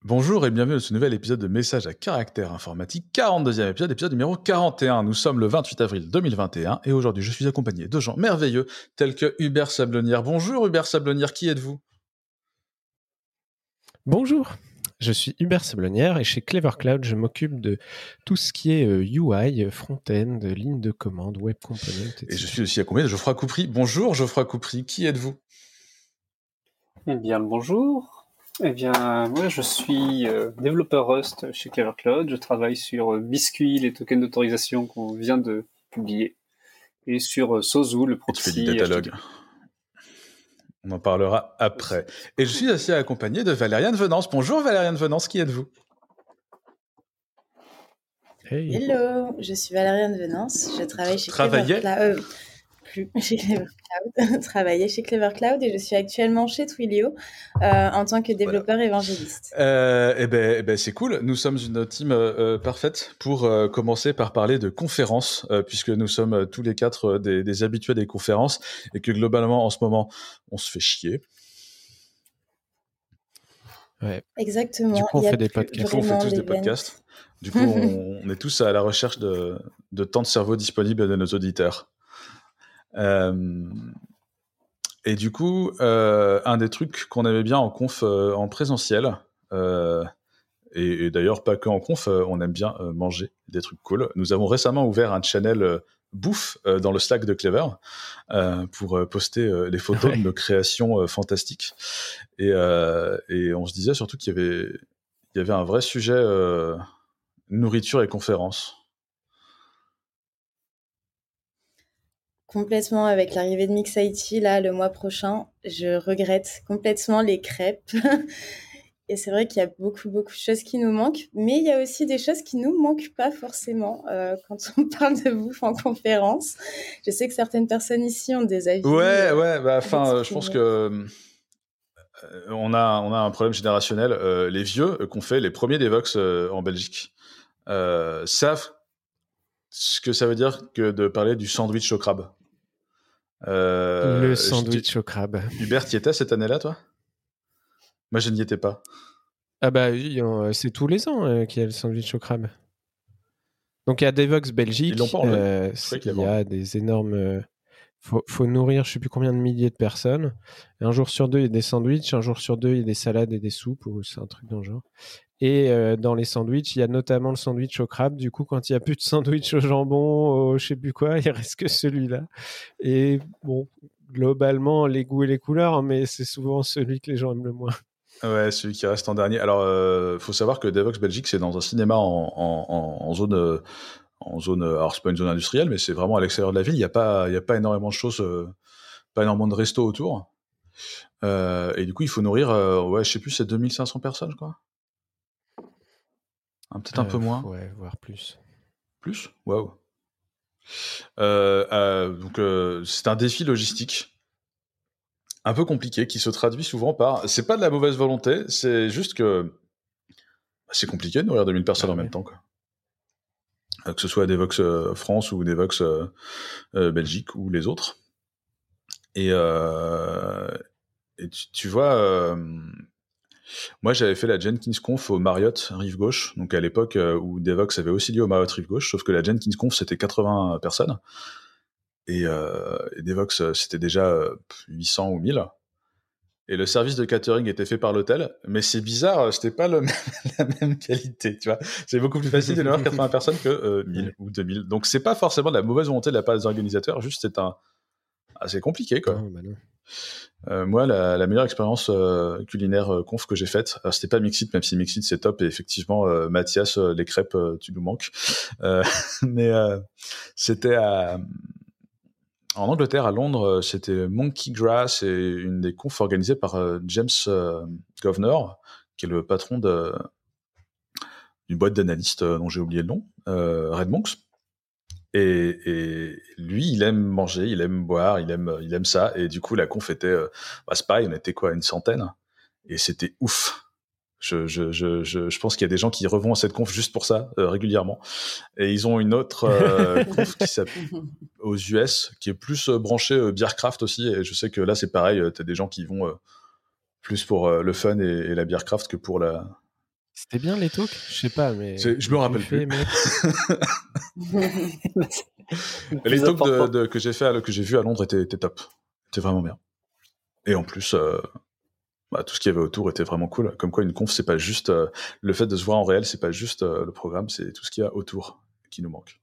Bonjour et bienvenue dans ce nouvel épisode de Messages à caractère informatique, 42e épisode numéro 41. Nous sommes le 28 avril 2021 et aujourd'hui je suis accompagné de gens merveilleux tels que Hubert Sablonnière. Bonjour Hubert Sablonnière, qui êtes-vous ? Bonjour, je suis Hubert Sablonnière et chez Clever Cloud, je m'occupe de tout ce qui est UI, front-end, ligne de commande, web component, etc. Et je suis aussi accompagné de Geoffroy Coupry. Bonjour Geoffroy Coupry, qui êtes-vous ? Eh bien, bonjour. Eh bien, moi, je suis développeur Rust chez Clever Cloud. Je travaille sur Biscuit, les tokens d'autorisation qu'on vient de publier, et sur Sozu, le Et tu fais proxy du datalog. HTTP. On en parlera après. Et je suis aussi accompagné de Valériane Venance. Bonjour Valériane Venance, qui êtes-vous ? Hey. Hello, je suis Valériane Venance, je travaille chez Clever Cloud. Travaillais chez Clever Cloud et je suis actuellement chez Twilio en tant que développeur évangéliste. C'est cool. Nous sommes une team parfaite pour commencer par parler de conférences, puisque nous sommes tous les quatre des habitués des conférences et que globalement en ce moment on se fait chier. Ouais. Exactement. Du coup, on fait des podcasts. Du coup, on fait tous des podcasts. Du coup, on est tous à la recherche de temps de cerveau disponible de nos auditeurs. Et du coup, un des trucs qu'on aimait bien en conf en présentiel, et d'ailleurs pas que en conf, on aime bien manger des trucs cool. Nous avons récemment ouvert un channel bouffe dans le Slack de Clever pour poster les photos de nos créations fantastiques. Et on se disait surtout qu'il y avait un vrai sujet nourriture et conférences. Complètement, avec l'arrivée de Mixity, là, le mois prochain, je regrette complètement les crêpes. Et c'est vrai qu'il y a beaucoup de choses qui nous manquent, mais il y a aussi des choses qui nous manquent pas forcément quand on parle de bouffe en conférence. Je sais que certaines personnes ici ont des avis. Je pense que on a un problème générationnel. Les vieux qu'on fait les premiers Devox en Belgique savent ce que ça veut dire que de parler du sandwich au crabe. Le sandwich au crabe. Hubert, y étais cette année-là, toi ? Moi, je n'y étais pas. Ah bah oui, c'est tous les ans qu'il y a le sandwich au crabe. Donc il y a Devox Belgique, Ils l'ont pas enlevé. il y a des énormes... faut nourrir je sais plus combien de milliers de personnes. Et un jour sur deux, il y a des sandwichs, un jour sur deux, il y a des salades et des soupes, ou c'est un truc dans le genre. Et dans les sandwichs, il y a notamment le sandwich au crabe. Du coup, quand il n'y a plus de sandwich au jambon, je sais plus quoi, il reste que celui-là. Et bon, globalement, les goûts et les couleurs, mais c'est souvent celui que les gens aiment le moins. Ouais, celui qui reste en dernier. Alors, faut savoir que Devox Belgique, c'est dans un cinéma en zone... alors c'est pas une zone industrielle, mais c'est vraiment à l'extérieur de la ville. Il y a pas énormément de choses, pas énormément de restos autour. Et du coup, il faut nourrir, je sais plus, c'est 2500 personnes, je crois. Peut-être un peu moins. Ouais, voire plus. Plus ? Waouh. Donc, c'est un défi logistique un peu compliqué qui se traduit souvent par... C'est pas de la mauvaise volonté, c'est juste que c'est compliqué de nourrir 2000 personnes en même temps, quoi. Que ce soit Devox France ou Devox Belgique ou les autres. Et tu vois, moi j'avais fait la Jenkins Conf au Marriott Rive Gauche, donc à l'époque où Devox avait aussi lieu au Marriott Rive Gauche, sauf que la Jenkins Conf c'était 80 personnes, et Devox c'était déjà 800 ou 1000. Et le service de catering était fait par l'hôtel, mais c'est bizarre, c'était pas la même qualité, tu vois. C'est beaucoup plus facile de nourrir 80 personnes que 1000 ou 2000. Donc c'est pas forcément de la mauvaise volonté de la part des organisateurs, juste c'est assez compliqué, quoi. Non, bah non. Moi, la meilleure expérience culinaire conf que j'ai faite, alors c'était pas Mixit, même si Mixit c'est top, et effectivement, Mathias, les crêpes, tu nous manques. Mais c'était en Angleterre, à Londres, c'était Monkey Grass, et une des confs organisées par James Governor, qui est le patron d'une boîte d'analystes dont j'ai oublié le nom, Red Monks. Et lui, il aime manger, il aime boire, il aime ça. Et du coup, la conf était... c'est pareil, on était quoi, une centaine. Et c'était ouf. Je pense qu'il y a des gens qui revont à cette conf juste pour ça, régulièrement. Et ils ont une autre conf qui s'appelle aux US, qui est plus branchée bière craft aussi. Et je sais que là, c'est pareil, t'as des gens qui vont plus pour le fun et la bière craft que pour C'était bien les talks? Je sais pas, mais Je me rappelle plus. Mec. Les talks que j'ai fait, que j'ai vu à Londres étaient top. C'était vraiment bien. Et en plus, tout ce qu'il y avait autour était vraiment cool. Comme quoi, une conf, c'est pas juste le fait de se voir en réel, c'est pas juste le programme, c'est tout ce qu'il y a autour qui nous manque.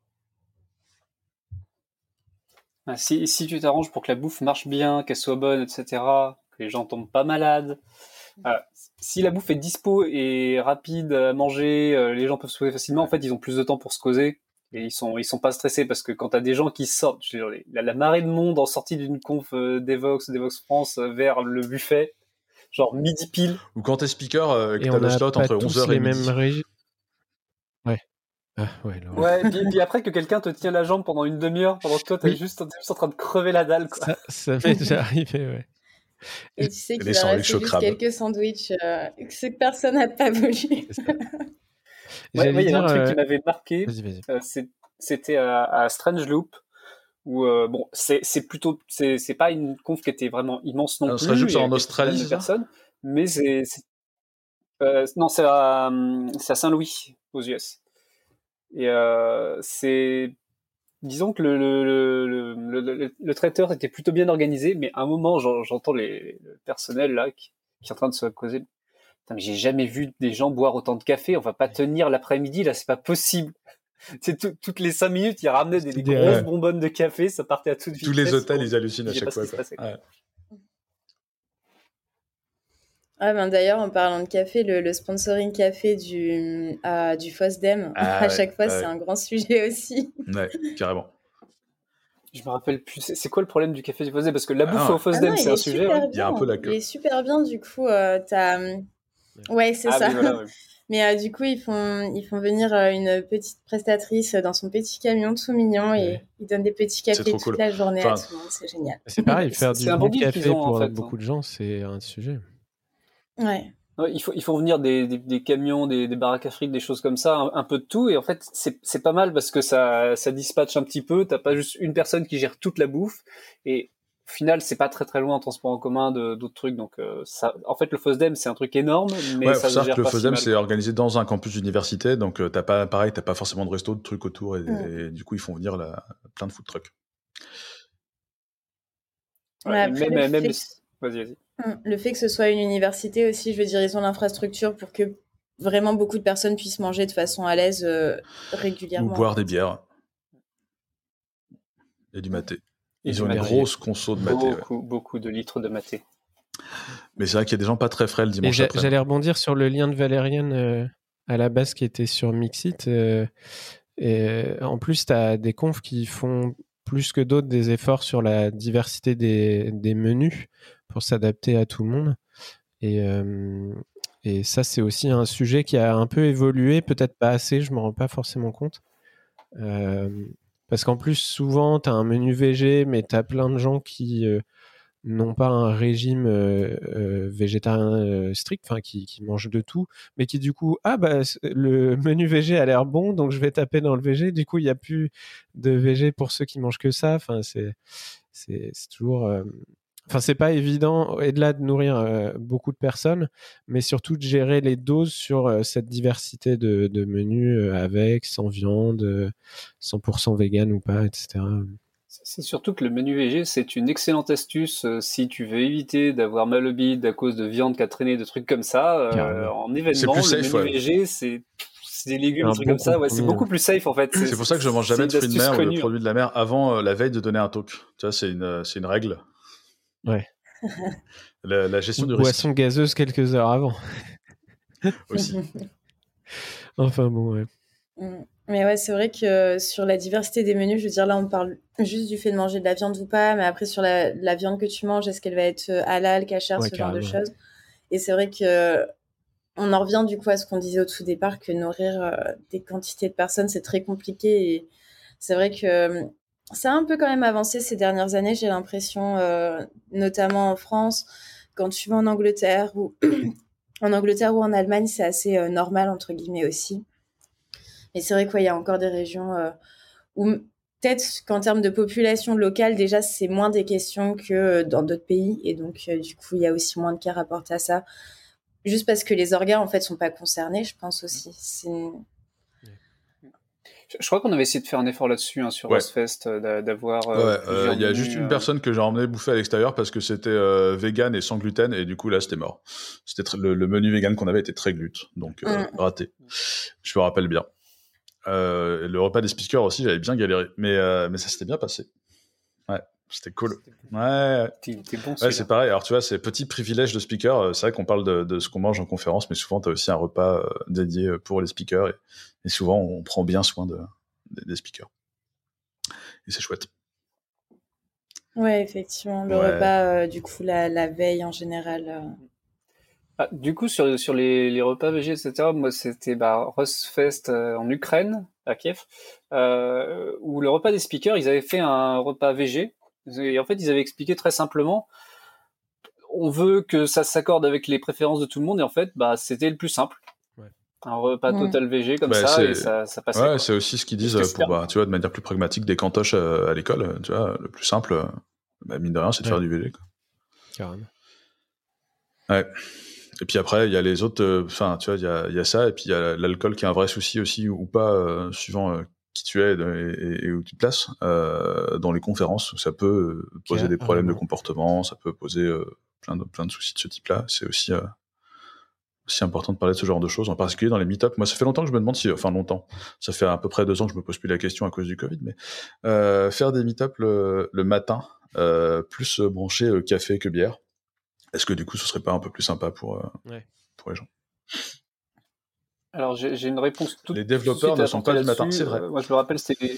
Si tu t'arranges pour que la bouffe marche bien, qu'elle soit bonne, etc., que les gens tombent pas malades, si la bouffe est dispo et rapide à manger, les gens peuvent se poser facilement, en fait, ils ont plus de temps pour se causer et ils sont pas stressés parce que quand t'as des gens qui sortent, je veux dire, la marée de monde en sortie d'une conf Devox France vers le buffet, genre midi pile. Ou quand t'es speaker, que Et t'as on le n'a slot pas entre tous 11h et les midi. mêmes régimes. Ouais. Ah, ouais, Ouais, et puis après que quelqu'un te tient la jambe pendant une demi-heure, pendant que toi t'es juste en train de crever la dalle, quoi. Ça m'est déjà arrivé, ouais. Et tu sais Et qu'il les va sandwichs rester au juste crabe. quelques sandwichs que personne n'a pas voulu. C'est ça. Ouais, il y a un truc qui dire, m'avait marqué, vas-y. c'était à Strange Loop, où bon, c'est pas une conf qui était vraiment immense non Alors, plus, Strange Loop, il y c'est a en quelques Australie, dizaines de c'est ça personnes, mais non, c'est à Saint-Louis, aux US. Et disons que le traiteur était plutôt bien organisé, mais à un moment, j'entends le personnel là qui est en train de se causer. Putain, mais j'ai jamais vu des gens boire autant de café. On va pas tenir l'après-midi là, c'est pas possible. C'est toutes les 5 minutes, ils ramenaient des grosses bonbonnes de café, ça partait à toute vitesse. Tous les hôtels, ils hallucinent à chaque fois. Ouais. Ah ben d'ailleurs, en parlant de café, le sponsoring café du FOSDEM, à chaque fois, c'est un grand sujet aussi. Ouais, carrément. Je me rappelle plus. C'est quoi le problème du café du FOSDEM? Parce que la bouffe au FOSDEM, c'est un sujet. Il y a un peu la queue. Il est super bien, du coup, Ouais, c'est ça. Oui, voilà, ouais. Mais du coup, ils font venir une petite prestatrice dans son petit camion tout mignon et ils donnent des petits cafés toute la journée à tout le monde. C'est génial. C'est pareil, faire du bon café pour en fait, beaucoup de gens, c'est un sujet. Ouais. Ouais, il faut venir des camions, des baraques à frites, des choses comme ça, un peu de tout. Et en fait, c'est pas mal parce que ça dispatche un petit peu. T'as pas juste une personne qui gère toute la bouffe. Et au final, c'est pas très très loin en transport en commun d'autres trucs. Donc, en fait, le FOSDEM, c'est un truc énorme, mais ça se gère pas. Le FOSDEM, c'est organisé dans un campus d'université. Donc, t'as pas forcément de resto, de trucs autour. Et du coup, ils font venir plein de food trucks. Ouais, vas-y. Le fait que ce soit une université aussi, je veux dire, ils ont l'infrastructure pour que vraiment beaucoup de personnes puissent manger de façon à l'aise régulièrement. Ou boire des bières. Et du maté. Ils ont une grosse conso de maté. Beaucoup de litres de maté. Mais c'est vrai qu'il y a des gens pas très frais le dimanche après. J'allais rebondir sur le lien de Valériane à la base qui était sur Mixit. Et en plus, tu as des confs qui font plus que d'autres des efforts sur la diversité des menus pour s'adapter à tout le monde. Et ça, c'est aussi un sujet qui a un peu évolué, peut-être pas assez, je ne me rends pas forcément compte. Parce qu'en plus, souvent, tu as un menu VG, mais tu as plein de gens qui n'ont pas un régime végétarien strict, enfin qui mangent de tout, mais qui du coup, le menu VG a l'air bon, donc je vais taper dans le VG. Du coup, il n'y a plus de VG pour ceux qui mangent que ça. Enfin, c'est toujours... Enfin, c'est pas évident, au-delà de nourrir beaucoup de personnes, mais surtout de gérer les doses sur cette diversité de menus avec, sans viande, 100% vegan ou pas, etc. C'est surtout que le menu VG, c'est une excellente astuce si tu veux éviter d'avoir mal au bide à cause de viande qui a traîné, de trucs comme ça. En événement, le menu VG, c'est des légumes, des trucs comme ça. Ouais, c'est beaucoup plus safe en fait. C'est pour ça que je mange jamais de fruits de mer ou de produits de la mer avant la veille de donner un talk. Tu vois, c'est une règle. Ouais. La gestion du risque. Boisson gazeuse quelques heures avant. Aussi. Enfin bon, ouais. Mais ouais, c'est vrai que sur la diversité des menus, je veux dire, là, on parle juste du fait de manger de la viande ou pas, mais après, sur la viande que tu manges, est-ce qu'elle va être halal, cachère, ce genre de choses. Et c'est vrai que on en revient du coup à ce qu'on disait au tout départ, que nourrir des quantités de personnes, c'est très compliqué. Et c'est vrai que ça a un peu quand même avancé ces dernières années, j'ai l'impression, notamment en France. Quand tu vas en Angleterre ou en Allemagne, c'est assez normal, entre guillemets aussi. Mais c'est vrai qu'il y a encore des régions où peut-être qu'en termes de population locale, déjà, c'est moins des questions que dans d'autres pays. Et donc, du coup, il y a aussi moins de cas rapportés à ça. juste parce que les orgas en fait sont pas concernés, je pense aussi. Je crois qu'on avait essayé de faire un effort là-dessus sur Ozfest, d'avoir. Il y a juste une personne que j'ai emmené bouffer à l'extérieur parce que c'était vegan et sans gluten, et du coup là c'était mort. C'était le menu vegan qu'on avait était très glut, donc raté. Je me rappelle bien. Le repas des speakers aussi, j'avais bien galéré, mais ça s'était bien passé. Ouais, c'était cool. T'es bon. Ouais, c'est pareil. Alors tu vois, c'est petit privilège de speaker. C'est vrai qu'on parle de ce qu'on mange en conférence, mais souvent t'as aussi un repas dédié pour les speakers, et souvent on prend bien soin des speakers. Et c'est chouette. Ouais, effectivement. Le repas, du coup, la veille en général. Du coup, sur les repas végé, etc., moi, c'était Rosfest en Ukraine, à Kiev, où le repas des speakers, ils avaient fait un repas végé. Et en fait, ils avaient expliqué très simplement, on veut que ça s'accorde avec les préférences de tout le monde, et en fait, c'était le plus simple. Un repas total végé comme ça, et ça passait. Ouais, c'est aussi ce qu'ils disent pour, tu vois, de manière plus pragmatique, des cantoches à l'école. Tu vois, le plus simple, mine de rien, c'est de faire du végé, quoi. Carrément. Ouais. Et puis après, il y a les autres. Enfin, tu vois, il y a ça, et puis il y a l'alcool qui est un vrai souci aussi, ou pas, suivant qui tu es et où tu te places. Dans les conférences, ça peut poser des problèmes de comportement, ça peut poser plein de soucis de ce type-là. C'est aussi important de parler de ce genre de choses, en particulier dans les meet-up. Moi, ça fait longtemps que je me demande longtemps. Ça fait à peu près 2 ans que je me pose plus la question à cause du Covid, mais faire des meet-up le matin, plus branché café que bière. Est-ce que du coup, ce serait pas un peu plus sympa pour les gens? Alors, j'ai une réponse toute. Les développeurs ne sont pas du matin, c'est vrai. Moi, je me rappelle,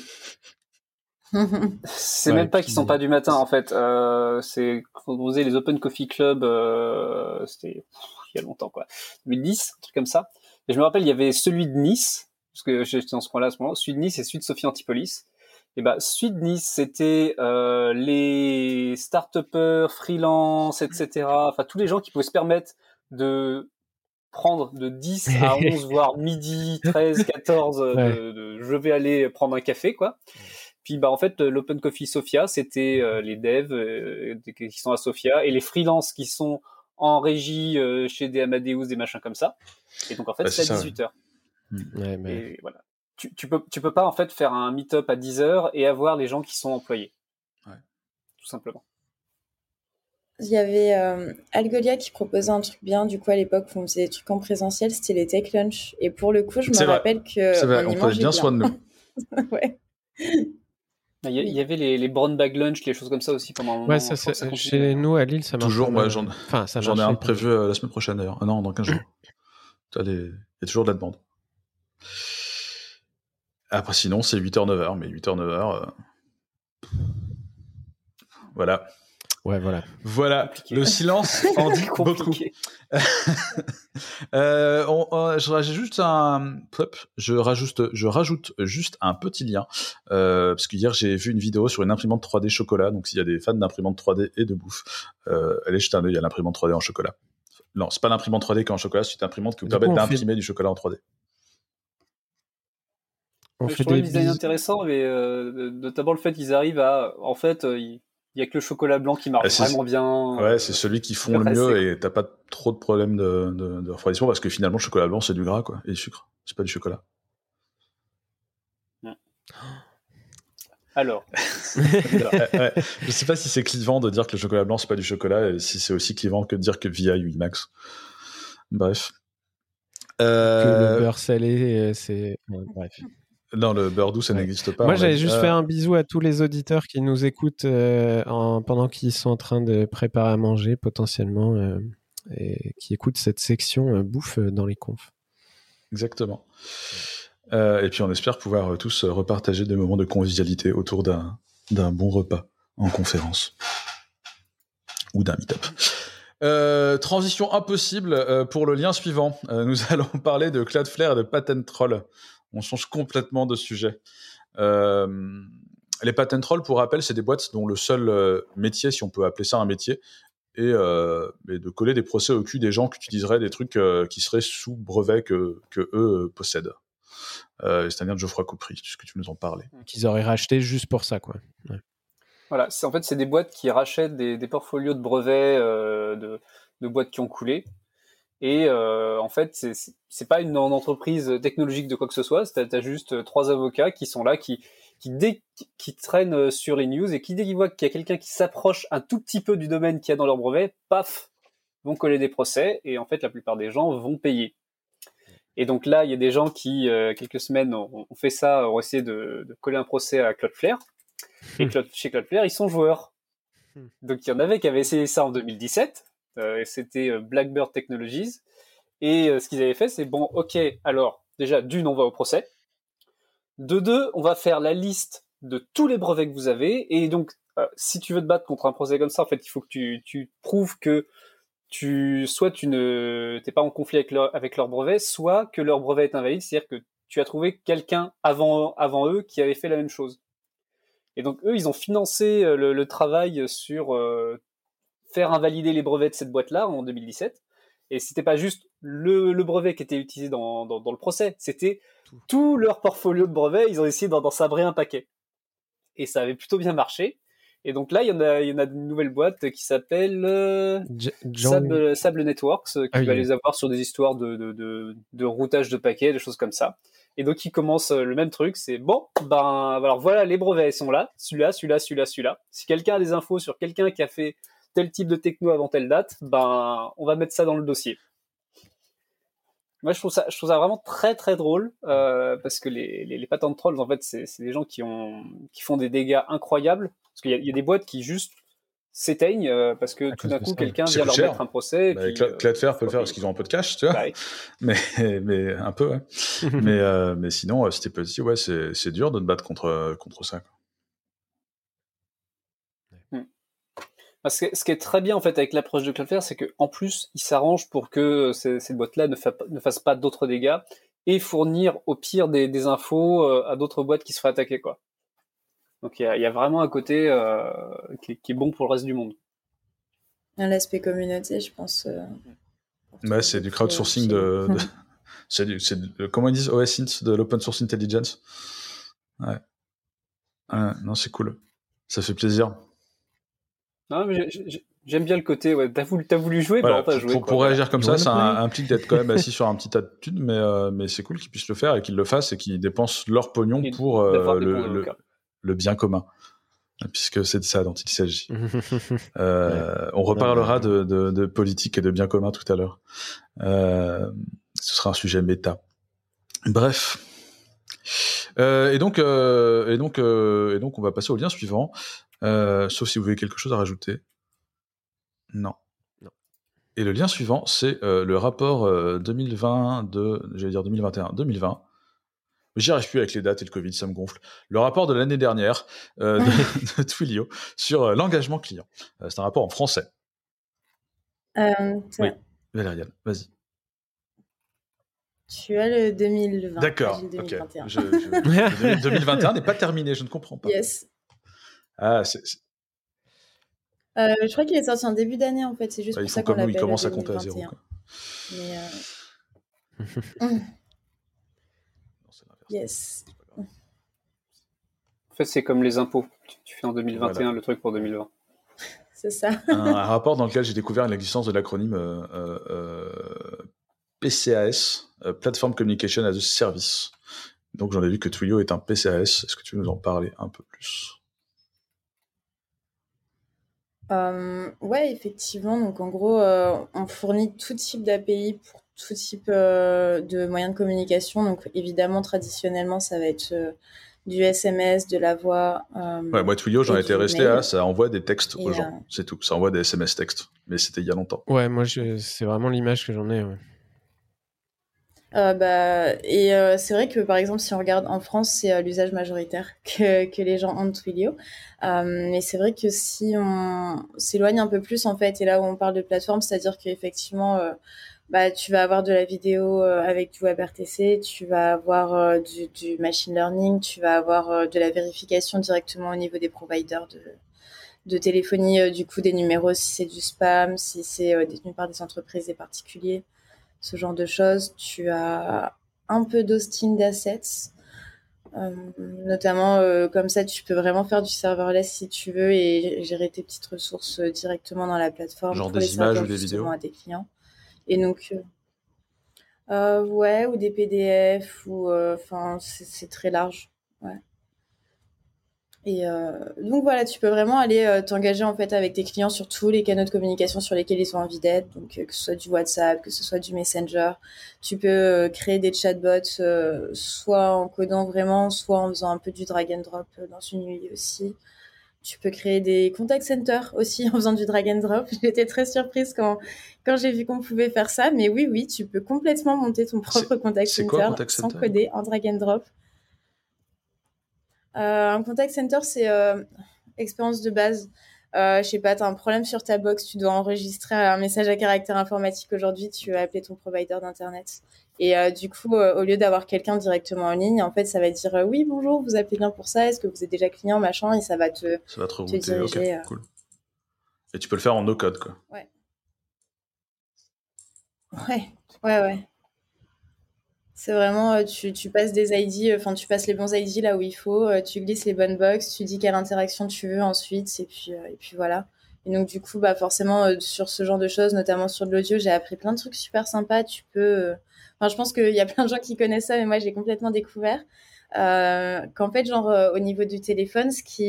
c'est même pas qu'ils sont pas du matin, en fait. C'est quand on faisait les Open Coffee Club, c'était il y a longtemps, quoi. 2010, un truc comme ça. Et je me rappelle, il y avait celui de Nice, parce que j'étais dans ce coin-là à ce moment-là, celui de Nice et celui de Sophie Antipolis. Et celui de Nice, c'était les start-upers, freelance, etc. Enfin, tous les gens qui pouvaient se permettre de prendre de 10 à 11, voire midi, 13, 14, je vais aller prendre un café, quoi. Puis en fait, l'Open Coffee Sofia, c'était les devs qui sont à Sofia et les freelances qui sont en régie chez des Amadeus, des machins comme ça. Et donc en fait, c'est à 18h. Ouais, mais... Et voilà. Tu peux pas en fait faire un meet-up à 10h et avoir les gens qui sont employés. Ouais. Tout simplement. Il y avait Algolia qui proposait un truc bien, du coup, à l'époque où on faisait des trucs en présentiel, c'était les Tech Lunch. Et pour le coup, je me rappelle qu'on y mangeait bien soin de nous. Ouais. Il y avait les brown bag lunch, les choses comme ça aussi pendant un moment. Ouais, ça chez nous à Lille, ça marche. Toujours, moi, j'en ai un prévu la semaine prochaine d'ailleurs. Ah non, dans 15 jours. Il y a toujours de la demande. Après, sinon, c'est 8h, 9h, mais 8h, 9h. Voilà. Ouais, voilà. Voilà, compliqué. Le silence en dit beaucoup. Je rajoute juste un petit lien, parce que hier j'ai vu une vidéo sur une imprimante 3D chocolat, donc s'il y a des fans d'imprimante 3D et de bouffe, allez jeter un œil à l'imprimante 3D en chocolat. Non, c'est pas l'imprimante 3D qui est en chocolat, c'est une imprimante qui vous permet d'imprimer du chocolat en 3D. Je trouve le design intéressant, mais notamment le fait qu'ils arrivent à... En fait, il n'y a que le chocolat blanc qui marche vraiment bien. Ouais, c'est celui qui fond le mieux et t'as pas trop de problèmes de refroidissement parce que finalement, le chocolat blanc, c'est du gras, quoi, et du sucre. C'est pas du chocolat. Alors. Ouais. Je sais pas si c'est clivant de dire que le chocolat blanc, c'est pas du chocolat, et si c'est aussi clivant que de dire que VI ou IMAX. Bref. Que le beurre salé, c'est... bref. Non, le beurre doux, ça n'existe pas. Moi, j'allais juste faire un bisou à tous les auditeurs qui nous écoutent pendant qu'ils sont en train de préparer à manger, potentiellement, et qui écoutent cette section bouffe dans les confs. Exactement. Et puis, on espère pouvoir tous repartager des moments de convivialité autour d'un bon repas en conférence ou d'un meet-up. Transition impossible pour le lien suivant. Nous allons parler de Cloudflare et de Patent Troll. On change complètement de sujet. Les patent trolls, pour rappel, c'est des boîtes dont le seul métier, si on peut appeler ça un métier, est de coller des procès au cul des gens qui utiliseraient des trucs qui seraient sous brevet que eux possèdent. C'est-à-dire de Geoffroy Coupry, puisque tu nous en parlais. Qu'ils auraient racheté juste pour ça, quoi. Ouais. Voilà, en fait, c'est des boîtes qui rachètent des portfolios de brevets de boîtes qui ont coulé. Et en fait, c'est pas une entreprise technologique de quoi que ce soit. T'as juste 3 avocats qui sont là, qui traînent sur les news et qui dès qu'ils voient qu'il y a quelqu'un qui s'approche un tout petit peu du domaine qu'il y a dans leur brevet, paf, vont coller des procès. Et en fait, la plupart des gens vont payer. Et donc là, il y a des gens qui, quelques semaines, ont fait ça, ont essayé de coller un procès à Cloudflare. Et chez Cloudflare, ils sont joueurs. Donc il y en avait qui avaient essayé ça en 2017. C'était Blackbird Technologies. Et ce qu'ils avaient fait, c'est bon, ok, alors déjà, d'une, on va au procès. De deux, on va faire la liste de tous les brevets que vous avez. Et donc, si tu veux te battre contre un procès comme ça, en fait, il faut que tu prouves que soit tu t'es pas en conflit avec leur brevet, soit que leur brevet est invalide, c'est-à-dire que tu as trouvé quelqu'un avant eux qui avait fait la même chose. Et donc eux, ils ont financé le travail sur faire invalider les brevets de cette boîte-là en 2017. Et c'était pas juste le brevet qui était utilisé dans le procès, c'était tout leur portfolio de brevets, ils ont essayé d'en sabrer un paquet. Et ça avait plutôt bien marché. Et donc là, il y en a une nouvelle boîte qui s'appelle Sable Networks, qui va les avoir sur des histoires de routage de paquets, des choses comme ça. Et donc, ils commencent le même truc, c'est bon, alors voilà, les brevets, ils sont là, celui-là. Si quelqu'un a des infos sur quelqu'un qui a fait tel type de techno avant telle date, on va mettre ça dans le dossier. Moi, je trouve ça vraiment très très drôle parce que les patents trolls, en fait, c'est des gens qui font des dégâts incroyables. Parce qu'il y a des boîtes qui juste s'éteignent parce que tout d'un coup, quelqu'un vient leur mettre un procès. Cloudflare peut le faire parce qu'ils ont un peu de cash, tu vois. Bah, oui. mais un peu, ouais. mais sinon, si t'es petit, ouais, c'est dur de te battre contre ça, quoi. Ce qui est très bien en fait avec l'approche de Cloudflare, c'est qu'en plus, ils s'arrangent pour que ces boîtes-là ne fassent pas d'autres dégâts et fournir au pire des infos à d'autres boîtes qui se feraient attaquer, quoi. Donc il y a vraiment un côté qui est bon pour le reste du monde. L'aspect communauté, je pense. C'est du crowdsourcing comment ils disent, OSINT, de l'open source intelligence. Ouais. Non, c'est cool. Ça fait plaisir. Non, mais j'aime bien le côté, ouais, t'as voulu jouer, voilà, t'as joué. Pour réagir comme ça implique d'être quand même assis sur un petit tas de thunes, mais c'est cool qu'ils puissent le faire et qu'ils le fassent et qu'ils dépensent leur pognon pour le bien commun. Puisque c'est de ça dont il s'agit. On reparlera de politique et de bien commun tout à l'heure. Ce sera un sujet méta. Bref. Et donc, on va passer au lien suivant. Sauf si vous avez quelque chose à rajouter. Non. Et le lien suivant, c'est le rapport 2020 2021. J'y arrive plus avec les dates et le Covid, ça me gonfle. Le rapport de l'année dernière de Twilio sur l'engagement client. C'est un rapport en français. Oui, Valériane, vas-y. Tu as le 2020. D'accord, le 2021. Okay. Le 2021 n'est pas terminé, je ne comprends pas. Yes. Ah, je crois qu'il est sorti en début d'année, en fait. C'est juste pour ça qu'on l'appelle 2021. Il commence à compter à zéro, quoi. Mais yes. En fait, c'est comme les impôts. Tu fais en 2021 le truc pour 2020. C'est ça. un rapport dans lequel j'ai découvert l'existence de l'acronyme PCAS, Platform Communication as a Service. Donc j'en ai vu que Twilio est un PCAS. Est-ce que tu veux nous en parler un peu plus ? Ouais, effectivement. Donc en gros, on fournit tout type d'API pour tout type de moyens de communication. Donc évidemment, traditionnellement, ça va être du SMS, de la voix. Ouais, moi Twilio, j'en étais resté à ça envoie des textes aux gens, c'est tout. Ça envoie des SMS textes, mais c'était il y a longtemps. Ouais, moi c'est vraiment l'image que j'en ai. Ouais. C'est vrai que par exemple, si on regarde en France, c'est l'usage majoritaire que les gens ont de Twilio. Mais c'est vrai que si on s'éloigne un peu plus en fait, et là où on parle de plateforme, c'est-à-dire qu'effectivement, tu vas avoir de la vidéo avec du WebRTC, tu vas avoir du machine learning, tu vas avoir de la vérification directement au niveau des providers de téléphonie, du coup des numéros, si c'est du spam, si c'est détenu par des entreprises et particuliers. Ce genre de choses. Tu as un peu d'hosting d'assets, notamment comme ça, tu peux vraiment faire du serverless si tu veux et gérer tes petites ressources directement dans la plateforme. Genre des images ou des vidéos à tes clients. Et donc, Ouais, ou des PDF, ou enfin, c'est très large. Ouais. Et donc voilà, tu peux vraiment aller t'engager en fait avec tes clients sur tous les canaux de communication sur lesquels ils ont envie d'être, donc que ce soit du WhatsApp, que ce soit du Messenger. Tu peux créer des chatbots, soit en codant vraiment, soit en faisant un peu du drag and drop dans une UI aussi. Tu peux créer des contact centers aussi en faisant du drag and drop. J'étais très surprise quand j'ai vu qu'on pouvait faire ça, mais oui, oui, tu peux complètement monter ton propre contact C'est quoi center Contact sans Center? coder en drag and drop. Un contact center, c'est expérience de base. Je sais pas, tu as un problème sur ta box, tu dois enregistrer un message à caractère informatique aujourd'hui, tu vas appeler ton provider d'internet. Et du coup, au lieu d'avoir quelqu'un directement en ligne, en fait, ça va te dire oui, bonjour, vous appelez bien pour ça, est-ce que vous êtes déjà client, machin, et ça va te rerouter, diriger. Ok, cool. Et tu peux le faire en no-code, quoi. Ouais. Ouais. C'est vraiment, tu passes des ID, enfin, tu passes les bons ID là où il faut, tu glisses les bonnes box, tu dis quelle interaction tu veux ensuite, et puis voilà. Et donc, du coup, bah, forcément, sur ce genre de choses, notamment sur de l'audio, j'ai appris plein de trucs super sympas. Enfin, je pense qu'il y a plein de gens qui connaissent ça, mais moi, j'ai complètement découvert. Qu'en fait, genre, au niveau du téléphone,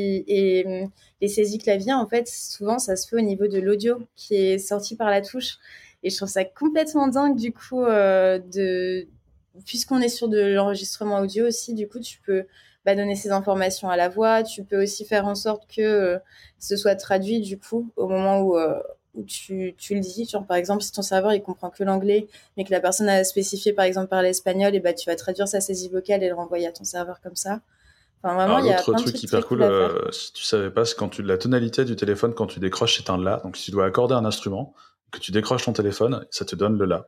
les saisies clavier, en fait, souvent, ça se fait au niveau de l'audio qui est sorti par la touche. Et je trouve ça complètement dingue, du coup, puisqu'on est sur de l'enregistrement audio aussi, du coup, tu peux donner ces informations à la voix. Tu peux aussi faire en sorte que ce soit traduit, du coup, au moment où tu le dis. Genre, par exemple, si ton serveur, il comprend que l'anglais, mais que la personne a spécifié, par exemple, par l'espagnol, et bah, tu vas traduire sa saisie vocale et le renvoyer à ton serveur comme ça. Enfin, vraiment, il y a l'autre plein de truc trucs très hyper cool, cool à faire. si tu savais pas, c'est la tonalité du téléphone quand tu décroches, c'est un la. Donc si tu dois accorder un instrument, que tu décroches ton téléphone, ça te donne le la.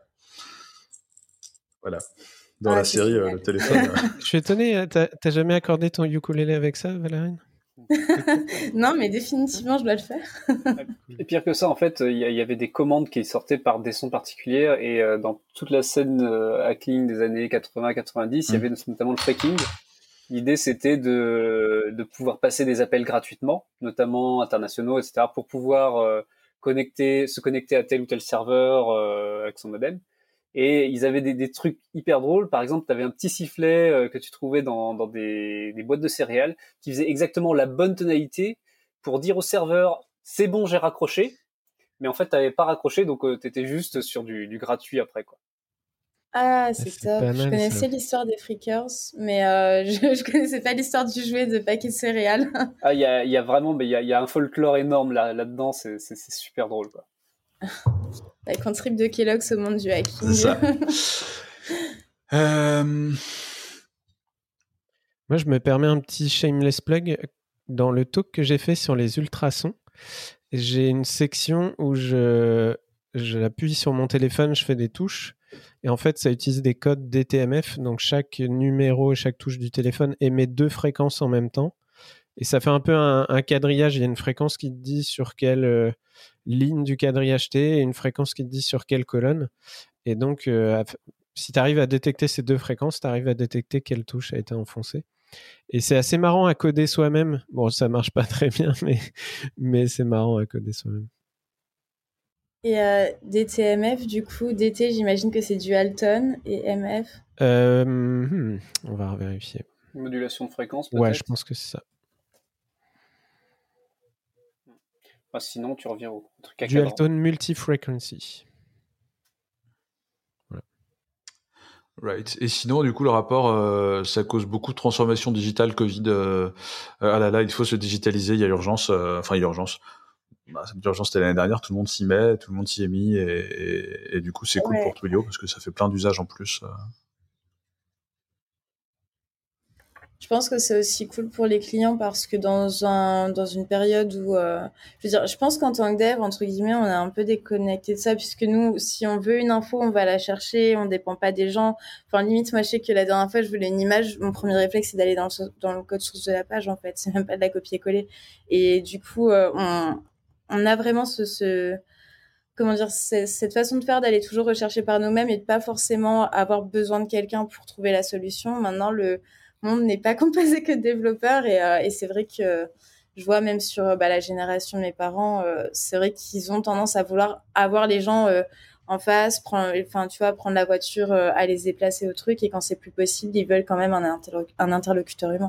Voilà. Dans la série, le téléphone. Je suis étonné, t'as jamais accordé ton ukulélé avec ça, Valérine? Non, mais définitivement, je dois le faire. Et pire que ça, en fait, il y avait des commandes qui sortaient par des sons particuliers, et dans toute la scène hacking des années 80-90, il y avait notamment le fracking. L'idée, c'était de pouvoir passer des appels gratuitement, notamment internationaux, etc., pour pouvoir se connecter à tel ou tel serveur avec son modem. Et ils avaient des trucs hyper drôles. Par exemple, tu avais un petit sifflet que tu trouvais dans des boîtes de céréales qui faisait exactement la bonne tonalité pour dire au serveur « c'est bon, j'ai raccroché ». Mais en fait, tu n'avais pas raccroché, donc tu étais juste sur du gratuit après, quoi. Ah, c'est C'est top. pas Je mal, ça. connaissais l'histoire des Freakers, mais je connaissais pas l'histoire du jouet de paquet de céréales. Ah, il y a vraiment, mais il y a un folklore énorme là-dedans, c'est super drôle, quoi. La contrib de Kellogg's au monde du hacking. C'est ça. Moi, je me permets un petit shameless plug. Dans le talk que j'ai fait sur les ultrasons, j'ai une section où je appuie sur mon téléphone, je fais des touches. Et en fait, ça utilise des codes DTMF. Donc, chaque numéro et chaque touche du téléphone émet 2 fréquences en même temps. Et ça fait un peu un quadrillage. Il y a une fréquence qui te dit sur quelle ligne du quadrillage t'es et une fréquence qui te dit sur quelle colonne. Et donc, si tu arrives à détecter ces 2 fréquences, tu arrives à détecter quelle touche a été enfoncée. Et c'est assez marrant à coder soi-même. Bon, ça marche pas très bien, mais c'est marrant à coder soi-même. Et DTMF, du coup, DT, j'imagine que c'est du Alton, et MF. On va vérifier. Modulation de fréquence, peut-être. Ouais, je pense que c'est ça. Ah, sinon, tu reviens au truc à Dual cadran. tone multi-frequency. Voilà. Right. Et sinon, du coup, le rapport, ça cause beaucoup de transformations digitales Covid. Ah là là, il faut se digitaliser, il y a urgence. Enfin, il y a urgence. L'urgence, c'était l'année dernière, tout le monde s'y met, tout le monde s'y est mis, et du coup, c'est cool pour Twilio, parce que ça fait plein d'usages en plus. Je pense que c'est aussi cool pour les clients parce que dans une période où, je veux dire, je pense qu'en tant que dev, entre guillemets, on est un peu déconnecté de ça puisque nous, si on veut une info, on va la chercher, on dépend pas des gens. Enfin, limite, moi, je sais que la dernière fois, je voulais une image, mon premier réflexe, c'est d'aller dans le code source de la page, en fait. C'est même pas de la copier-coller. Et du coup, on a vraiment comment dire, cette façon de faire d'aller toujours rechercher par nous-mêmes et de pas forcément avoir besoin de quelqu'un pour trouver la solution. Maintenant, le monde n'est pas composé que de développeurs et c'est vrai que je vois même sur la génération de mes parents, c'est vrai qu'ils ont tendance à vouloir avoir les gens en face, tu vois, prendre la voiture, aller se déplacer au truc, et quand c'est plus possible, ils veulent quand même un interlocuteur humain.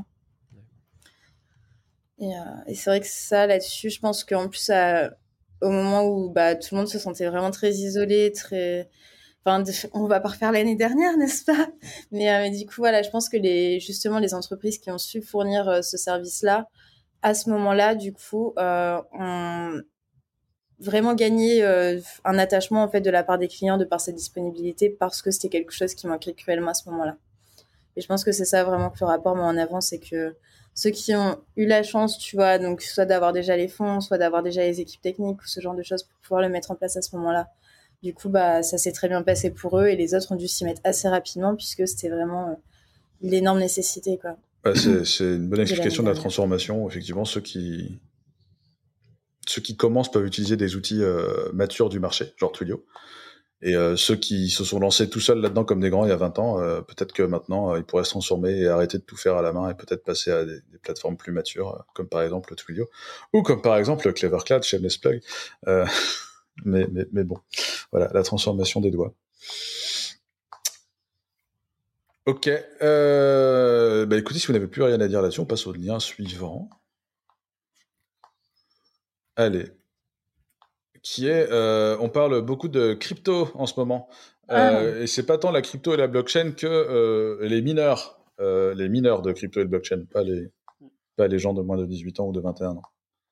Et c'est vrai que ça, là-dessus, je pense qu'en plus, au moment où tout le monde se sentait vraiment très isolé, Enfin, on va pas refaire l'année dernière, n'est-ce pas? Mais du coup, voilà, je pense que justement, les entreprises qui ont su fournir ce service-là, à ce moment-là, du coup, ont vraiment gagné un attachement en fait de la part des clients de par cette disponibilité, parce que c'était quelque chose qui manquait cruellement à ce moment-là. Et je pense que c'est ça vraiment que le rapport met en avant, c'est que ceux qui ont eu la chance, tu vois, donc soit d'avoir déjà les fonds, soit d'avoir déjà les équipes techniques ou ce genre de choses pour pouvoir le mettre en place à ce moment-là. Du coup, ça s'est très bien passé pour eux, et les autres ont dû s'y mettre assez rapidement, puisque c'était vraiment l'énorme nécessité, quoi. C'est une bonne explication de la transformation. Effectivement, ceux qui commencent peuvent utiliser des outils matures du marché, genre Twilio. Et ceux qui se sont lancés tout seuls là-dedans comme des grands il y a 20 ans, peut-être que maintenant, ils pourraient se transformer et arrêter de tout faire à la main, et peut-être passer à des plateformes plus matures, comme par exemple Twilio, ou comme par exemple Clever Cloud, Shameless Plug. Mais bon, voilà, la transformation des doigts. Ok. Écoutez, si vous n'avez plus rien à dire là-dessus, on passe au lien suivant. Allez. Qui est, on parle beaucoup de crypto en ce moment. Et c'est pas tant la crypto et la blockchain que les mineurs de crypto et de blockchain, pas les gens de moins de 18 ans ou de 21 ans.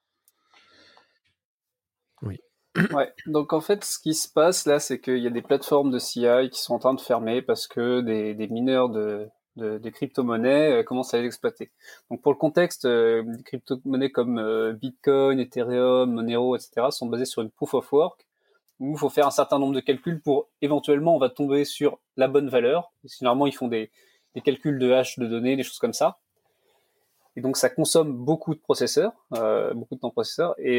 Oui. Ouais, donc en fait, ce qui se passe là, c'est qu'il y a des plateformes de CI qui sont en train de fermer parce que des mineurs de crypto-monnaies commencent à les exploiter. Donc pour le contexte, des crypto-monnaies comme Bitcoin, Ethereum, Monero, etc. sont basées sur une proof of work, où il faut faire un certain nombre de calculs pour éventuellement on va tomber sur la bonne valeur. Généralement, ils font des calculs de hash de données, des choses comme ça. Et donc ça consomme beaucoup de processeurs, beaucoup de temps processeur, et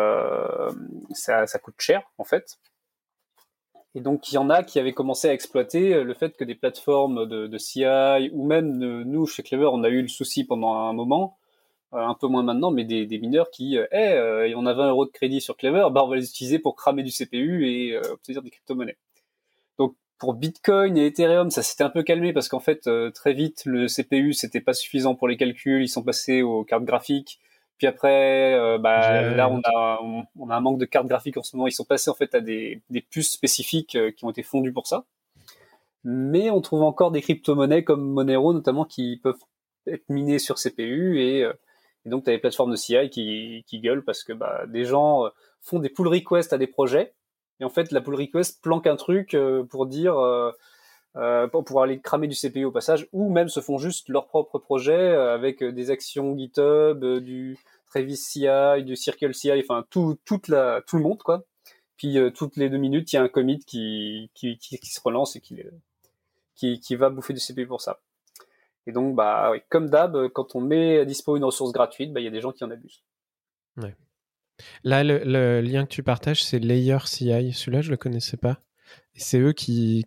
ça coûte cher en fait. Et donc il y en a qui avaient commencé à exploiter le fait que des plateformes de CI, ou même nous chez Clever, on a eu le souci pendant un moment, un peu moins maintenant, mais des mineurs qui, on a 20 € de crédit sur Clever, on va les utiliser pour cramer du CPU et obtenir des crypto-monnaies. Donc pour Bitcoin et Ethereum, ça s'était un peu calmé parce qu'en fait, très vite, le CPU, c'était pas suffisant pour les calculs, ils sont passés aux cartes graphiques. Puis après, là, on a un manque de cartes graphiques en ce moment. Ils sont passés en fait à des puces spécifiques qui ont été fondues pour ça. Mais on trouve encore des crypto-monnaies comme Monero, notamment, qui peuvent être minées sur CPU, et donc tu as les plateformes de CI qui gueulent parce que des gens font des pull requests à des projets. Et en fait, la pull request planque un truc pour dire, pour pouvoir aller cramer du CPU au passage, ou même se font juste leur propre projet avec des actions GitHub, du Travis CI, du Circle CI, enfin tout le monde, quoi. Puis toutes les 2 minutes, il y a un commit qui se relance et qui va bouffer du CPU pour ça. Et donc, oui, comme d'hab, quand on met à dispo une ressource gratuite, il y a des gens qui en abusent. Ouais. Là, le lien que tu partages, c'est Layer CI. Celui-là, je le connaissais pas. Et c'est eux qui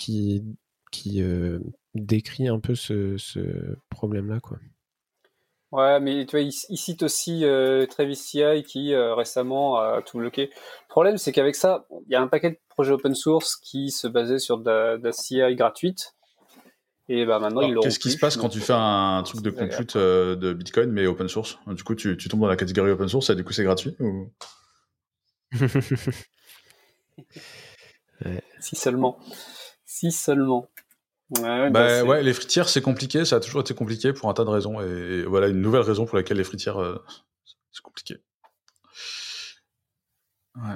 décrit un peu ce problème-là, quoi. Ouais, mais tu vois, il cite aussi Travis CI qui récemment a tout bloqué. Le problème, c'est qu'avec ça, il y a un paquet de projets open source qui se basaient sur de la CI gratuite. Et maintenant, ils l'auront. Qu'est-ce qui se passe quand tu fais un truc de compute de Bitcoin, mais open source? Du coup, tu tombes dans la catégorie open source, et du coup, c'est gratuit ou... Ouais. Si seulement. Ouais, ouais, les fritières, c'est compliqué, ça a toujours été compliqué pour un tas de raisons, et voilà une nouvelle raison pour laquelle les fritières, c'est compliqué. Ouais.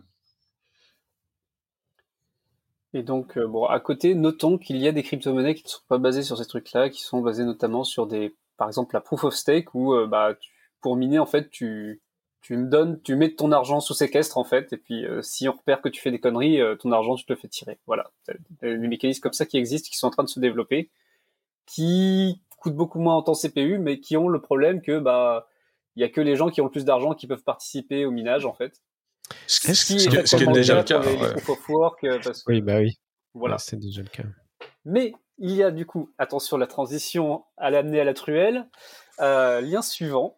Et donc, à côté, notons qu'il y a des crypto-monnaies qui ne sont pas basées sur ces trucs-là, qui sont basées notamment sur par exemple, la proof of stake, où pour miner, en fait, tu mets ton argent sous séquestre, en fait, et puis si on repère que tu fais des conneries, ton argent, tu te le fais tirer. Voilà. Des mécanismes comme ça qui existent, qui sont en train de se développer, qui coûtent beaucoup moins en temps CPU, mais qui ont le problème que, il y a que les gens qui ont le plus d'argent qui peuvent participer au minage, en fait. Ce qui est déjà le cas. Les proof of work, parce que, oui. Voilà. Ouais, c'est déjà le cas. Mais il y a du coup, attention, la transition à l'amener à la truelle. Lien suivant.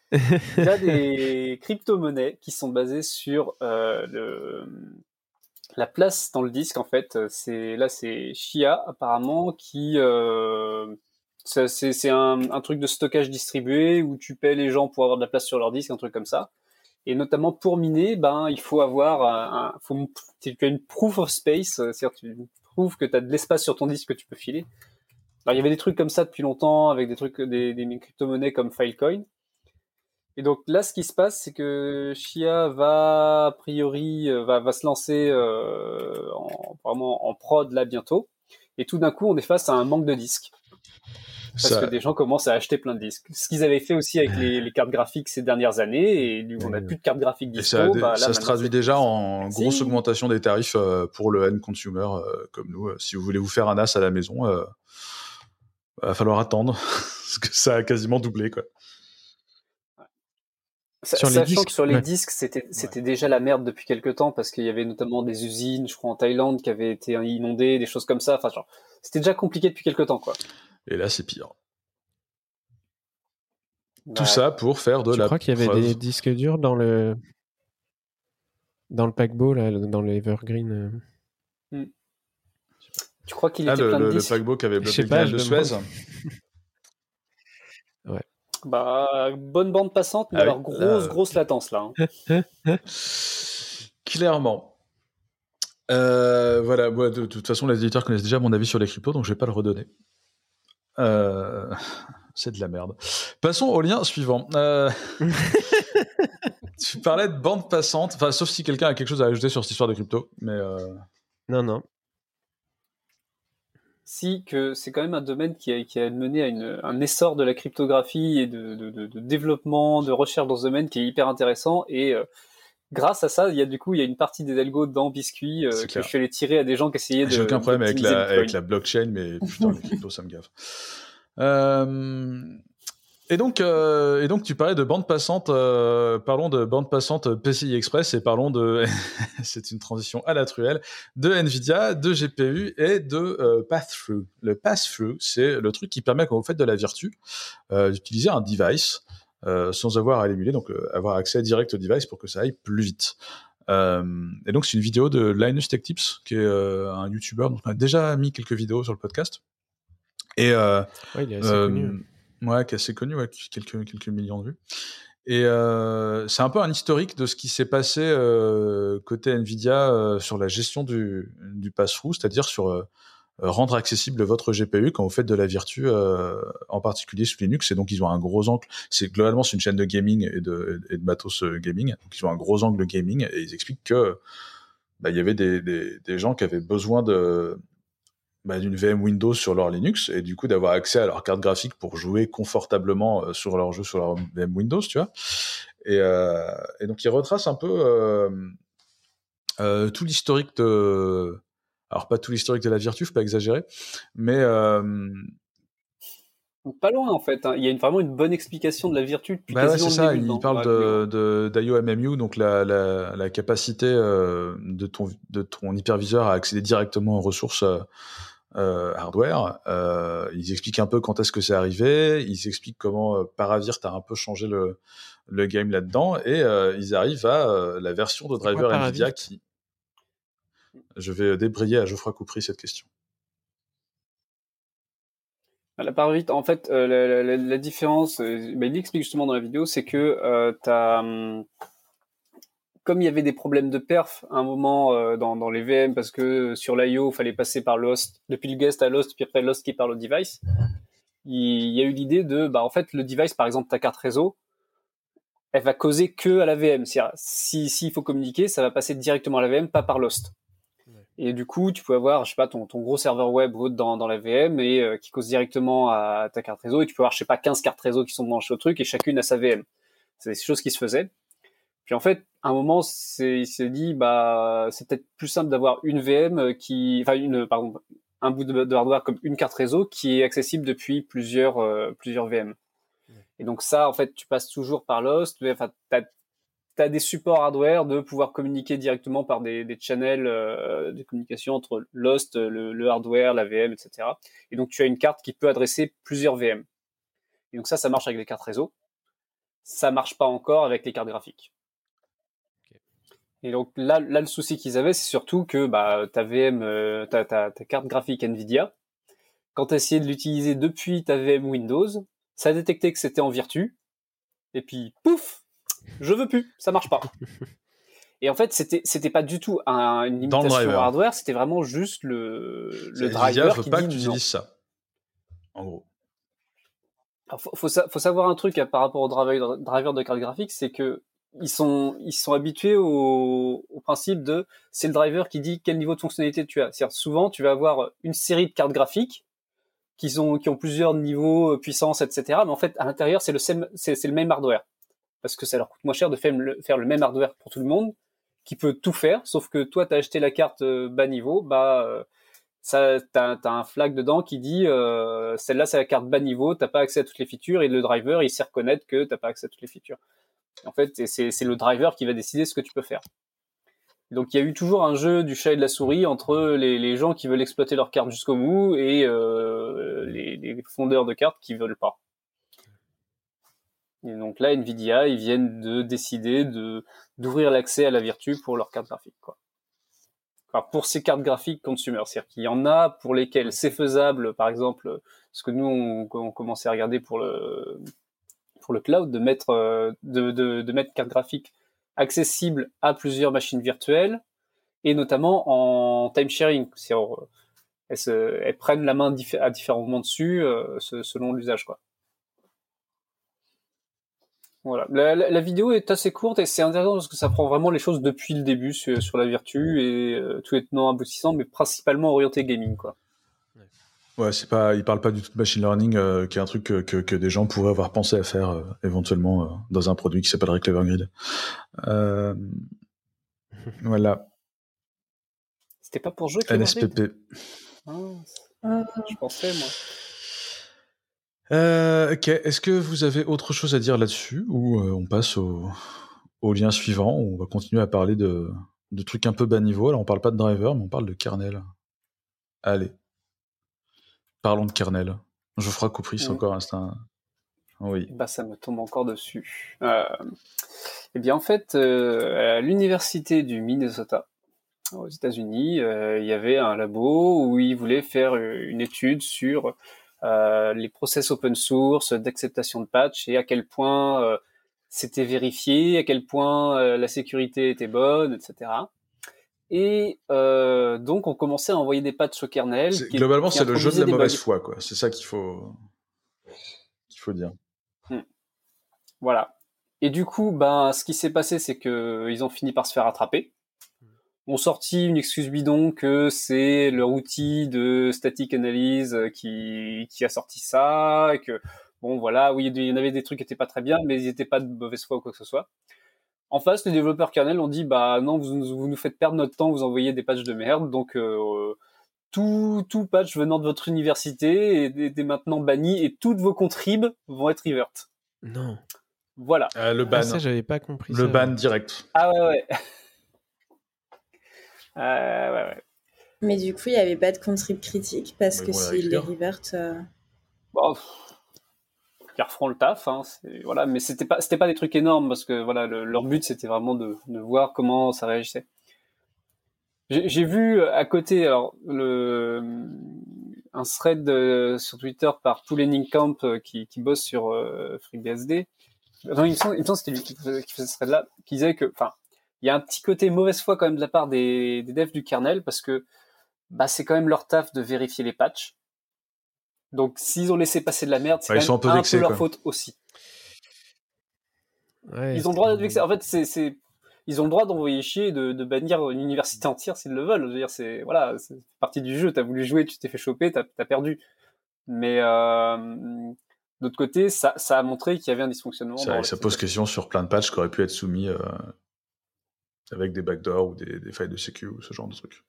Il y a des crypto-monnaies qui sont basées sur la place dans le disque, en fait, c'est Chia, apparemment, qui... c'est un truc de stockage distribué où tu paies les gens pour avoir de la place sur leur disque, un truc comme ça. Et notamment pour miner, il faut avoir tu as une proof of space, c'est-à-dire tu prouves que tu as de l'espace sur ton disque que tu peux filer. Alors, il y avait des trucs comme ça depuis longtemps avec des trucs, des crypto-monnaies comme Filecoin. Et donc là, ce qui se passe, c'est que Chia va, a priori, va se lancer vraiment en prod là bientôt. Et tout d'un coup, on est face à un manque de disques. Parce que des gens commencent à acheter plein de disques. Ce qu'ils avaient fait aussi avec les cartes graphiques ces dernières années, et on n'a plus de cartes graphiques dispo. Ça se traduit déjà en grosse augmentation des tarifs pour le end consumer comme nous. Si vous voulez vous faire un NAS à la maison, va falloir attendre, parce que ça a quasiment doublé, quoi. Sachant que sur les disques, c'était déjà la merde depuis quelques temps, parce qu'il y avait notamment des usines, je crois en Thaïlande, qui avaient été inondées, des choses comme ça. Enfin, genre, c'était déjà compliqué depuis quelques temps, quoi. Et là, c'est pire. Tout ça pour faire de la preuve. Je crois qu'il y avait des disques durs dans le paquebot, là, dans le Evergreen. Tu crois qu'il était plein de disques? Le paquebot qui avait bloqué le canal de Suez. Ouais. Bonne bande passante, mais alors grosse latence là. Clairement. Voilà, moi, de toute façon, les éditeurs connaissent déjà mon avis sur les cryptos, donc je vais pas le redonner. C'est de la merde. Passons au lien suivant. Tu parlais de bande passante, enfin, sauf si quelqu'un a quelque chose à ajouter sur cette histoire de crypto, mais Non. Si, que c'est quand même un domaine qui a mené à un essor de la cryptographie et de développement, de recherche dans ce domaine qui est hyper intéressant. Et grâce à ça, il y a une partie des algos dans Biscuit que je suis allé tirer à des gens qui essayaient de... J'ai aucun problème avec la blockchain, mais putain, les cryptos, ça me gave. Et donc, tu parlais de bande passante. Parlons de bande passante PCI Express et parlons de. C'est une transition à la truelle de Nvidia, de GPU et de pass-through. Le pass-through, c'est le truc qui permet, quand vous faites de la virtu, d'utiliser un device sans avoir à l'émuler, donc avoir accès direct au device pour que ça aille plus vite. Et donc, c'est une vidéo de Linus Tech Tips, qui est un YouTuber dont on a déjà mis quelques vidéos sur le podcast. Et il est assez connu. Ouais, qui est assez connu, quelques millions de vues. Et c'est un peu un historique de ce qui s'est passé côté Nvidia sur la gestion du pass-through, c'est-à-dire sur rendre accessible votre GPU quand vous faites de la virtu, en particulier sous Linux. Et donc ils ont un gros angle. Globalement, c'est une chaîne de gaming et de matos gaming. Donc ils ont un gros angle gaming et ils expliquent que il y avait des gens qui avaient besoin d'une VM Windows sur leur Linux et du coup d'avoir accès à leur carte graphique pour jouer confortablement sur leur jeu sur leur VM Windows, tu vois. Et donc ils retracent un peu tout l'historique de... Alors pas tout l'historique de la virtu, faut pas exagérer, mais... Pas loin en fait, hein. Il y a vraiment une bonne explication de la virtu depuis quasiment c'est ça, le début. Il parle d'IOMMU, donc la capacité de ton hyperviseur à accéder directement aux ressources hardware. Ils expliquent un peu quand est-ce que c'est arrivé, ils expliquent comment Paravirt a un peu changé le game là-dedans, et ils arrivent à la version de driver Nvidia qui... Je vais débrayer à Geoffroy Coupry cette question. La Paravirt, en fait, la différence, il explique justement dans la vidéo, c'est que comme il y avait des problèmes de perf à un moment dans les VM, parce que sur l'IO, il fallait passer par l'host, depuis le guest à l'host, puis après l'host qui parle au device, il y a eu l'idée de, en fait, le device, par exemple, ta carte réseau, elle va causer que à la VM. C'est-à-dire, s'il faut communiquer, ça va passer directement à la VM, pas par l'host. Et du coup, tu peux avoir, je sais pas, ton gros serveur web dans la VM et qui cause directement à ta carte réseau, et tu peux avoir, je sais pas, 15 cartes réseau qui sont branchées au truc et chacune a sa VM. C'est des choses qui se faisaient. Puis en fait, à un moment, il s'est dit, c'est peut-être plus simple d'avoir une VM un bout de hardware comme une carte réseau qui est accessible depuis plusieurs VM. Et donc ça, en fait, tu passes toujours par l'host. Enfin, t'as des supports hardware de pouvoir communiquer directement par des channels de communication entre l'host, le hardware, la VM, etc. Et donc tu as une carte qui peut adresser plusieurs VM. Et donc ça marche avec les cartes réseau. Ça marche pas encore avec les cartes graphiques. Et donc là, le souci qu'ils avaient, c'est surtout que ta VM, ta carte graphique Nvidia, quand tu essayais de l'utiliser depuis ta VM Windows, ça a détecté que c'était en Virtu, et puis pouf, je veux plus, ça marche pas. Et en fait, c'était pas du tout une limitation hardware, c'était vraiment juste le driver qui veut pas dit que tu non. utilises ça, en gros. Alors, faut savoir un truc par rapport au driver de carte graphique, c'est que ils sont habitués au principe de c'est le driver qui dit quel niveau de fonctionnalité tu as. C'est-à-dire souvent tu vas avoir une série de cartes graphiques qui ont plusieurs niveaux, puissance, etc. Mais en fait à l'intérieur c'est le même hardware parce que ça leur coûte moins cher de faire le même hardware pour tout le monde qui peut tout faire, sauf que toi t'as acheté la carte bas niveau, ça, t'as un flag dedans qui dit celle-là c'est la carte bas niveau, t'as pas accès à toutes les features, et le driver il sait reconnaître que t'as pas accès à toutes les features. En fait, c'est le driver qui va décider ce que tu peux faire. Donc il y a eu toujours un jeu du chat et de la souris entre les gens qui veulent exploiter leur carte jusqu'au bout et les fondeurs de cartes qui veulent pas. Et donc là, Nvidia, ils viennent de décider d'ouvrir l'accès à la Virtu pour leur carte graphique, quoi. Enfin, pour ces cartes graphiques consumer, c'est-à-dire qu'il y en a pour lesquelles c'est faisable, par exemple, ce que nous on commençait à regarder pour le cloud, de mettre carte graphique accessible à plusieurs machines virtuelles et notamment en time sharing, c'est-à-dire elles prennent la main à différents moments dessus selon l'usage, quoi. Voilà. La vidéo est assez courte et c'est intéressant parce que ça prend vraiment les choses depuis le début sur la Virtu et tout est non aboutissant, mais principalement orienté gaming, quoi. Ouais, il parle pas du tout de machine learning, qui est un truc que des gens pourraient avoir pensé à faire éventuellement dans un produit qui s'appellerait Clever Grid. Voilà. C'était pas pour jouer NSPP. Je pensais, moi. Ok, est-ce que vous avez autre chose à dire là-dessus ou on passe au lien suivant où on va continuer à parler de trucs un peu bas niveau. Alors on parle pas de driver, mais on parle de kernel. Allez, parlons de kernel. Geoffroy Coupris, encore un... Oui. Ça me tombe encore dessus. Eh bien, en fait, à l'université du Minnesota, aux États-Unis, il y avait un labo où ils voulaient faire une étude sur les process open source d'acceptation de patch et à quel point c'était vérifié, à quel point la sécurité était bonne, etc. Et donc, on commençait à envoyer des patchs au kernel. Globalement, c'est le jeu de la mauvaise foi, quoi. C'est ça qu'il faut dire. Voilà. Et du coup, ce qui s'est passé, c'est que ils ont fini par se faire attraper. On sorti une excuse bidon que c'est leur outil de static analyse qui a sorti ça, et que bon voilà, oui, il y en avait des trucs qui étaient pas très bien, mais ils étaient pas de mauvaise foi ou quoi que ce soit. En face, les développeurs kernel ont dit non, vous nous faites perdre notre temps, vous envoyez des patchs de merde, donc tout patch venant de votre université est maintenant banni et toutes vos contribs vont être revert. Non. Voilà. Le ban. Ça, j'avais pas compris. Le ban direct. Ah ouais. Ouais. Mais du coup, il n'y avait pas de contrib critique parce que s'ils les revert... Ils referont le taf, hein, voilà, mais c'était pas des trucs énormes parce que voilà, leur but c'était vraiment de voir comment ça réagissait. J'ai vu à côté alors un thread sur Twitter par Poulening Camp qui bosse sur FreeBSD. Non, il me semble que c'était lui qui faisait ce thread-là, qui disait que, enfin, il y a un petit côté mauvaise foi quand même de la part des devs du kernel parce que c'est quand même leur taf de vérifier les patchs. Donc s'ils ont laissé passer de la merde, c'est quand même un peu leur faute aussi. Ouais, ils ont le droit d'être vexés. En fait, ils ont le droit d'envoyer chier, de bannir une université entière s'ils le veulent. Je veux dire, c'est partie du jeu. T'as voulu jouer, tu t'es fait choper, t'as perdu. Mais d'autre côté, ça a montré qu'il y avait un dysfonctionnement. Ça pose question sur plein de patchs qui auraient pu être soumis avec des backdoors ou des failles de sécu ou ce genre de trucs.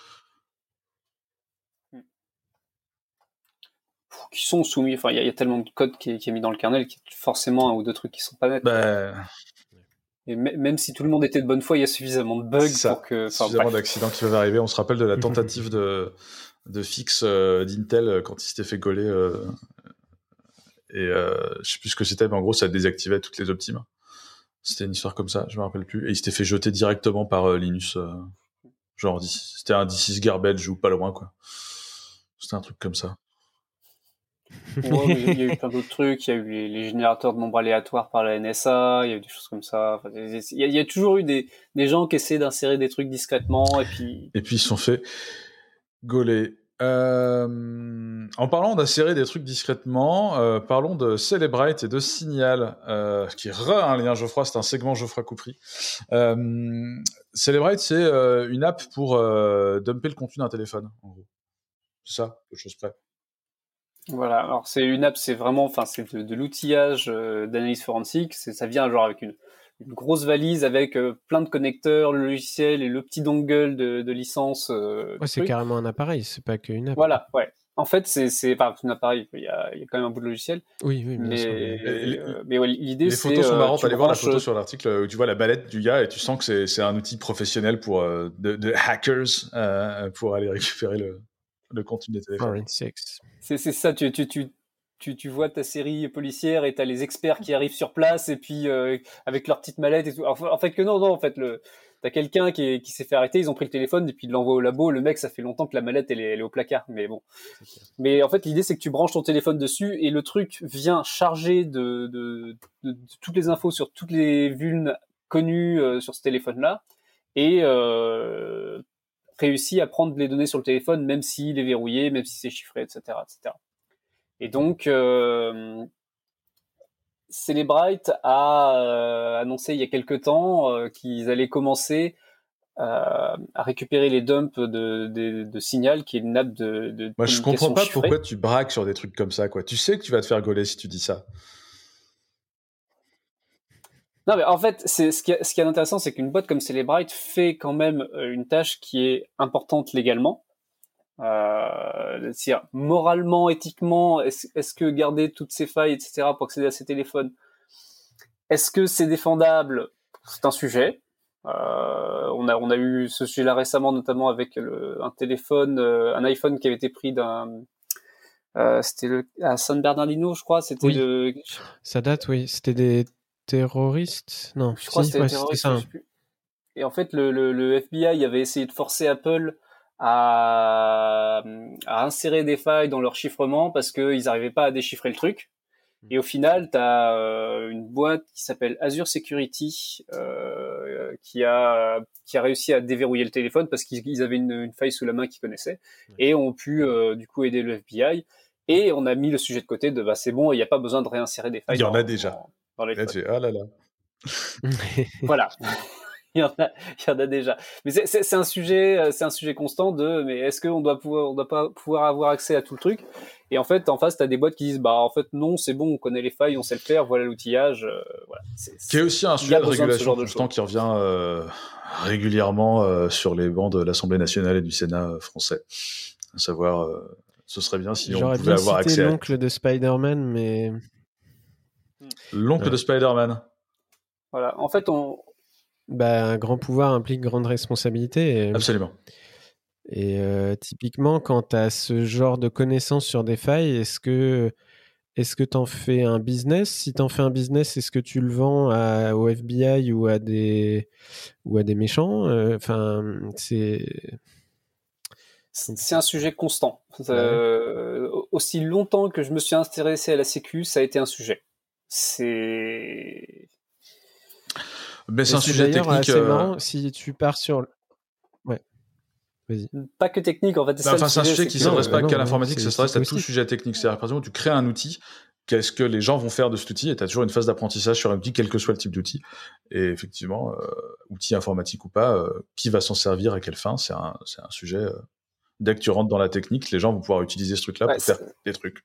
Qui sont soumis. Enfin, il y a tellement de code qui est mis dans le kernel qu'il y a forcément un ou deux trucs qui sont pas nets. Et même si tout le monde était de bonne foi, il y a suffisamment de bugs pour que... suffisamment d'accidents qui peuvent arriver. On se rappelle de la tentative de fixe d'Intel quand il s'était fait gauler. Et je sais plus ce que c'était, mais en gros, ça désactivait toutes les optimes. C'était une histoire comme ça, je me rappelle plus. Et il s'était fait jeter directement par Linus. Genre, c'était un D6 garbage ou pas loin, quoi. C'était un truc comme ça. Ouais, mais il y a eu plein d'autres trucs. Il y a eu les générateurs de nombres aléatoires par la NSA. Il y a eu des choses comme ça. Enfin, il y a toujours eu des gens qui essaient d'insérer des trucs discrètement. Et puis ils se sont fait gauler. En parlant d'insérer des trucs discrètement, parlons de Celebrite et de Signal, qui est un lien Geoffroy, c'est un segment Geoffroy Coupry. Celebrite, c'est une app pour dumper le contenu d'un téléphone, en gros. C'est ça, quelque chose près. Voilà, alors c'est une app, c'est vraiment, enfin c'est de l'outillage d'analyse forensique. Ça vient genre avec une grosse valise avec plein de connecteurs, le logiciel et le petit dongle de licence. Ouais, c'est carrément un appareil, c'est pas qu'une app. Voilà, ouais. En fait, c'est pas un appareil, il y a quand même un bout de logiciel. Oui, bien sûr. Mais ouais, l'idée, c'est... Les photos sont marrantes, allez voir la photo sur l'article où tu vois la balette du gars et tu sens que c'est un outil professionnel pour de hackers pour aller récupérer le contenu des téléphones. C'est ça, tu vois ta série policière et t'as les experts qui arrivent sur place et puis avec leur petite mallette et tout. En fait, en fait, t'as quelqu'un qui s'est fait arrêter, ils ont pris le téléphone et puis ils l'envoient au labo. Le mec, ça fait longtemps que la mallette elle est au placard, mais bon. Mais en fait, l'idée c'est que tu branches ton téléphone dessus et le truc vient charger de toutes les infos sur toutes les vulnes connues sur ce téléphone-là et réussit à prendre les données sur le téléphone, même s'il est verrouillé, même si c'est chiffré, etc., etc. Et donc, Celebrite a annoncé il y a quelques temps qu'ils allaient commencer à récupérer les dumps de Signal, qui est une app de Moi, je comprends pas chiffrée. pourquoi tu braques sur des trucs comme ça, quoi. Tu sais que tu vas te faire gauler si tu dis ça. Non, mais en fait, ce qui est intéressant, c'est qu'une boîte comme Celebrite fait quand même une tâche qui est importante légalement. C'est-à-dire, moralement, éthiquement, est-ce que garder toutes ces failles, etc., pour accéder à ces téléphones, est-ce que c'est défendable? C'est un sujet. On a eu ce sujet-là récemment, notamment avec un téléphone, un iPhone qui avait été pris c'était à San Bernardino, je crois. C'était Ça date, oui. C'était des terroristes. Non, je crois que c'était des terroristes. Ça. Je sais plus. Et en fait, le FBI avait essayé de forcer Apple à insérer des failles dans leur chiffrement parce qu'ils n'arrivaient pas à déchiffrer le truc. Et au final, tu as une boîte qui s'appelle Azure Security qui a réussi à déverrouiller le téléphone parce qu'ils avaient une faille sous la main qu'ils connaissaient et ont pu du coup aider le FBI. Et on a mis le sujet de côté de c'est bon, il n'y a pas besoin de réinsérer des failles. Il y en a déjà. Dans les ah là là. Voilà. Il y en a déjà. Mais c'est un sujet constant mais est-ce qu'on doit pas pouvoir avoir accès à tout le truc? Et en fait, en face, t'as des boîtes qui disent, en fait, non, c'est bon, on connaît les failles, on sait le faire, voilà l'outillage, voilà. Qui est aussi un sujet de régulation constant qui revient régulièrement sur les bancs de l'Assemblée nationale et du Sénat français. À savoir, ce serait bien si on pouvait avoir accès à... l'oncle de Spider-Man, mais... L'oncle de Spider-Man. Voilà. En fait, un grand pouvoir implique grande responsabilité. Absolument. Et typiquement, quand tu as ce genre de connaissances sur des failles, est-ce que tu en fais un business? Si tu en fais un business, est-ce que tu le vends au FBI ou à des méchants? c'est un sujet constant. Aussi longtemps que je me suis intéressé à la sécu, ça a été un sujet. Mais c'est un sujet technique. C'est marrant si tu pars sur... Ouais. Vas-y. Pas que technique, en fait. C'est un sujet qui ne s'adresse pas qu'à l'informatique, ça s'adresse à tout sujet technique. C'est-à-dire, par exemple, tu crées un outil, qu'est-ce que les gens vont faire de cet outil? Et tu as toujours une phase d'apprentissage sur un outil, quel que soit le type d'outil. Et effectivement, outil informatique ou pas, qui va s'en servir, à quelle fin? C'est un sujet... dès que tu rentres dans la technique, les gens vont pouvoir utiliser ce truc-là pour faire des trucs.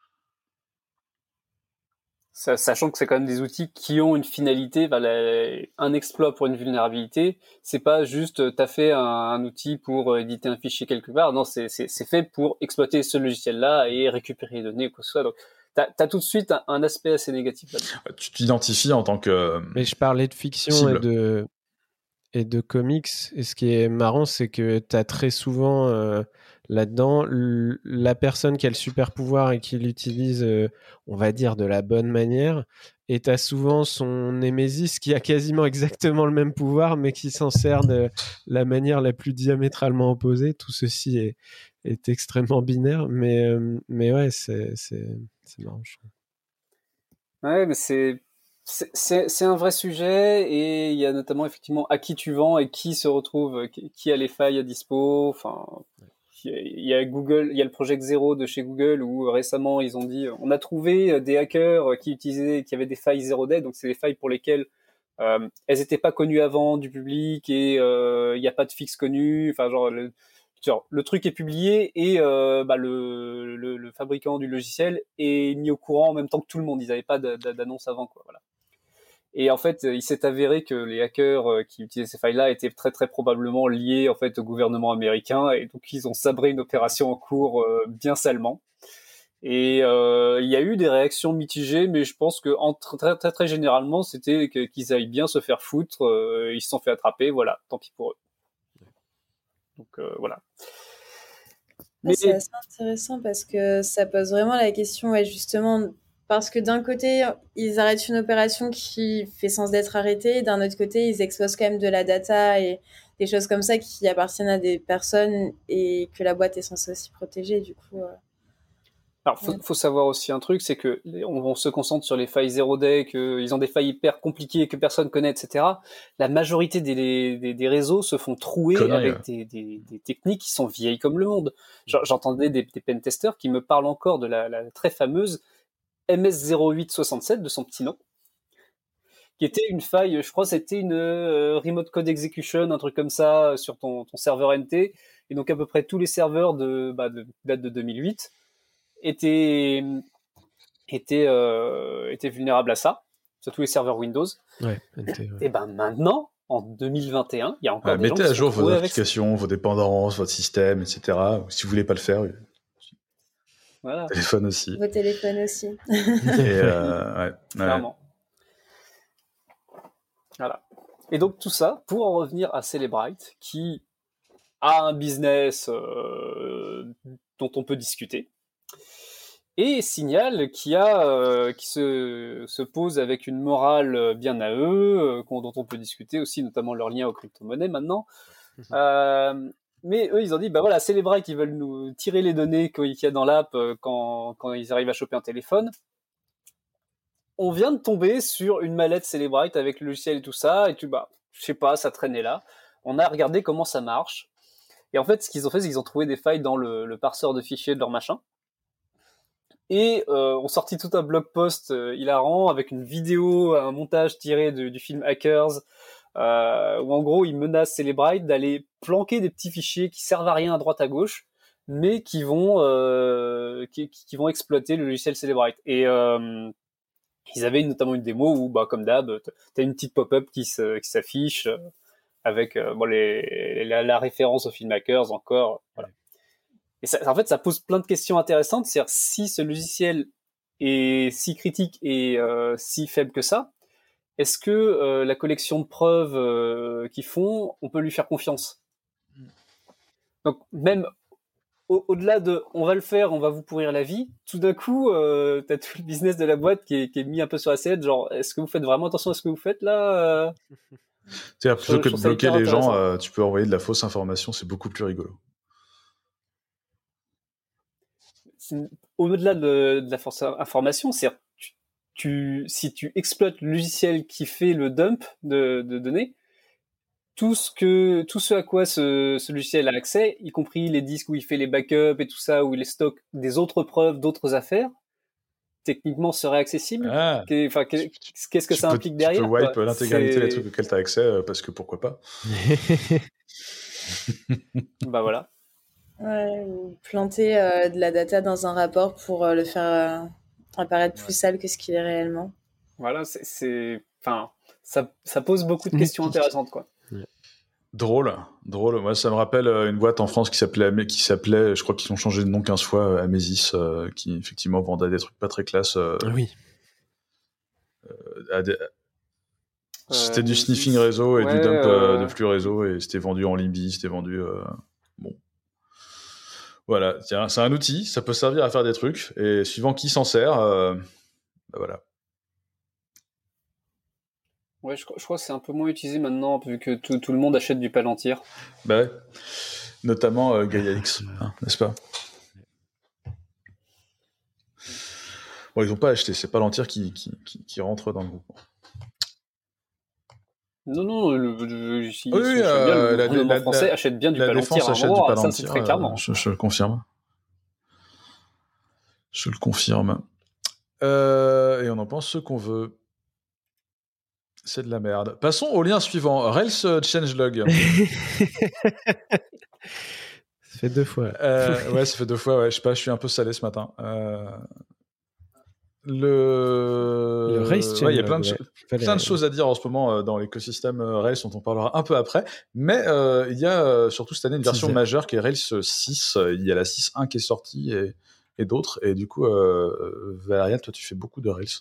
Sachant que c'est quand même des outils qui ont une finalité, un exploit pour une vulnérabilité, c'est pas juste t'as fait un outil pour éditer un fichier quelque part, non, c'est fait pour exploiter ce logiciel-là et récupérer les données ou quoi que ce soit. Donc t'as tout de suite un aspect assez négatif là-dedans. Tu t'identifies en tant que... Mais je parlais de fiction et de comics, et ce qui est marrant, c'est que t'as très souvent là-dedans. La personne qui a le super pouvoir et qui l'utilise, on va dire, de la bonne manière, et t'as souvent son némésis qui a quasiment exactement le même pouvoir, mais qui s'en sert de la manière la plus diamétralement opposée. Tout ceci est extrêmement binaire, mais ouais, c'est marrant, je trouve. Ouais, mais c'est un vrai sujet, et il y a notamment effectivement à qui tu vends et qui se retrouve, qui a les failles à dispo. Enfin, il y a Google, il y a le projet Zero de chez Google où récemment ils ont dit on a trouvé des hackers qui avaient des failles zero day, donc c'est des failles pour lesquelles elles étaient pas connues avant du public, et il n'y a pas de fixe connu. Enfin, genre le truc est publié, et le fabricant du logiciel est mis au courant en même temps que tout le monde. Ils n'avaient pas d'annonce avant, quoi. Voilà. Et en fait, il s'est avéré que les hackers qui utilisaient ces failles-là étaient très très probablement liés en fait au gouvernement américain, et donc ils ont sabré une opération en cours bien salement. Et il y a eu des réactions mitigées, mais je pense que très très très généralement, c'était qu'ils aillent bien se faire foutre. Ils se sont fait attraper, voilà, tant pis pour eux. Donc voilà. Mais c'est assez intéressant parce que ça pose vraiment la question, ouais, justement, parce que d'un côté, ils arrêtent une opération qui fait sens d'être arrêtée, d'un autre côté, ils exposent quand même de la data et des choses comme ça qui appartiennent à des personnes et que la boîte est censée aussi protéger, du coup. Alors, faut savoir aussi un truc, c'est que on se concentre sur les failles zero day, qu'ils ont des failles hyper compliquées que personne connaît, etc. La majorité des réseaux se font trouer avec des techniques qui sont vieilles comme le monde. J'entendais des pentesters qui me parlent encore de la très fameuse MS0867 de son petit nom, qui était une faille, je crois c'était une remote code execution, un truc comme ça, sur ton serveur NT, et donc à peu près tous les serveurs date de 2008 étaient vulnérables à ça, surtout les serveurs Windows. Ouais, NT, ouais. Et ben maintenant, en 2021, il y a encore des gens mettez qui à jour vos avec applications, vos dépendances, votre système, etc. Si vous voulez pas le faire, voilà. Téléphone aussi. Vos téléphones aussi. Et clairement. Voilà. Et donc tout ça pour en revenir à Cellebrite, qui a un business dont on peut discuter, et Signal qui se pose avec une morale bien à eux, dont on peut discuter aussi, notamment leur lien aux crypto-monnaies maintenant. Mais eux, ils ont dit, bah voilà, Cellebrite, ils veulent nous tirer les données qu'il y a dans l'app quand ils arrivent à choper un téléphone. On vient de tomber sur une mallette Cellebrite avec le logiciel et tout ça, et je sais pas, ça traînait là. On a regardé comment ça marche. Et en fait, ce qu'ils ont fait, c'est qu'ils ont trouvé des failles dans le parseur de fichiers de leur machin. Et ont sorti tout un blog post hilarant avec une vidéo, un montage tiré du film Hackers, où en gros ils menacent Cellebrite d'aller planquer des petits fichiers qui servent à rien à droite à gauche, mais qui vont exploiter le logiciel Cellebrite. Et ils avaient notamment une démo où, comme d'hab, t'as une petite pop-up qui s'affiche avec la référence au film Hackers encore. Voilà. Et ça, en fait, ça pose plein de questions intéressantes. C'est-à-dire, si ce logiciel est si critique et si faible que ça, est-ce que la collection de preuves qu'ils font, on peut lui faire confiance? Donc, même au-delà de on va le faire, on va vous pourrir la vie, tout d'un coup, t'as tout le business de la boîte qui est mis un peu sur la sellette. Genre, est-ce que vous faites vraiment attention à ce que vous faites là C'est-à-dire, plutôt que de bloquer les gens, tu peux envoyer de la fausse information, c'est beaucoup plus rigolo. Au-delà de la fausse information, c'est si tu exploites le logiciel qui fait le dump de données, tout ce à quoi ce logiciel a accès, y compris les disques où il fait les backups et tout ça, où il stocke des autres preuves, d'autres affaires, techniquement serait accessible. Qu'est-ce que ça implique derrière? Tu peux wipe l'intégralité des trucs auxquels tu as accès, parce que pourquoi pas. Bah voilà. Ouais, ou planter de la data dans un rapport pour le faire apparaître plus sale que ce qu'il est réellement. Voilà, ça pose beaucoup de questions intéressantes, quoi. Drôle. Moi, ça me rappelle une boîte en France qui s'appelait, je crois qu'ils ont changé de nom 15 fois, Amesis, qui effectivement vendait des trucs pas très classe. Oui. C'était du sniffing réseau et du dump de flux réseau, et c'était vendu en Libye, c'était vendu... Bon. Voilà, tiens, c'est un outil, ça peut servir à faire des trucs, et suivant qui s'en sert, voilà. Ouais, je crois que c'est un peu moins utilisé maintenant, vu que tout le monde achète du Palantir. Bah ouais. Notamment Gaia-X, n'est-ce pas? Bon, ils n'ont pas acheté, c'est Palantir qui rentre dans le groupe. Non, ici, Oui, je sais bien, le la gouvernement français achète bien du la Palantir défense à un achète du moment, ça Palantir, c'est très clairement. je le confirme. Je le confirme. Et on en pense ce qu'on veut. C'est de la merde. Passons au lien suivant. Rails changelog. Ça fait 2 fois. Ouais, ça fait 2 fois. Ouais. Je sais pas, je suis un peu salé ce matin. Le Rails changelog. Ouais, il y a plein de choses à dire en ce moment dans l'écosystème Rails, dont on parlera un peu après. Mais il y a surtout cette année une version majeure qui est Rails 6. Il y a la 6.1 qui est sortie et d'autres. Et du coup, Valériane, toi, tu fais beaucoup de Rails.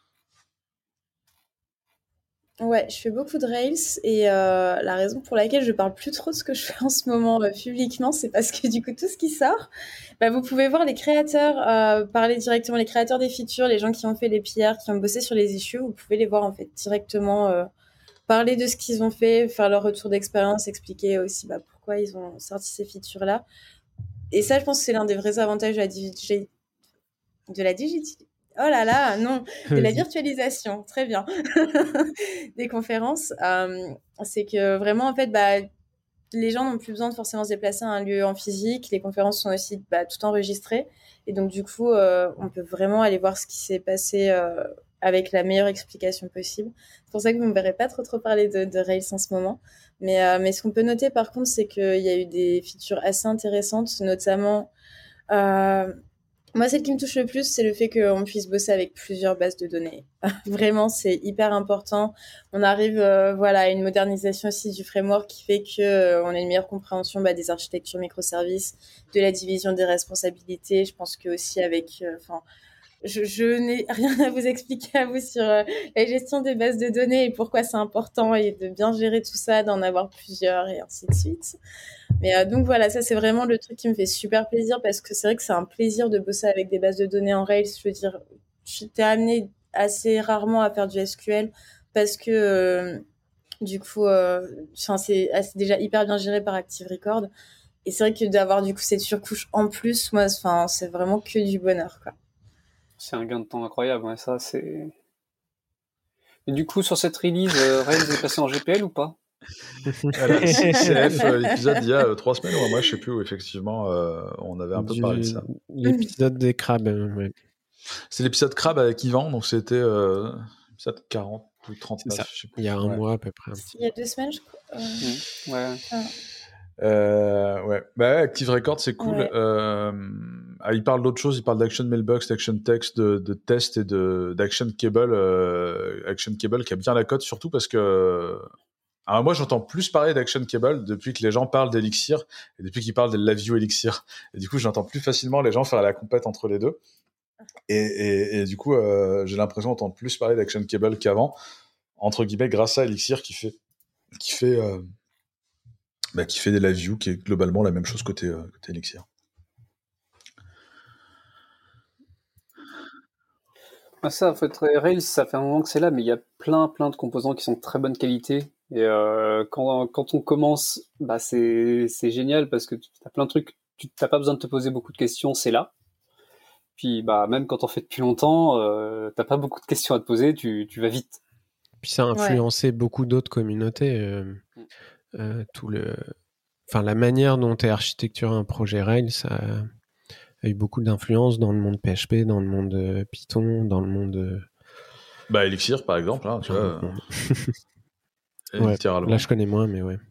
Ouais, je fais beaucoup de Rails et la raison pour laquelle je parle plus trop de ce que je fais en ce moment publiquement, c'est parce que du coup, tout ce qui sort, vous pouvez voir les créateurs parler directement, les créateurs des features, les gens qui ont fait les PR, qui ont bossé sur les issues, vous pouvez les voir en fait directement parler de ce qu'ils ont fait, faire leur retour d'expérience, expliquer aussi pourquoi ils ont sorti ces features-là. Et ça, je pense que c'est l'un des vrais avantages de la digitalisation. Oh là là, non, de la virtualisation, très bien, des conférences. C'est que vraiment, en fait, les gens n'ont plus besoin de forcément se déplacer à un lieu en physique. Les conférences sont aussi tout enregistrées. Et donc, du coup, on peut vraiment aller voir ce qui s'est passé avec la meilleure explication possible. C'est pour ça que vous ne me verrez pas trop parler de Rails en ce moment. Mais ce qu'on peut noter, par contre, c'est qu'il y a eu des features assez intéressantes, notamment... moi, celle qui me touche le plus, c'est le fait qu'on puisse bosser avec plusieurs bases de données. Vraiment, c'est hyper important. On arrive à une modernisation aussi du framework qui fait qu'on a une meilleure compréhension des architectures microservices, de la division des responsabilités. Je pense que aussi avec... je n'ai rien à vous expliquer à vous sur la gestion des bases de données et pourquoi c'est important et de bien gérer tout ça, d'en avoir plusieurs et ainsi de suite. Mais donc voilà, ça c'est vraiment le truc qui me fait super plaisir parce que c'est vrai que c'est un plaisir de bosser avec des bases de données en Rails. Je veux dire, tu t'es amené assez rarement à faire du SQL parce que du coup, c'est déjà hyper bien géré par Active Record. Et c'est vrai que d'avoir du coup cette surcouche en plus, moi, c'est vraiment que du bonheur, quoi. C'est un gain de temps incroyable, ouais, ça c'est... Et du coup, sur cette release, Rails est passé en GPL ou pas? Voilà, CF, épisode il y a 3 semaines ou un mois, je sais plus, où effectivement on avait un peu parlé de ça. L'épisode des crabes, ouais. C'est l'épisode crabe avec Yvan, donc c'était épisode 40 ou 39, je sais plus. Il y a un mois à peu près. Il y a 2 semaines, je crois. Ouais. Active Record, c'est cool. Ouais. Il parle d'autre chose, il parle d'Action Mailbox, d'Action Text, de test et d'Action Cable. Action Cable qui a bien la cote, surtout parce que... Alors moi, j'entends plus parler d'Action Cable depuis que les gens parlent d'Elixir et depuis qu'ils parlent de LabVIEW Elixir. Et du coup, j'entends plus facilement les gens faire la compète entre les deux. Et du coup, j'ai l'impression d'entendre plus parler d'Action Cable qu'avant, entre guillemets, grâce à Elixir qui fait des LabVIEW, qui est globalement la même chose côté Elixir. Ça, en fait, Rails, ça fait un moment que c'est là, mais il y a plein de composants qui sont de très bonne qualité. Et quand on commence, c'est génial parce que tu as plein de trucs, tu n'as pas besoin de te poser beaucoup de questions, c'est là. Puis même quand on fait depuis longtemps, t'as pas beaucoup de questions à te poser, tu vas vite. Puis ça a influencé beaucoup d'autres communautés. La manière dont est architecturé un projet Rails, ça a eu beaucoup d'influence dans le monde PHP, dans le monde Python, dans le monde... Elixir, par exemple, hein, tu vois. Littéralement. Là, je connais moins, mais ouais.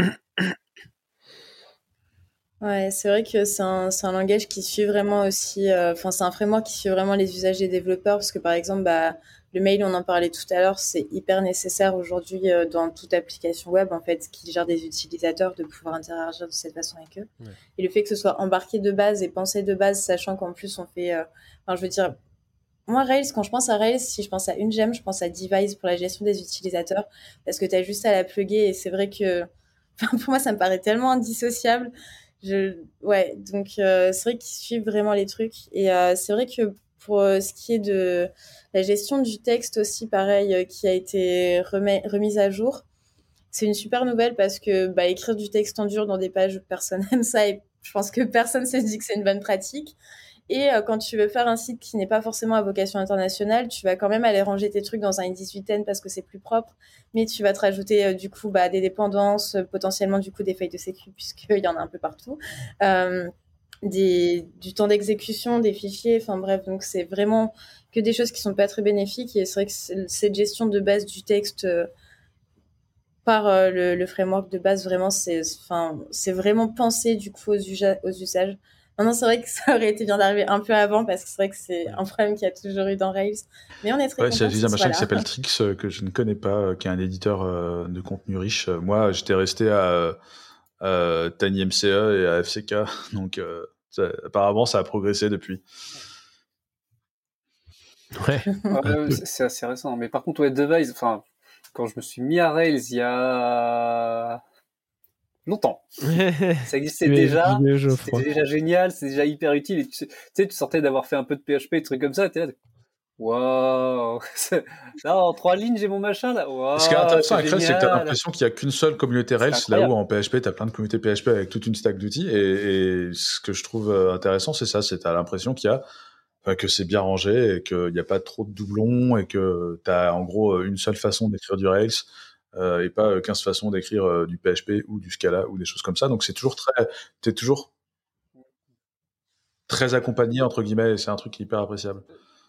Ouais, c'est vrai que c'est un langage qui suit vraiment aussi... c'est un framework qui suit vraiment les usages des développeurs parce que, par exemple, le mail, on en parlait tout à l'heure, c'est hyper nécessaire aujourd'hui dans toute application web, en fait, qui gère des utilisateurs, de pouvoir interagir de cette façon avec eux. Ouais. Et le fait que ce soit embarqué de base et pensé de base, sachant qu'en plus, on fait... je veux dire... Moi, Rails, quand je pense à Rails, si je pense à une gemme, je pense à Device pour la gestion des utilisateurs parce que tu as juste à la plugger et c'est vrai que... pour moi, ça me paraît tellement indissociable. Ouais, donc c'est vrai qu'ils suivent vraiment les trucs. Et c'est vrai que pour ce qui est de la gestion du texte aussi, pareil, qui a été remise à jour, c'est une super nouvelle parce que bah, écrire du texte en dur dans des pages, personne n'aime ça et je pense que personne se dit que c'est une bonne pratique. Et quand tu veux faire un site qui n'est pas forcément à vocation internationale, tu vas quand même aller ranger tes trucs dans un N18N parce que c'est plus propre, mais tu vas te rajouter du coup bah, des dépendances, potentiellement du coup des failles de sécu puisqu'il y en a un peu partout, euh, du temps d'exécution, des fichiers, enfin bref, donc c'est vraiment que des choses qui sont pas très bénéfiques et c'est vrai que cette gestion de base du texte par le framework de base, vraiment, c'est vraiment pensé du coup aux usages. Maintenant, c'est vrai que ça aurait été bien d'arriver un peu avant parce que c'est vrai que c'est un problème qu'il y a toujours eu dans Rails. Mais on est très Ouais, c'est content que un ce machin soit qui là. s'appelle Trix, que je ne connais pas, qui est un éditeur de contenu riche. Moi, j'étais resté à TinyMCE et à FCK, donc apparemment, ça a progressé depuis. Ouais. C'est assez récent. Mais par contre, ouais, Devise, enfin, quand je me suis mis à Rails il y a longtemps, ça existait Tu es déjà, vieux, c'était Geoffroy. déjà génial, c'était déjà hyper utile. Et tu sais, tu sortais d'avoir fait un peu de PHP, des trucs comme ça, t'es là, waouh, là, en 3 lignes, j'ai mon machin, là, Ce qui est waouh, intéressant c'est avec Rails, c'est que tu as génial. l'impression qu'il n'y a qu'une seule communauté C'est Rails, là où incroyable. en PHP, tu as plein de communautés PHP avec toute une stack d'outils. Et ce que je trouve intéressant, c'est ça, c'est que tu as l'impression que c'est bien rangé et qu'il n'y a pas trop de doublons et que tu as en gros une seule façon d'écrire du Rails et pas 15 façons d'écrire du PHP ou du Scala ou des choses comme ça. Donc t'es toujours très accompagné, entre guillemets, et c'est un truc hyper appréciable.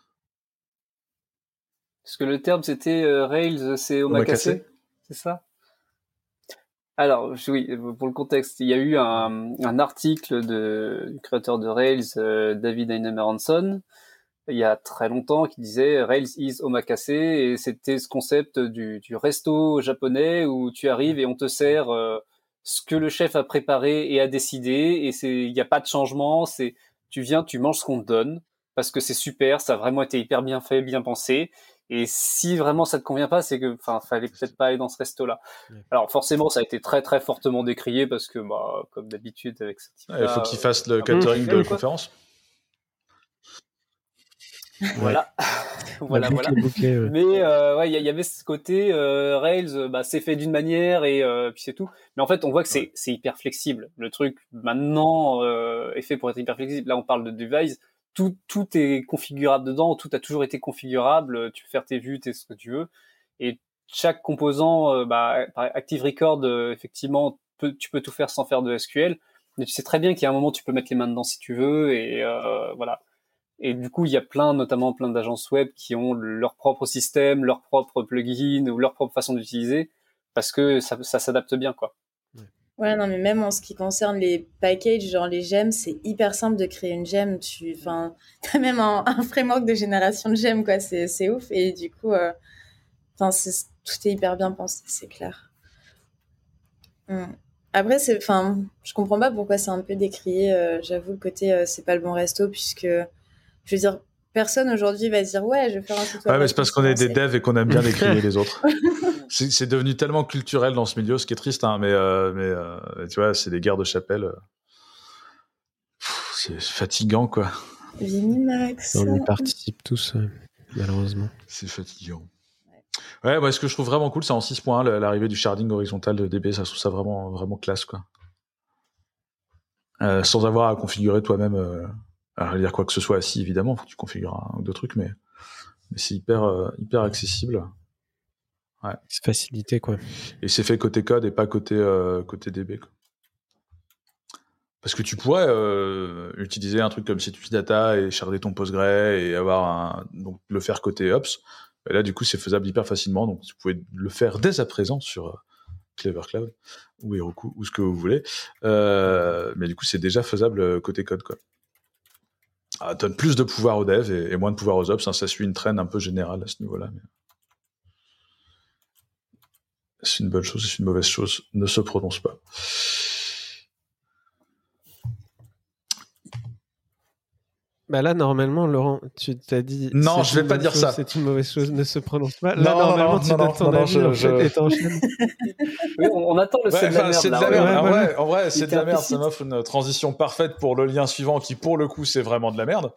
Parce que le terme, c'était Rails, c'est Omakase. omakase, c'est ça? Alors, oui, pour le contexte, il y a eu un article du créateur de Rails, David Heinemeier Hansson, il y a très longtemps, qui disait Rails is omakase, et c'était ce concept du resto japonais où tu arrives et on te sert ce que le chef a préparé et a décidé, et il n'y a pas de changement, tu viens, tu manges ce qu'on te donne, parce que c'est super, ça a vraiment été hyper bien fait, bien pensé, et si vraiment ça te convient pas, c'est que, enfin, fallait peut-être pas aller dans ce resto-là. Ouais. Alors forcément, ça a été très très fortement décrié parce que, bah, comme d'habitude avec ce Il faut type-là, qu'il fasse le un peu catering de gueule, quoi. conférence. Voilà, La voilà, boucle voilà. est bouclée. Mais ouais, il y avait ce côté Rails, bah, c'est fait d'une manière et puis c'est tout. Mais en fait, on voit que c'est hyper flexible. Le truc maintenant est fait pour être hyper flexible. Là, on parle de device. Tout est configurable dedans. Tout a toujours été configurable. Tu peux faire tes vues, ce que tu veux. Et chaque composant, bah, par Active Record, effectivement, tu peux tout faire sans faire de SQL. Mais tu sais très bien qu'il y a un moment, tu peux mettre les mains dedans si tu veux. Et voilà. Et du coup, il y a notamment plein d'agences web qui ont leur propre système, leur propre plugin ou leur propre façon d'utiliser parce que ça s'adapte bien, quoi. Ouais, non, mais même en ce qui concerne les packages, genre les gemmes, c'est hyper simple de créer une gemme. T'as même un framework de génération de gemmes, quoi. C'est ouf. Et du coup, tout est hyper bien pensé, c'est clair. Après, je comprends pas pourquoi c'est un peu décrié. J'avoue, le côté c'est pas le bon resto, puisque je veux dire, personne aujourd'hui va se dire ouais, je vais faire un site web Ouais, mais c'est parce qu'on est des référencé. devs et qu'on aime bien décrier les autres. C'est devenu tellement culturel dans ce milieu, ce qui est triste, hein, mais tu vois, c'est des guerres de chapelle. C'est fatigant, quoi. Vimimax. On y participe tous, malheureusement. C'est fatigant. Ouais, moi, ce que je trouve vraiment cool, c'est en 6.1, l'arrivée du sharding horizontal de DB. Ça, je trouve ça vraiment, vraiment classe, quoi. Sans avoir à configurer toi-même, à lire quoi que ce soit assis, évidemment, faut que tu configures un ou deux trucs, mais c'est hyper accessible. Ouais. C'est facilité, quoi. Et c'est fait côté code et pas côté DB, quoi. Parce que tu pourrais utiliser un truc comme Data et sharder ton Postgre et donc le faire côté Ops. Et là, du coup, c'est faisable hyper facilement. Donc, tu pouvez le faire dès à présent sur Clever Cloud ou Heroku ou ce que vous voulez. Mais du coup, c'est déjà faisable côté code, quoi. Donne plus de pouvoir aux devs et moins de pouvoir aux Ops. Hein, ça suit une trend un peu générale à ce niveau-là. Mais c'est une bonne chose, c'est une mauvaise chose. Ne se prononce pas. Bah là, normalement, Laurent, tu t'as dit. Non, je vais pas dire ça. C'est une mauvaise chose, ne se prononce pas. Non, Là, non, normalement, non, tu non, donnes non, ton non, avis, en fait, et t'enchaînes. Oui, on attend le c'est de la merde. C'est de là, la ouais. merde. Ouais, En vrai, c'est de la merde. Ça implicite. m'offre une transition parfaite pour le lien suivant, qui pour le coup, c'est vraiment de la merde.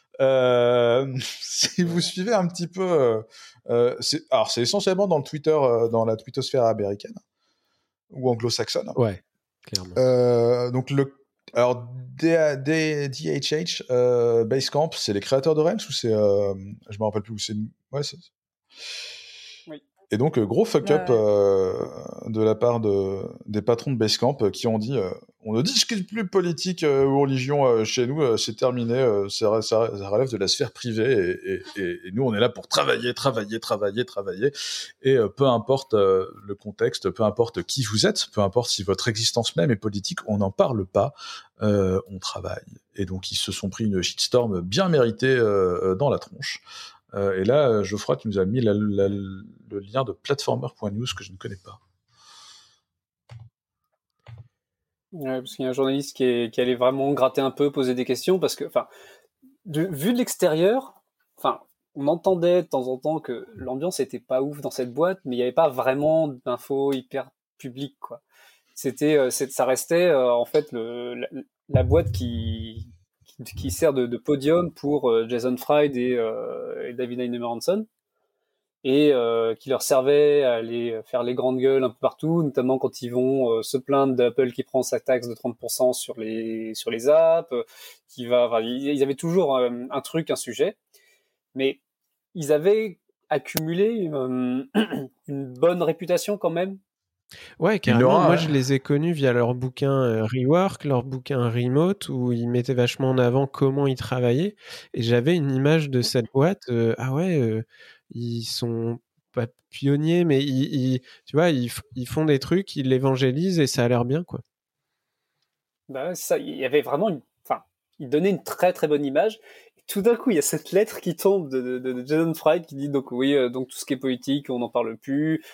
Si vous suivez un petit peu, c'est essentiellement dans le Twitter, dans la twittosphère américaine ou anglo-saxonne. Ouais, clairement. Donc alors DHH Basecamp, c'est les créateurs de Reims ou c'est je me rappelle plus où c'est. Ouais, c'est. Oui. Et donc gros fuck up de la part des patrons de Basecamp qui ont dit on ne discute plus politique ou religion chez nous, c'est terminé, ça relève de la sphère privée et nous on est là pour travailler et peu importe le contexte, peu importe qui vous êtes, peu importe si votre existence même est politique, on n'en parle pas, on travaille. Et donc ils se sont pris une shitstorm bien méritée dans la tronche. Et là, Geoffroy, tu nous as mis le lien de platformer.news que je ne connais pas. Ouais, parce qu'il y a un journaliste qui allait vraiment gratter un peu, poser des questions, parce que, vu de l'extérieur, on entendait de temps en temps que l'ambiance était pas ouf dans cette boîte, mais il n'y avait pas vraiment d'infos hyper publiques, quoi. Ça restait en fait la boîte qui sert de podium pour Jason Fried et David Heinemeier Hansson, et qui leur servait à aller faire les grandes gueules un peu partout, notamment quand ils vont se plaindre d'Apple qui prend sa taxe de 30% sur les apps, ils avaient toujours un truc, un sujet, mais ils avaient accumulé une bonne réputation quand même. Ouais, carrément. Moi, je les ai connus via leur bouquin Rework, leur bouquin Remote, où ils mettaient vachement en avant comment ils travaillaient. Et j'avais une image de cette boîte. Ils sont pas pionniers, mais tu vois, ils font des trucs, ils l'évangélisent et ça a l'air bien, quoi. Bah, ça, il y avait vraiment ils donnaient une très très bonne image. Et tout d'un coup, il y a cette lettre qui tombe de Jason Fried qui dit donc oui, donc tout ce qui est politique, on n'en parle plus.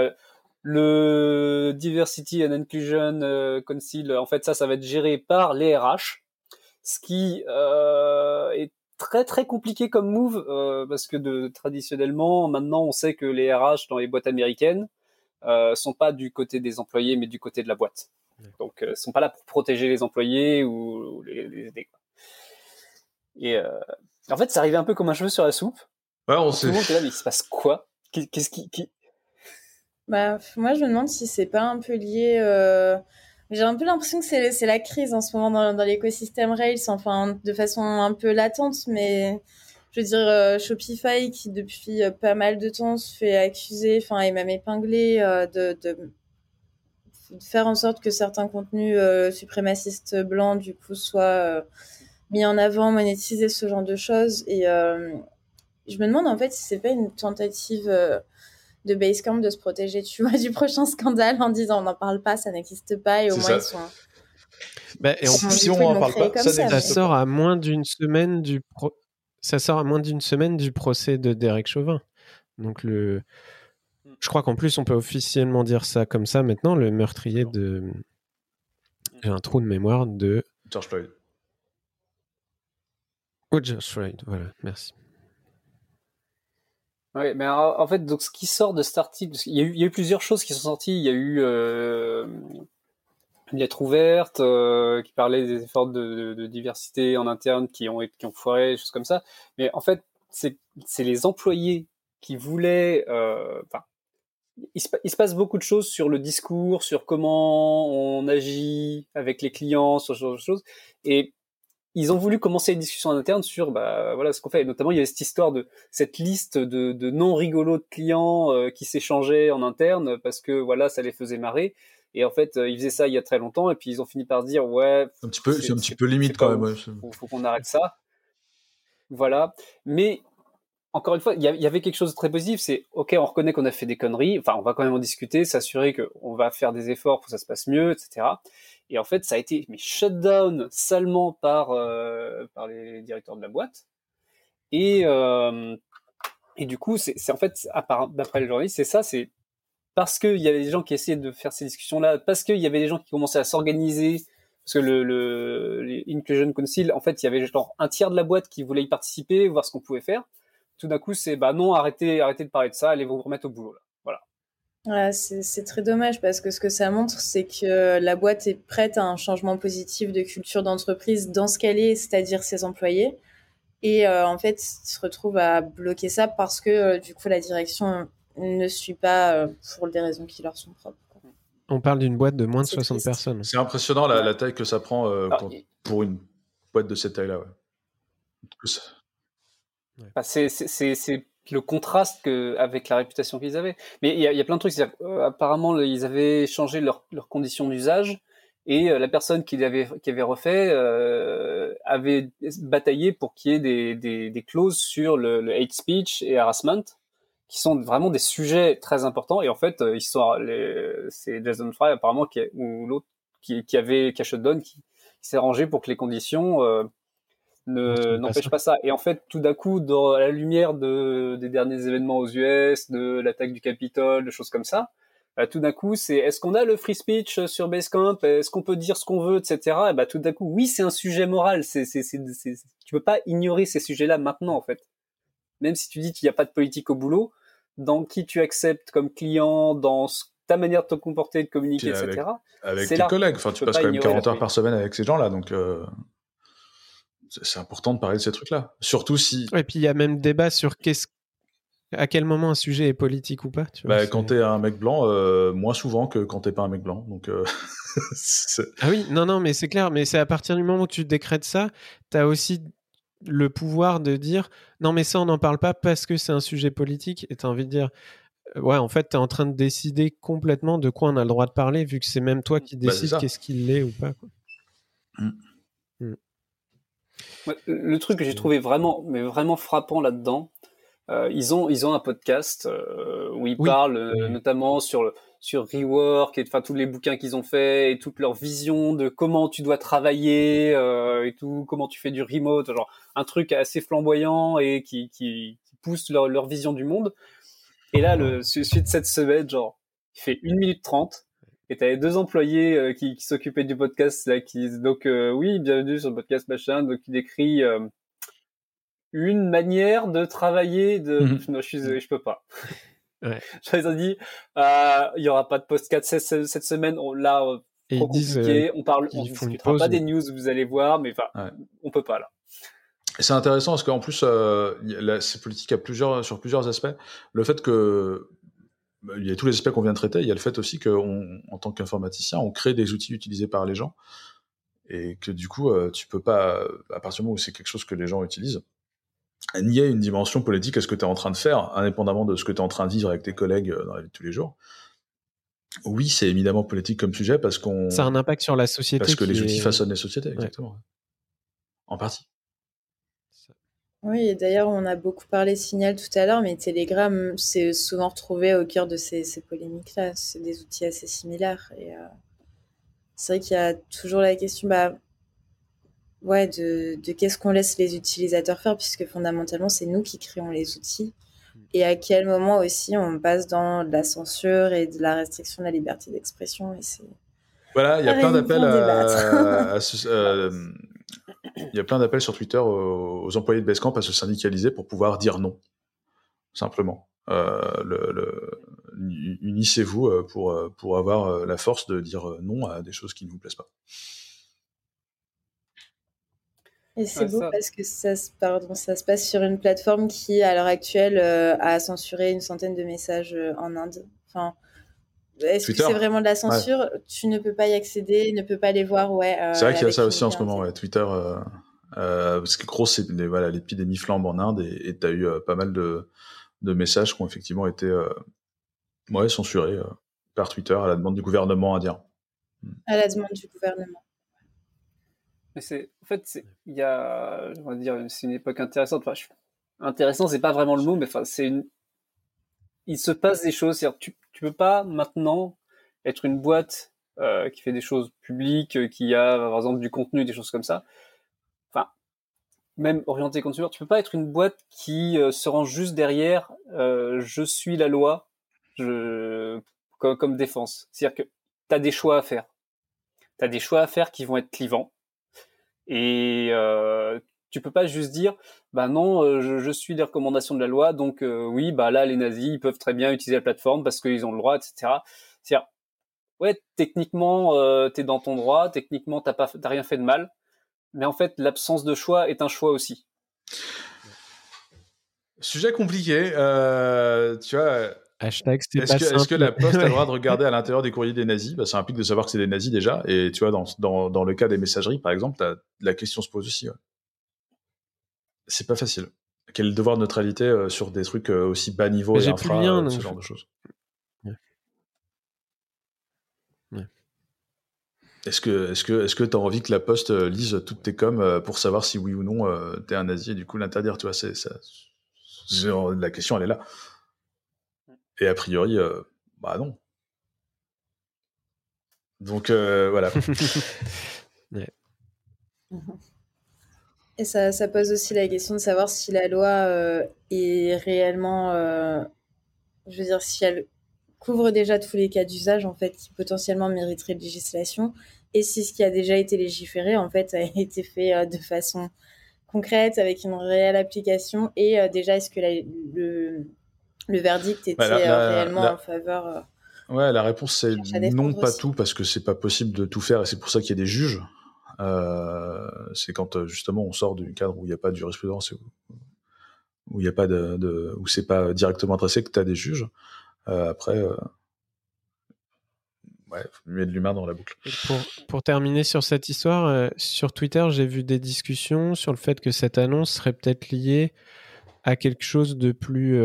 Le Diversity and Inclusion Council, en fait, ça va être géré par les RH, ce qui est très très compliqué comme move parce que traditionnellement, maintenant, on sait que les RH dans les boîtes américaines sont pas du côté des employés, mais du côté de la boîte. Donc, sont pas là pour protéger les employés ou les aider. Et en fait, ça arrivait un peu comme un cheveu sur la soupe. Ouais, tout le monde était là, mais il se passe quoi? Qu'est-ce qui... Bah, moi, je me demande si c'est pas un peu lié. J'ai un peu l'impression que c'est la crise en ce moment dans l'écosystème Rails, enfin, de façon un peu latente, mais je veux dire, Shopify qui depuis pas mal de temps se fait accuser, enfin, et même épingler de faire en sorte que certains contenus suprémacistes blancs, du coup, soient mis en avant, monétisés, ce genre de choses. Et je me demande en fait si c'est pas une tentative de Basecamp de se protéger, tu vois, du prochain scandale en disant on n'en parle pas, ça n'existe pas, et au moins ils sont. Bah, et si on n'en parle pas, ça sort à moins d'une semaine ça sort à moins d'une semaine du procès de Derek Chauvin. Donc je crois qu'en plus on peut officiellement dire ça comme ça maintenant, le meurtrier de. J'ai un trou de mémoire de. George Floyd. Oh, George Floyd, voilà, merci. Ouais, mais en fait, donc ce qui sort de cet article, il y a eu plusieurs choses qui sont sorties. Il y a eu une lettre ouverte qui parlait des efforts de diversité en interne qui ont foiré, des choses comme ça. Mais en fait, c'est les employés qui voulaient. Il se passe beaucoup de choses sur le discours, sur comment on agit avec les clients, sur ce genre de choses. Et ils ont voulu commencer une discussion en interne sur voilà ce qu'on fait. Et notamment, il y avait cette histoire de cette liste de non rigolos de clients qui s'échangeaient en interne parce que voilà, ça les faisait marrer. Et en fait, ils faisaient ça il y a très longtemps et puis ils ont fini par se dire ouais, c'est un petit peu limite quand même. Ouais. Faut qu'on arrête ça. Voilà. Mais encore une fois, il y avait quelque chose de très positif, c'est ok, on reconnaît qu'on a fait des conneries, on va quand même en discuter, s'assurer qu'on va faire des efforts pour que ça se passe mieux, etc. Et en fait, ça a été shut down salement par les directeurs de la boîte. Et du coup, c'est en fait, d'après les journalistes, c'est parce qu'il y avait des gens qui essayaient de faire ces discussions-là, parce qu'il y avait des gens qui commençaient à s'organiser, parce que les Inclusion Council, en fait, il y avait genre un tiers de la boîte qui voulait y participer, voir ce qu'on pouvait faire. Tout d'un coup, c'est non, arrêtez de parler de ça, allez vous remettre au boulot là. Voilà. Ouais, c'est très dommage parce que ce que ça montre, c'est que la boîte est prête à un changement positif de culture d'entreprise dans ce qu'elle est, c'est-à-dire ses employés. Et en fait, ils se retrouvent à bloquer ça parce que du coup, la direction ne suit pas pour des raisons qui leur sont propres. On parle d'une boîte de moins de C'est 60 triste. personnes. C'est impressionnant la taille que ça prend pour une boîte de cette taille-là. Ouais. C'est le contraste avec la réputation qu'ils avaient. Mais il y a plein de trucs. Apparemment, ils avaient changé leurs conditions d'usage et la personne qui avait refait avait bataillé pour qu'il y ait des clauses sur le hate speech et harassment, qui sont vraiment des sujets très importants. Et en fait, c'est Jason Fry apparemment ou l'autre qui a shutdown, qui s'est rangé pour que les conditions n'empêche pas ça. Et en fait, tout d'un coup, à la lumière des derniers événements aux US, de l'attaque du Capitole, de choses comme ça, tout d'un coup, est-ce qu'on a le free speech sur Basecamp? Est-ce qu'on peut dire ce qu'on veut, etc. Et tout d'un coup, oui, c'est un sujet moral. Tu peux pas ignorer ces sujets-là maintenant, en fait. Même si tu dis qu'il n'y a pas de politique au boulot, dans qui tu acceptes comme client, dans ta manière de te comporter, de communiquer, etc. Avec tes collègues. Enfin, tu passes quand même 40 heures par semaine avec ces gens-là, donc c'est important de parler de ces trucs-là. Surtout si... Et puis il y a même débat sur à quel moment un sujet est politique ou pas. Tu vois, quand t'es un mec blanc, moins souvent que quand t'es pas un mec blanc. Donc, ah oui, non, mais c'est clair. Mais c'est à partir du moment où tu décrètes ça, t'as aussi le pouvoir de dire non, mais ça, on n'en parle pas parce que c'est un sujet politique. Et t'as envie de dire ouais, en fait, t'es en train de décider complètement de quoi on a le droit de parler, vu que c'est même toi qui décides qu'est-ce qu'il l'est ou pas, quoi. Le truc que j'ai trouvé vraiment frappant là-dedans, ils ont un podcast où ils parlent notamment sur Rework et tous les bouquins qu'ils ont fait et toute leur vision de comment tu dois travailler et tout, comment tu fais du remote, genre un truc assez flamboyant et qui pousse leur vision du monde. Et là, celui de cette semaine, genre, il fait 1 minute 30. Et t'avais 2 employés qui s'occupaient du podcast là, donc oui, bienvenue sur le podcast machin, donc il décrit une manière de travailler non, je peux pas. Ouais. Ils ont dit il y aura pas de podcast cette semaine, là et trop compliqué, on discutera pas des news, vous allez voir, mais on peut pas là. Et c'est intéressant parce qu'en plus c'est politique sur plusieurs aspects. Le fait que il y a tous les aspects qu'on vient de traiter, il y a le fait aussi qu'en tant qu'informaticien, on crée des outils utilisés par les gens et que du coup, tu peux pas, à partir du moment où c'est quelque chose que les gens utilisent, nier une dimension politique à ce que tu es en train de faire, indépendamment de ce que tu es en train de vivre avec tes collègues dans la vie de tous les jours. Oui, c'est éminemment politique comme sujet parce ça a un impact sur la société. Parce que les outils façonnent les sociétés, exactement. Ouais. En partie. Oui, et d'ailleurs, on a beaucoup parlé Signal tout à l'heure, mais Telegram s'est souvent retrouvé au cœur de ces polémiques-là. C'est des outils assez similaires. Et c'est vrai qu'il y a toujours la question de qu'est-ce qu'on laisse les utilisateurs faire, puisque fondamentalement, c'est nous qui créons les outils. Et à quel moment aussi on passe dans de la censure et de la restriction de la liberté d'expression. Et voilà, il y a plein d'appels il y a plein d'appels sur Twitter aux employés de Basecamp à se syndicaliser pour pouvoir dire non, simplement. Unissez-vous pour avoir la force de dire non à des choses qui ne vous plaisent pas. Et c'est beau parce que ça se passe sur une plateforme qui, à l'heure actuelle, a censuré une centaine de messages en Inde. Enfin, est-ce Twitter, que c'est vraiment de la censure ? Tu ne peux pas y accéder, ne peux pas les voir. C'est vrai qu'il y a ça aussi en ce moment, Twitter. Parce que gros, c'est l'épidémie flambe en Inde et tu as eu pas mal de messages qui ont effectivement été censurés par Twitter à la demande du gouvernement indien. À la demande du gouvernement. Mais il y a, on va dire, c'est une époque intéressante. Intéressant, c'est pas vraiment le mot, mais il se passe des choses. C'est-à-dire, tu peux pas maintenant être une boîte qui fait des choses publiques, qui a par exemple du contenu, des choses comme ça. Enfin, même orienté consumer, tu peux pas être une boîte qui se range juste derrière. Je suis la loi, comme défense. C'est-à-dire que t'as des choix à faire. t'as des choix à faire qui vont être clivants. Et tu peux pas juste dire bah non, je suis les recommandations de la loi, donc oui, bah là les nazis ils peuvent très bien utiliser la plateforme parce qu'ils ont le droit, etc. C'est-à-dire, ouais, techniquement t'es dans ton droit, techniquement t'as rien fait de mal, mais en fait l'absence de choix est un choix aussi. Sujet compliqué, tu vois. Hashtag c'est pas simple. Est-ce que la Poste a le droit de regarder à l'intérieur des courriers des nazis? Bah, ça implique de savoir que c'est des nazis déjà. Et tu vois, dans le cas des messageries, par exemple, la question se pose aussi. Ouais. C'est pas facile. Quel est le devoir de neutralité sur des trucs aussi bas niveau Mais et j'ai infra, plus le lien, ce genre de choses? Ouais. Ouais. Est-ce que t'as envie que la Poste lise toutes tes coms pour savoir si oui ou non t'es un nazi et du coup l'interdire? Tu vois, la question elle est là. Et a priori, bah non. Donc voilà. Ouais. Et ça pose aussi la question de savoir si la loi est réellement, je veux dire, si elle couvre déjà tous les cas d'usage en fait qui potentiellement mériteraient de législation, et si ce qui a déjà été légiféré en fait a été fait de façon concrète avec une réelle application, et déjà est-ce que le verdict était réellement en faveur. Ouais, la réponse c'est cherche à non, défendre pas aussi. tout, parce que c'est pas possible de tout faire et c'est pour ça qu'il y a des juges. C'est quand justement on sort du cadre où il n'y a pas de jurisprudence, où il y a pas où c'est pas directement adressé, que tu as des juges. Après, ouais, faut mettre de l'humain dans la boucle. Pour terminer sur cette histoire, sur Twitter, j'ai vu des discussions sur le fait que cette annonce serait peut-être liée à quelque chose de plus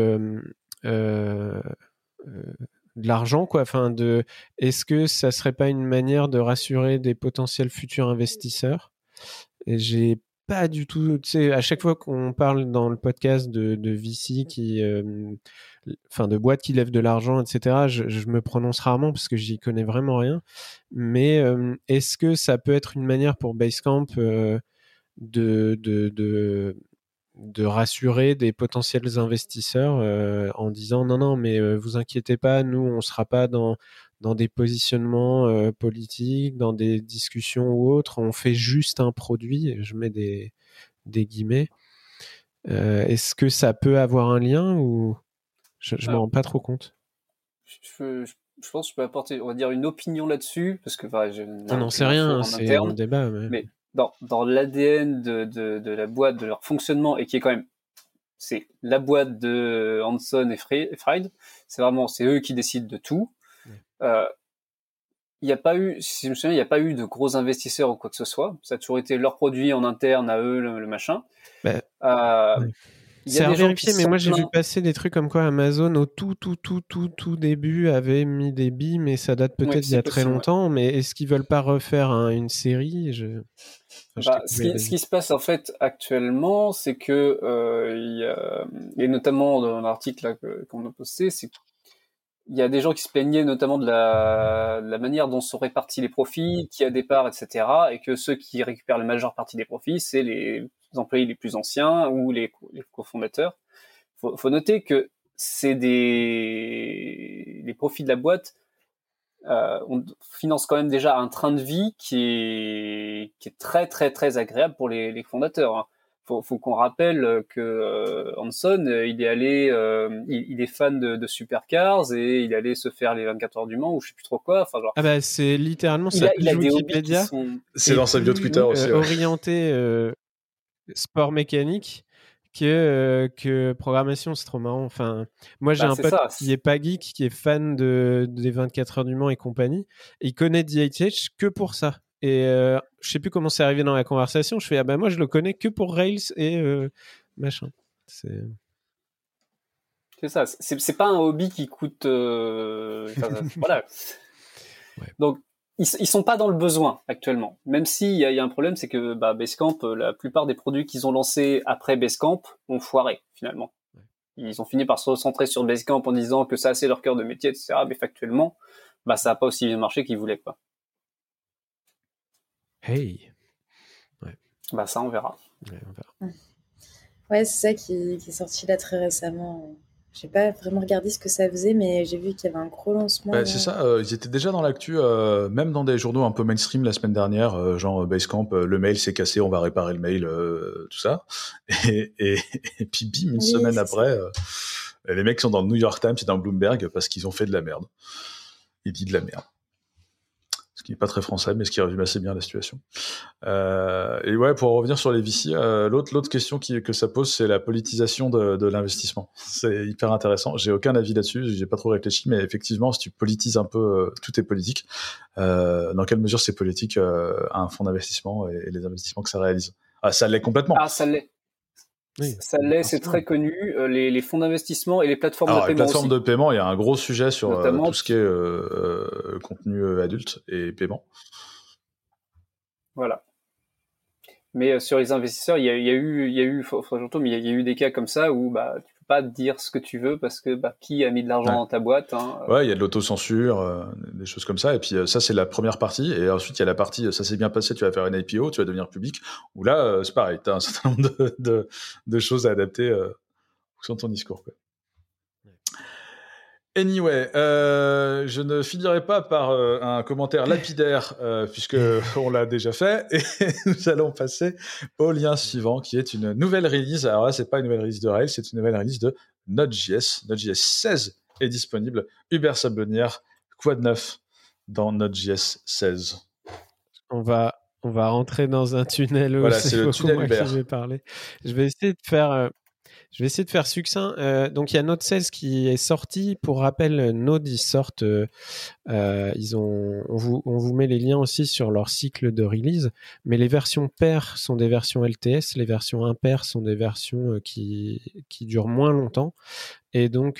de l'argent, quoi. Enfin, est-ce que ça serait pas une manière de rassurer des potentiels futurs investisseurs? Et j'ai pas du tout, tu sais, à chaque fois qu'on parle dans le podcast de VC enfin de boîtes qui lèvent de l'argent, etc., je me prononce rarement parce que j'y connais vraiment rien. Mais est-ce que ça peut être une manière pour Basecamp de, de, de, de rassurer des potentiels investisseurs en disant non, mais vous inquiétez pas, nous, on sera pas dans des positionnements politiques, dans des discussions ou autres, on fait juste un produit, je mets des guillemets. Est-ce que ça peut avoir un lien ou je m'en rends pas trop compte? Je pense que je peux apporter, on va dire, une opinion là-dessus, parce que je On n'en sait rien, c'est dans le débat. Mais dans l'ADN de la boîte, de leur fonctionnement, et qui est quand même, c'est la boîte de Hanson et Fried, c'est eux qui décident de tout. Il n'y a pas eu, si je me souviens, il n'y a pas eu de gros investisseurs ou quoi que ce soit. Ça a toujours été leur produit en interne à eux, le machin. Ouais. C'est à vérifier, mais moi j'ai vu passer des trucs comme quoi Amazon au tout début avait mis des billes, mais ça date peut-être d'il y a très longtemps. Ouais. Mais est-ce qu'ils veulent pas refaire une série? Ce qui se passe en fait actuellement, c'est que et notamment dans l'article là qu'on a posté, c'est il y a des gens qui se plaignaient notamment de la manière dont sont répartis les profits, qui a des parts, etc. Et que ceux qui récupèrent la majeure partie des profits, c'est les employés les plus anciens ou les cofondateurs. Faut noter que les profits de la boîte, on finance quand même déjà un train de vie qui est très très très agréable pour les fondateurs. Hein. Faut qu'on rappelle que Hanson, il est fan de supercars et il allait se faire les 24 heures du Mans ou je sais plus trop quoi. Enfin, genre, ah bah c'est littéralement sa page Wikipédia. C'est dans sa bio Twitter aussi. Ouais. Orienté sport mécanique que programmation, c'est trop marrant. Enfin, moi j'ai un pote qui est pas geek, qui est fan des 24 heures du Mans et compagnie, et il connaît DHH que pour ça. Et je sais plus comment c'est arrivé dans la conversation. Je fais ah bah moi je le connais que pour Rails et machin. C'est ça. C'est pas un hobby qui coûte. Voilà. Ouais. Donc ils sont pas dans le besoin actuellement. Même s'il y a un problème, c'est que Basecamp, la plupart des produits qu'ils ont lancés après Basecamp ont foiré finalement. Ouais. Ils ont fini par se recentrer sur Basecamp en disant que ça c'est leur cœur de métier, etc. Mais factuellement, ça a pas aussi bien marché qu'ils voulaient quoi. Hey. Ouais. Ça on verra. Ouais, on verra. Ouais, c'est ça qui est sorti là très récemment. J'ai pas vraiment regardé ce que ça faisait, mais j'ai vu qu'il y avait un gros lancement. Bah, c'est ça, ils étaient déjà dans l'actu, même dans des journaux un peu mainstream la semaine dernière, genre Basecamp, le mail s'est cassé, on va réparer le mail, tout ça. Et puis bim, une Oui, semaine c'est après, les mecs sont dans le New York Times et dans Bloomberg parce qu'ils ont fait de la merde. Il dit de la merde. Ce qui n'est pas très français, mais ce qui résume assez bien la situation. Et ouais, pour revenir sur les VC, l'autre question que ça pose, c'est la politisation de l'investissement. C'est hyper intéressant. J'ai aucun avis là-dessus, j'ai pas trop réfléchi, mais effectivement, si tu politises un peu, tout est politique. Dans quelle mesure c'est politique un fonds d'investissement et les investissements que ça réalise? Ah, ça l'est complètement. Ah, ça l'est. Oui, Ça l'est, c'est très connu. Les fonds d'investissement et les plateformes Alors, de les paiement plateformes aussi. de paiement, il y a un gros sujet sur Notamment, tout ce qui est contenu adulte et paiement. voilà. Mais sur les investisseurs, il y a eu, mais il y a eu des cas comme ça où bah tu peux pas dire ce que tu veux parce que bah qui a mis de l'argent Ouais. dans ta boîte, hein, Ouais, il y a de l'autocensure, des choses comme ça. Et puis ça, c'est la première partie. Et ensuite, il y a la partie, ça s'est bien passé, tu vas faire une IPO, tu vas devenir public. Où là, c'est pareil, tu as un certain nombre de choses à adapter sur ton discours, quoi. Anyway, je ne finirai pas par un commentaire lapidaire, puisque on l'a déjà fait, et nous allons passer au lien suivant, qui est une nouvelle release. Alors là, c'est pas une nouvelle release de Rails, c'est une nouvelle release de Node.js. Node.js 16 est disponible. Hubert Sablonnière, quoi de neuf dans Node.js 16? On va rentrer dans un tunnel où Voilà, c'est c'est le beaucoup tunnel moi qui Hubert. vais parler. Je vais essayer de faire succinct. Donc il y a Node 16 qui est sorti. Pour rappel, Node ils sortent. On vous met les liens aussi sur leur cycle de release. Mais les versions paires sont des versions LTS. Les versions impaires sont des versions qui durent moins longtemps. Et donc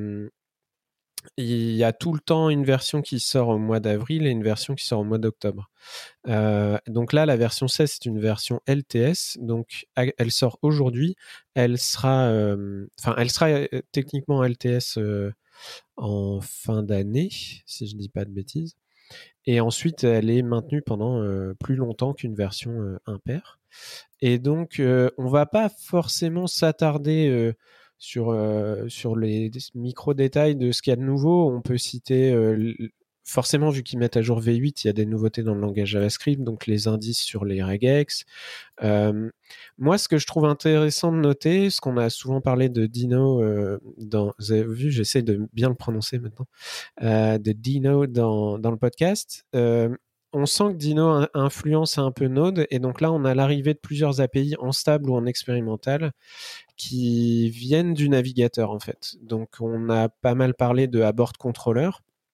il y a tout le temps une version qui sort au mois d'avril et une version qui sort au mois d'octobre. Donc là, la version 16, c'est une version LTS. Donc, elle sort aujourd'hui. Elle sera techniquement LTS en fin d'année, si je dis pas de bêtises. Et ensuite, elle est maintenue pendant plus longtemps qu'une version impair. Et donc, on va pas forcément s'attarder sur les micro-détails de ce qu'il y a de nouveau. On peut citer, forcément, vu qu'ils mettent à jour V8, il y a des nouveautés dans le langage JavaScript, donc les indices sur les regex. Moi, ce que je trouve intéressant de noter, ce qu'on a souvent parlé de Dino, vous avez vu, j'essaie de bien le prononcer maintenant, de Dino dans le podcast. On sent que Dino influence un peu Node, et donc là, on a l'arrivée de plusieurs API en stable ou en expérimental qui viennent du navigateur, en fait. Donc, on a pas mal parlé de Abort Controller.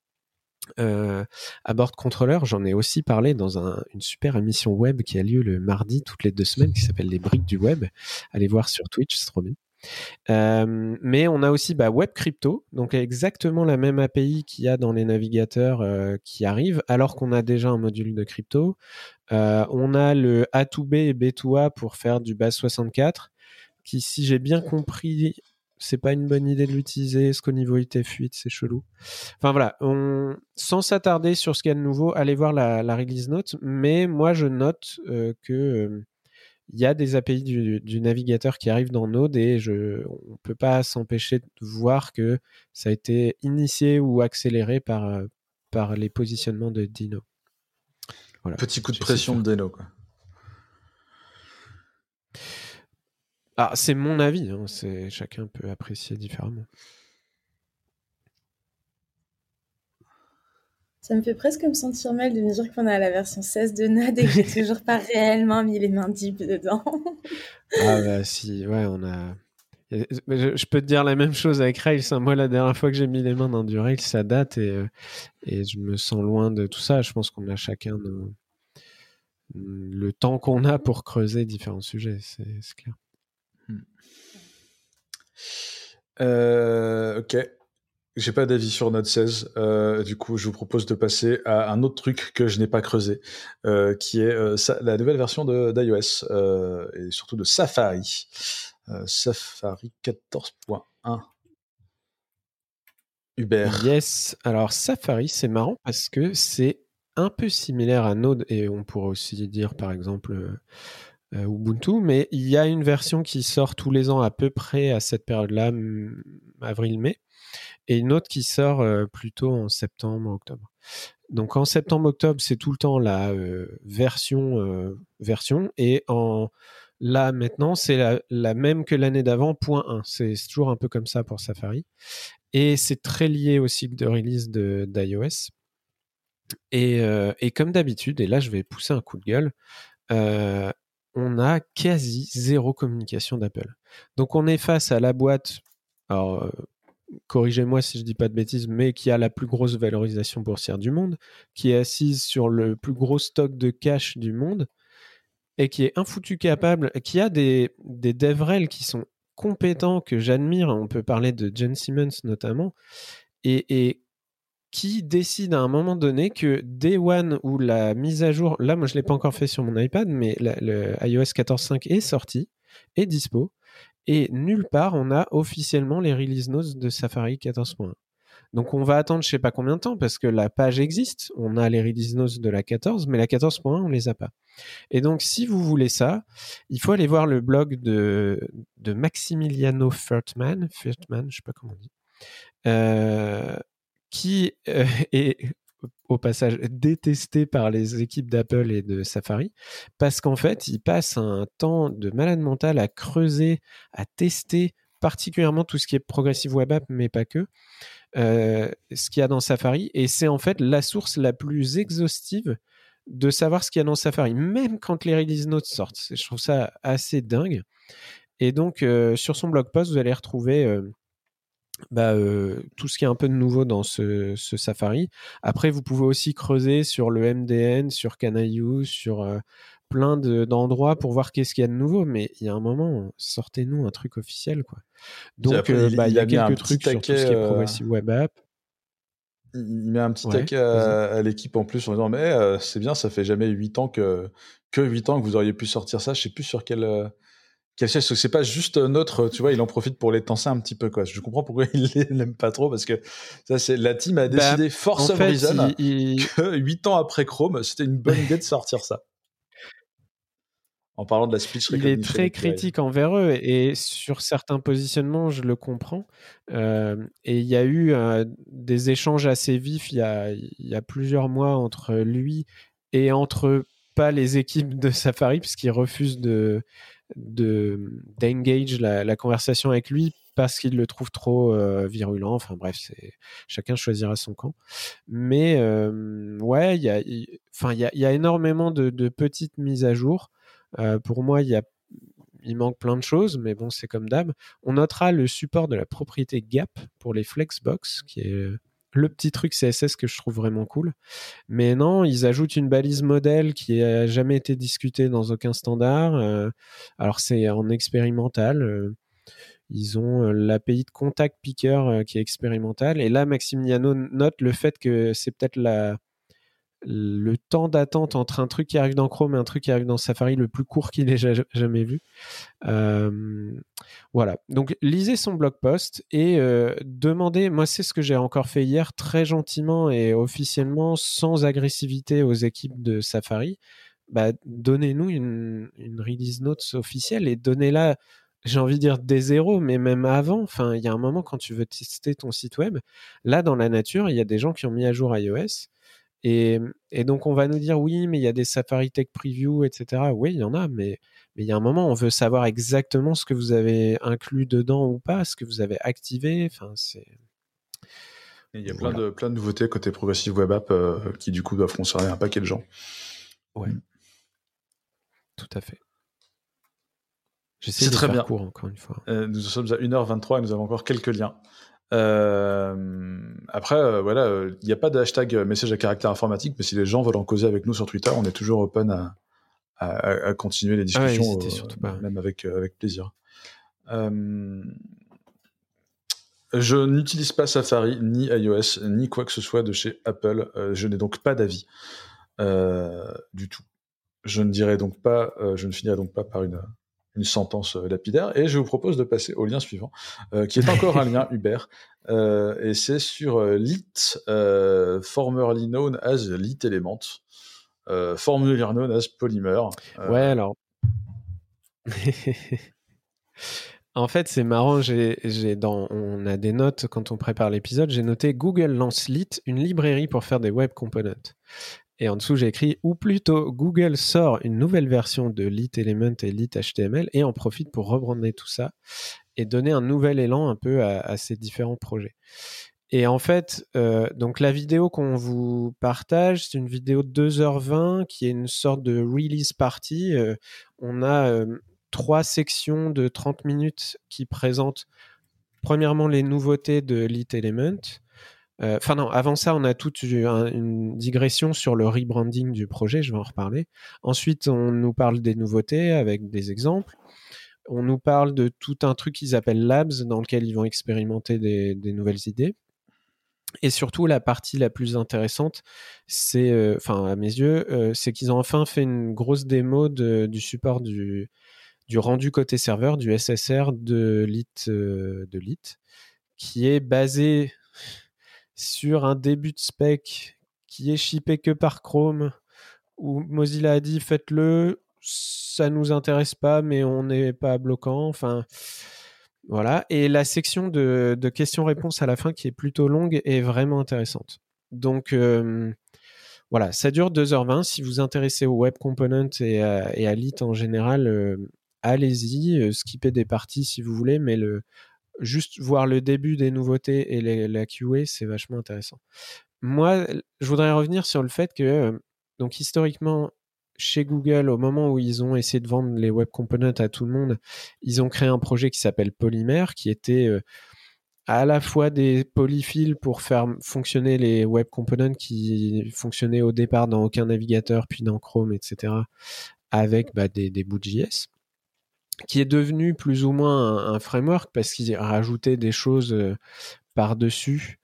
Abort Controller, j'en ai aussi parlé dans une super émission web qui a lieu le mardi toutes les 2 semaines, qui s'appelle Les Briques du Web. Allez voir sur Twitch, c'est trop bien. Mais on a aussi Web Crypto, donc exactement la même API qu'il y a dans les navigateurs qui arrive, alors qu'on a déjà un module de crypto. On a le A2B et B2A pour faire du base64, qui, si j'ai bien compris, c'est pas une bonne idée de l'utiliser, parce qu'au niveau ITF8, c'est chelou. Enfin voilà, sans s'attarder sur ce qu'il y a de nouveau, allez voir la release note, mais moi je note que il y a des API du navigateur qui arrivent dans Node, et on ne peut pas s'empêcher de voir que ça a été initié ou accéléré par les positionnements de Dino. Voilà. Petit coup de pression de Dino, quoi. Ah, c'est mon avis, hein, chacun peut apprécier différemment. Ça me fait presque me sentir mal de me dire qu'on est à la version 16 de Node et que j'ai toujours pas réellement mis les mains deep dedans. Ah bah si, ouais, on a... Je peux te dire la même chose avec Rails. Hein. Moi, la dernière fois que j'ai mis les mains dans du Rails, ça date, et je me sens loin de tout ça. Je pense qu'on a chacun le temps qu'on a pour creuser différents sujets, c'est clair. Ok. J'ai pas d'avis sur Node 16. Du coup, je vous propose de passer à un autre truc que je n'ai pas creusé, qui est la nouvelle version d'iOS et surtout de Safari. Safari 14.1. Hubert. Yes. Alors, Safari, c'est marrant parce que c'est un peu similaire à Node, et on pourrait aussi dire, par exemple, Ubuntu, mais il y a une version qui sort tous les ans à peu près à cette période-là, avril-mai, et une autre qui sort plutôt en septembre-octobre. Donc en septembre-octobre, c'est tout le temps la version, et là maintenant, c'est la même que l'année d'avant, point 1. C'est toujours un peu comme ça pour Safari. Et c'est très lié au cycle de release d'iOS. Et comme d'habitude, et là je vais pousser un coup de gueule, on a quasi zéro communication d'Apple. Donc on est face à la boîte, alors corrigez-moi si je dis pas de bêtises, mais qui a la plus grosse valorisation boursière du monde, qui est assise sur le plus gros stock de cash du monde, et qui est infoutu capable, qui a des DevRel qui sont compétents, que j'admire. On peut parler de Jen Simmons notamment, et qui décide à un moment donné que Day One, où la mise à jour, là moi je ne l'ai pas encore fait sur mon iPad, mais le iOS 14.5 est sorti, est dispo, et nulle part on a officiellement les release notes de Safari 14.1. Donc on va attendre je sais pas combien de temps, parce que la page existe, on a les release notes de la 14, mais la 14.1 on les a pas. Et donc si vous voulez ça, il faut aller voir le blog de Maximiliano Furtman, je sais pas comment on dit, qui est au passage détesté par les équipes d'Apple et de Safari, parce qu'en fait, il passe un temps de malade mental à creuser, à tester particulièrement tout ce qui est Progressive Web App, mais pas que, ce qu'il y a dans Safari, et c'est en fait la source la plus exhaustive de savoir ce qu'il y a dans Safari, même quand les release notes sortent. Je trouve ça assez dingue. Et donc, sur son blog post, vous allez retrouver tout ce qui est un peu de nouveau dans ce Safari. Après, vous pouvez aussi creuser sur le MDN, sur Canaillou, sur plein d'endroits pour voir qu'est-ce qu'il y a de nouveau. Mais il y a un moment, sortez-nous un truc officiel, quoi. Donc, il il y a a mis un quelques petit trucs sur tout ce qui est Progressive Web App. Il met un petit Ouais, taquet à l'équipe en plus en disant mais c'est bien, ça fait jamais 8 ans que 8 ans que vous auriez pu sortir ça. Je sais plus sur quel siège. C'est pas juste notre, tu vois, il en profite pour les tenser un petit peu, quoi. Je comprends pourquoi il l'aime pas trop, parce que ça, c'est la team a décidé for en some fait, reason que 8 ans après Chrome, c'était une bonne idée de sortir ça. En parlant de la speech il est recognition très API. critique envers eux, et sur certains positionnements, je le comprends. Et il y a eu des échanges assez vifs il y a plusieurs mois entre lui et entre pas les équipes de Safari, puisqu'ils refusent d'engage la conversation avec lui parce qu'il le trouve trop virulent. Enfin bref, chacun choisira son camp. Mais ouais, il y a énormément de petites mises à jour. Pour moi, il manque plein de choses, mais bon, c'est comme d'hab. On notera le support de la propriété Gap pour les Flexbox, qui est le petit truc CSS que je trouve vraiment cool. Mais non, ils ajoutent une balise modèle qui n'a jamais été discutée dans aucun standard. Alors, c'est en expérimental. Ils ont l'API de Contact Picker qui est expérimental. Et là, Maximiliano note le fait que c'est peut-être le temps d'attente entre un truc qui arrive dans Chrome et un truc qui arrive dans Safari le plus court qu'il ait jamais vu. Voilà. Donc, lisez son blog post et demandez, moi c'est ce que j'ai encore fait hier, très gentiment et officiellement, sans agressivité aux équipes de Safari. Donnez-nous une release notes officielle, et donnez-la, j'ai envie de dire des zéros, mais même avant. Enfin, il y a un moment, quand tu veux tester ton site web, là dans la nature, il y a des gens qui ont mis à jour iOS. Et donc, on va nous dire, oui, mais il y a des Safari Tech Preview, etc. Oui, il y en a, mais il y a un moment, on veut savoir exactement ce que vous avez inclus dedans ou pas, ce que vous avez activé. Enfin, Il y a voilà. plein de nouveautés côté Progressive Web App qui, du coup, doivent concerner un paquet de gens. Ouais. Tout à fait. J'essaie C'est de très faire bien. court, encore une fois. Nous sommes à 1h23 et nous avons encore quelques liens. Après, voilà, il n'y a pas de hashtag message à caractère informatique, mais si les gens veulent en causer avec nous sur Twitter, on est toujours open à continuer les discussions, n'hésitez surtout pas. même avec plaisir. Je n'utilise pas Safari, ni iOS, ni quoi que ce soit de chez Apple. Je n'ai donc pas d'avis du tout. Je ne finirai donc pas par une sentence lapidaire, et je vous propose de passer au lien suivant, qui est encore un lien Uber, et c'est sur Lit, formerly known as Lit Element, formerly known as Polymer. Ouais, alors, En fait, c'est marrant, on a des notes quand on prépare l'épisode, j'ai noté Google lance Lit, une librairie pour faire des web components. Et en dessous, j'ai écrit, ou plutôt, Google sort une nouvelle version de Lit Element et Lit HTML et en profite pour rebrander tout ça et donner un nouvel élan un peu à ces différents projets. Et en fait, donc la vidéo qu'on vous partage, c'est une vidéo de 2h20 qui est une sorte de release party. On a 3 sections de 30 minutes qui présentent premièrement les nouveautés de Lit Element. Enfin non, avant ça, on a toute une digression sur le rebranding du projet, je vais en reparler. Ensuite, on nous parle des nouveautés avec des exemples. On nous parle de tout un truc qu'ils appellent Labs, dans lequel ils vont expérimenter des nouvelles idées. Et surtout, la partie la plus intéressante, c'est, à mes yeux, c'est qu'ils ont enfin fait une grosse démo du support du rendu côté serveur, du SSR de Lit, qui est basé sur un début de spec qui est shippé que par Chrome, où Mozilla a dit faites-le, ça nous intéresse pas, mais on n'est pas bloquant. Enfin, voilà. Et la section de questions-réponses à la fin, qui est plutôt longue, est vraiment intéressante. Donc, voilà, ça dure 2h20. Si vous vous intéressez au Web Component et à Lit en général, allez-y, skippez des parties si vous voulez, mais juste voir le début des nouveautés et la QA, c'est vachement intéressant. Moi, je voudrais revenir sur le fait que, donc historiquement, chez Google, au moment où ils ont essayé de vendre les web components à tout le monde, ils ont créé un projet qui s'appelle Polymer, qui était à la fois des polyfills pour faire fonctionner les web components qui fonctionnaient au départ dans aucun navigateur, puis dans Chrome, etc., avec des bouts de JS, qui est devenu plus ou moins un framework parce qu'ils rajoutaient des choses par-dessus.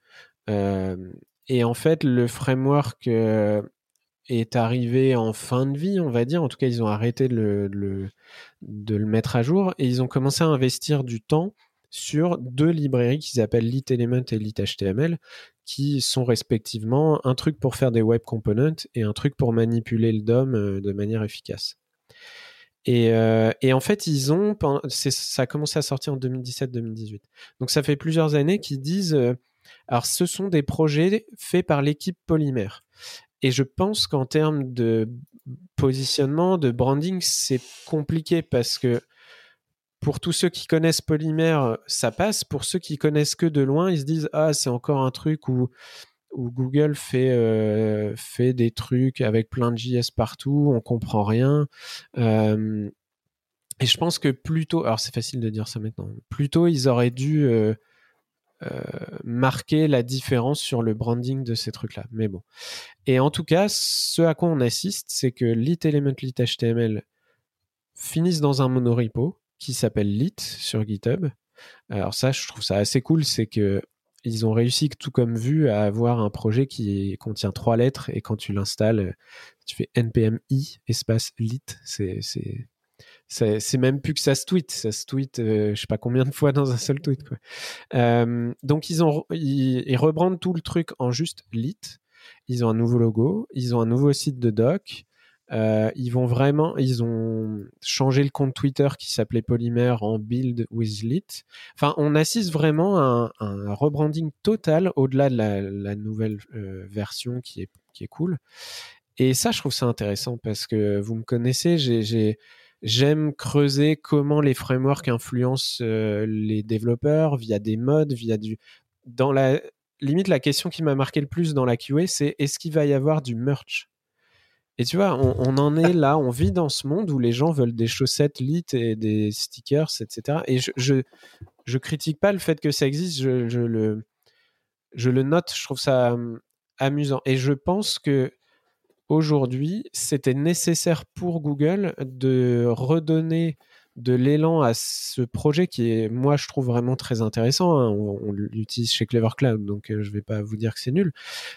Et en fait, le framework est arrivé en fin de vie, on va dire. En tout cas, ils ont arrêté de le mettre à jour et ils ont commencé à investir du temps sur 2 librairies qu'ils appellent Lit Element et Lit HTML, qui sont respectivement un truc pour faire des web components et un truc pour manipuler le DOM de manière efficace. Et en fait, ça a commencé à sortir en 2017-2018. Donc, ça fait plusieurs années qu'ils disent, alors ce sont des projets faits par l'équipe Polymer. Et je pense qu'en termes de positionnement, de branding, c'est compliqué parce que pour tous ceux qui connaissent Polymer, ça passe. Pour ceux qui connaissent que de loin, ils se disent, ah, c'est encore un truc où Google fait des trucs avec plein de JS partout, on comprend rien. Et je pense que plutôt, alors c'est facile de dire ça maintenant, plutôt ils auraient dû marquer la différence sur le branding de ces trucs-là. Mais bon. Et en tout cas, ce à quoi on assiste, c'est que Lit Element, Lit HTML finissent dans un monorepo qui s'appelle Lit sur GitHub. Alors ça, je trouve ça assez cool, c'est que ils ont réussi, tout comme vu, à avoir un projet qui contient 3 lettres et quand tu l'installes, tu fais npm i espace lit. C'est même plus que ça se tweet je sais pas combien de fois dans un seul tweet, quoi. Donc ils rebrandent tout le truc en juste Lit. Ils ont un nouveau logo, ils ont un nouveau site de doc. Ils ont changé le compte Twitter qui s'appelait Polymer en Build with Lit. Enfin, on assiste vraiment à un rebranding total au-delà de la nouvelle version qui est cool. Et ça, je trouve ça intéressant parce que vous me connaissez, j'aime creuser comment les frameworks influencent les développeurs via des modes, dans la limite, la question qui m'a marqué le plus dans la QA, c'est est-ce qu'il va y avoir du merch? Et tu vois, on en est là, on vit dans ce monde où les gens veulent des chaussettes Lit et des stickers, etc. Et je critique pas le fait que ça existe, je le note, je trouve ça amusant. Et je pense que aujourd'hui, c'était nécessaire pour Google de redonner de l'élan à ce projet qui est, moi, je trouve vraiment très intéressant. Hein. On l'utilise chez Clever Cloud, donc je vais pas vous dire que c'est nul.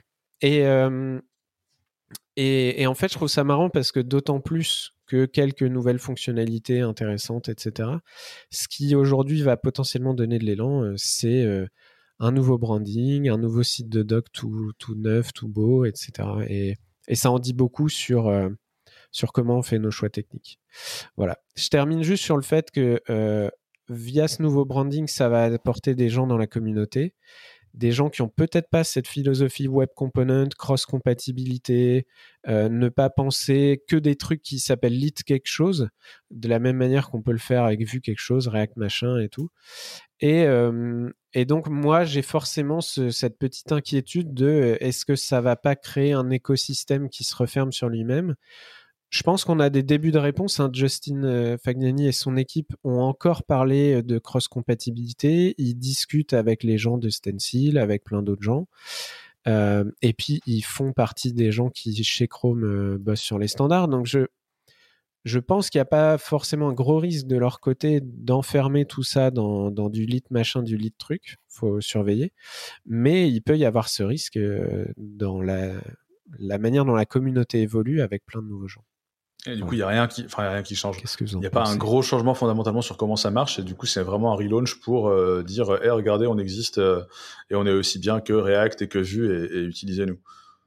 Et en fait, je trouve ça marrant parce que d'autant plus que quelques nouvelles fonctionnalités intéressantes, etc., ce qui aujourd'hui va potentiellement donner de l'élan, c'est un nouveau branding, un nouveau site de doc tout neuf, tout beau, etc. Et ça en dit beaucoup sur sur comment on fait nos choix techniques. Voilà. Je termine juste sur le fait que via ce nouveau branding, ça va apporter des gens dans la communauté, des gens qui ont peut-être pas cette philosophie web component, cross-compatibilité, ne pas penser que des trucs qui s'appellent lit quelque chose, de la même manière qu'on peut le faire avec Vue quelque chose, React machin et tout. Et donc, moi, j'ai forcément cette petite inquiétude de est-ce que ça va pas créer un écosystème qui se referme sur lui-même ? Je pense qu'on a des débuts de réponse. Justin Fagnani et son équipe ont encore parlé de cross-compatibilité. Ils discutent avec les gens de Stencil, avec plein d'autres gens. Et puis, ils font partie des gens qui, chez Chrome, bossent sur les standards. Donc, je pense qu'il n'y a pas forcément un gros risque de leur côté d'enfermer tout ça dans du lit machin, du lit truc. Il faut surveiller. Mais il peut y avoir ce risque dans la manière dont la communauté évolue avec plein de nouveaux gens. Et du coup, il n'y a rien qui change. Qu'est-ce que vous en Il n'y a pas un gros changement fondamentalement sur comment ça marche. Et du coup, c'est vraiment un relaunch pour dire hey, regardez, on existe et on est aussi bien que React et que Vue et utilisez-nous.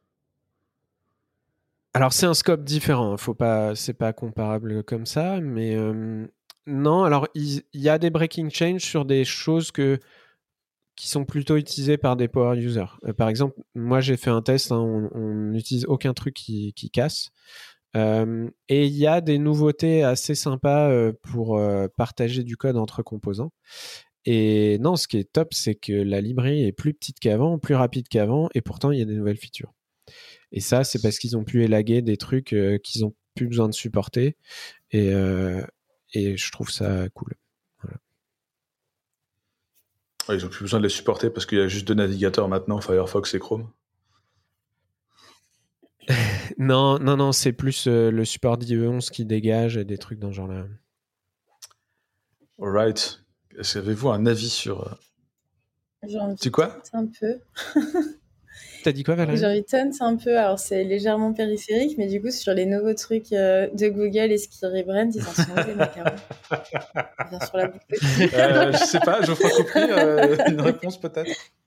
Alors, c'est un scope différent. C'est pas comparable comme ça. Mais non, alors, il y a des breaking change sur des choses qui sont plutôt utilisées par des power users. Par exemple, moi, j'ai fait un test. On n'utilise aucun truc qui casse. Et il y a des nouveautés assez sympas pour partager du code entre composants. Et non, ce qui est top, c'est que la librairie est plus petite qu'avant, plus rapide qu'avant, et pourtant, il y a des nouvelles features. Et ça, c'est parce qu'ils ont pu élaguer des trucs qu'ils n'ont plus besoin de supporter. Et je trouve ça cool. Voilà. Ouais, ils n'ont plus besoin de les supporter parce qu'il y a juste 2 navigateurs maintenant, Firefox et Chrome. Non, c'est plus le support d'IE11 qui dégage et des trucs dans ce genre-là. Alright. Est-ce qu'avez-vous un avis sur... J'ai envie tu quoi de un peu. T'as dit quoi, Valérie? J'ai envie de tente un peu. Alors, c'est légèrement périphérique, mais du coup, sur les nouveaux trucs de Google et ce qu'ils rebrandent, ils en sont où, les macarons? Bien sur la boucle. Je sais pas, Geoffroy Coupry, une réponse peut-être.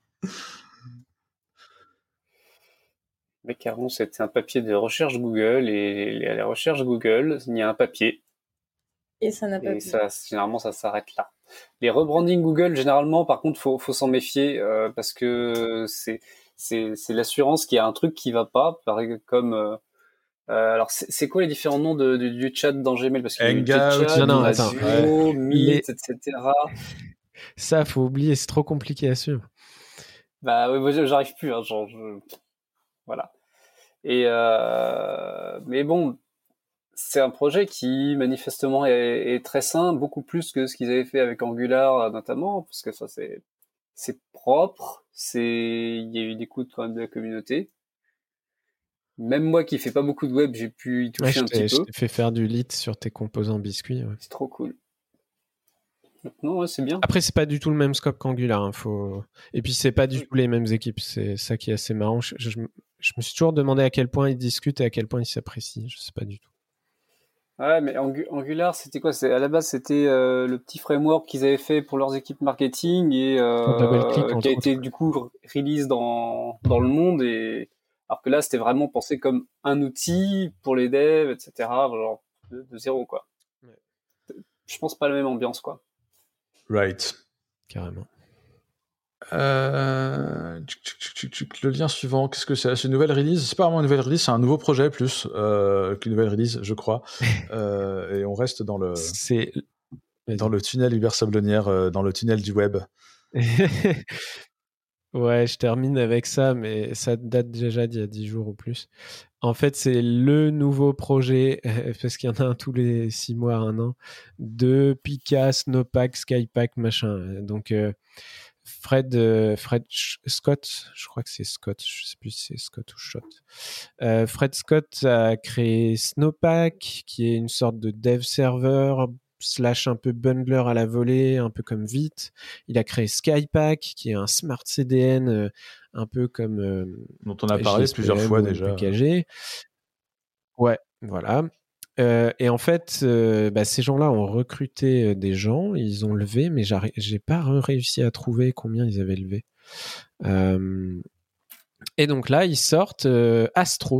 Macaron, c'était un papier de recherche Google, et à la recherche Google, il y a un papier. Et ça n'a pas Et plu. généralement, ça s'arrête là. Les rebranding Google, généralement, par contre, faut s'en méfier parce que c'est l'assurance qu'il y a un truc qui va pas, comme alors c'est quoi les différents noms du chat dans Gmail, parce qu'il y a eu Hangout, non, attends, Duo, Meet, etc. Ça, faut oublier, c'est trop compliqué à suivre. Bah oui, moi j'arrive plus, hein, voilà. Et mais bon, c'est un projet qui manifestement est très sain, beaucoup plus que ce qu'ils avaient fait avec Angular notamment, parce que ça c'est propre, il y a eu des coups quand même de la communauté. Même moi qui fais pas beaucoup de web, j'ai pu y toucher un petit peu. Je t'ai fait faire du lit sur tes composants biscuits. Ouais. C'est trop cool. Non, ouais, c'est bien. Après, c'est pas du tout le même scope qu'Angular. Hein, Et puis, c'est pas du tout les mêmes équipes. C'est ça qui est assez marrant. Je me suis toujours demandé à quel point ils discutent et à quel point ils s'apprécient. Je sais pas du tout. Ouais, mais Angular, c'était quoi? À la base, c'était le petit framework qu'ils avaient fait pour leurs équipes marketing et qui a été du coup release dans le monde. Et alors que là, c'était vraiment pensé comme un outil pour les devs, etc. Genre de zéro, quoi. Ouais. Je pense pas la même ambiance, quoi. Right. Carrément. Le lien suivant, qu'est-ce que c'est? C'est une nouvelle release? C'est pas vraiment une nouvelle release, c'est un nouveau projet plus qu'une nouvelle release, je crois. Et on reste dans le tunnel Hubert Sablonnière, dans le tunnel du web. Ouais, je termine avec ça, mais ça date déjà d'il y a 10 jours ou plus. En fait, c'est le nouveau projet, parce qu'il y en a un tous les 6 mois, 1 an, de Pika, Snowpack, Skypack, machin. Donc, Fred Scott, je crois que c'est Scott, je sais plus si c'est Scott ou Shot. Fred Scott a créé Snowpack, qui est une sorte de dev server / un peu bundler à la volée, un peu comme Vite. Il a créé Skypack, qui est un smart CDN, un peu comme dont on a parlé plusieurs fois déjà. PKG. Ouais, voilà. Et en fait, ces gens-là ont recruté des gens, ils ont levé, mais j'ai pas réussi à trouver combien ils avaient levé. Et donc là, ils sortent Astro.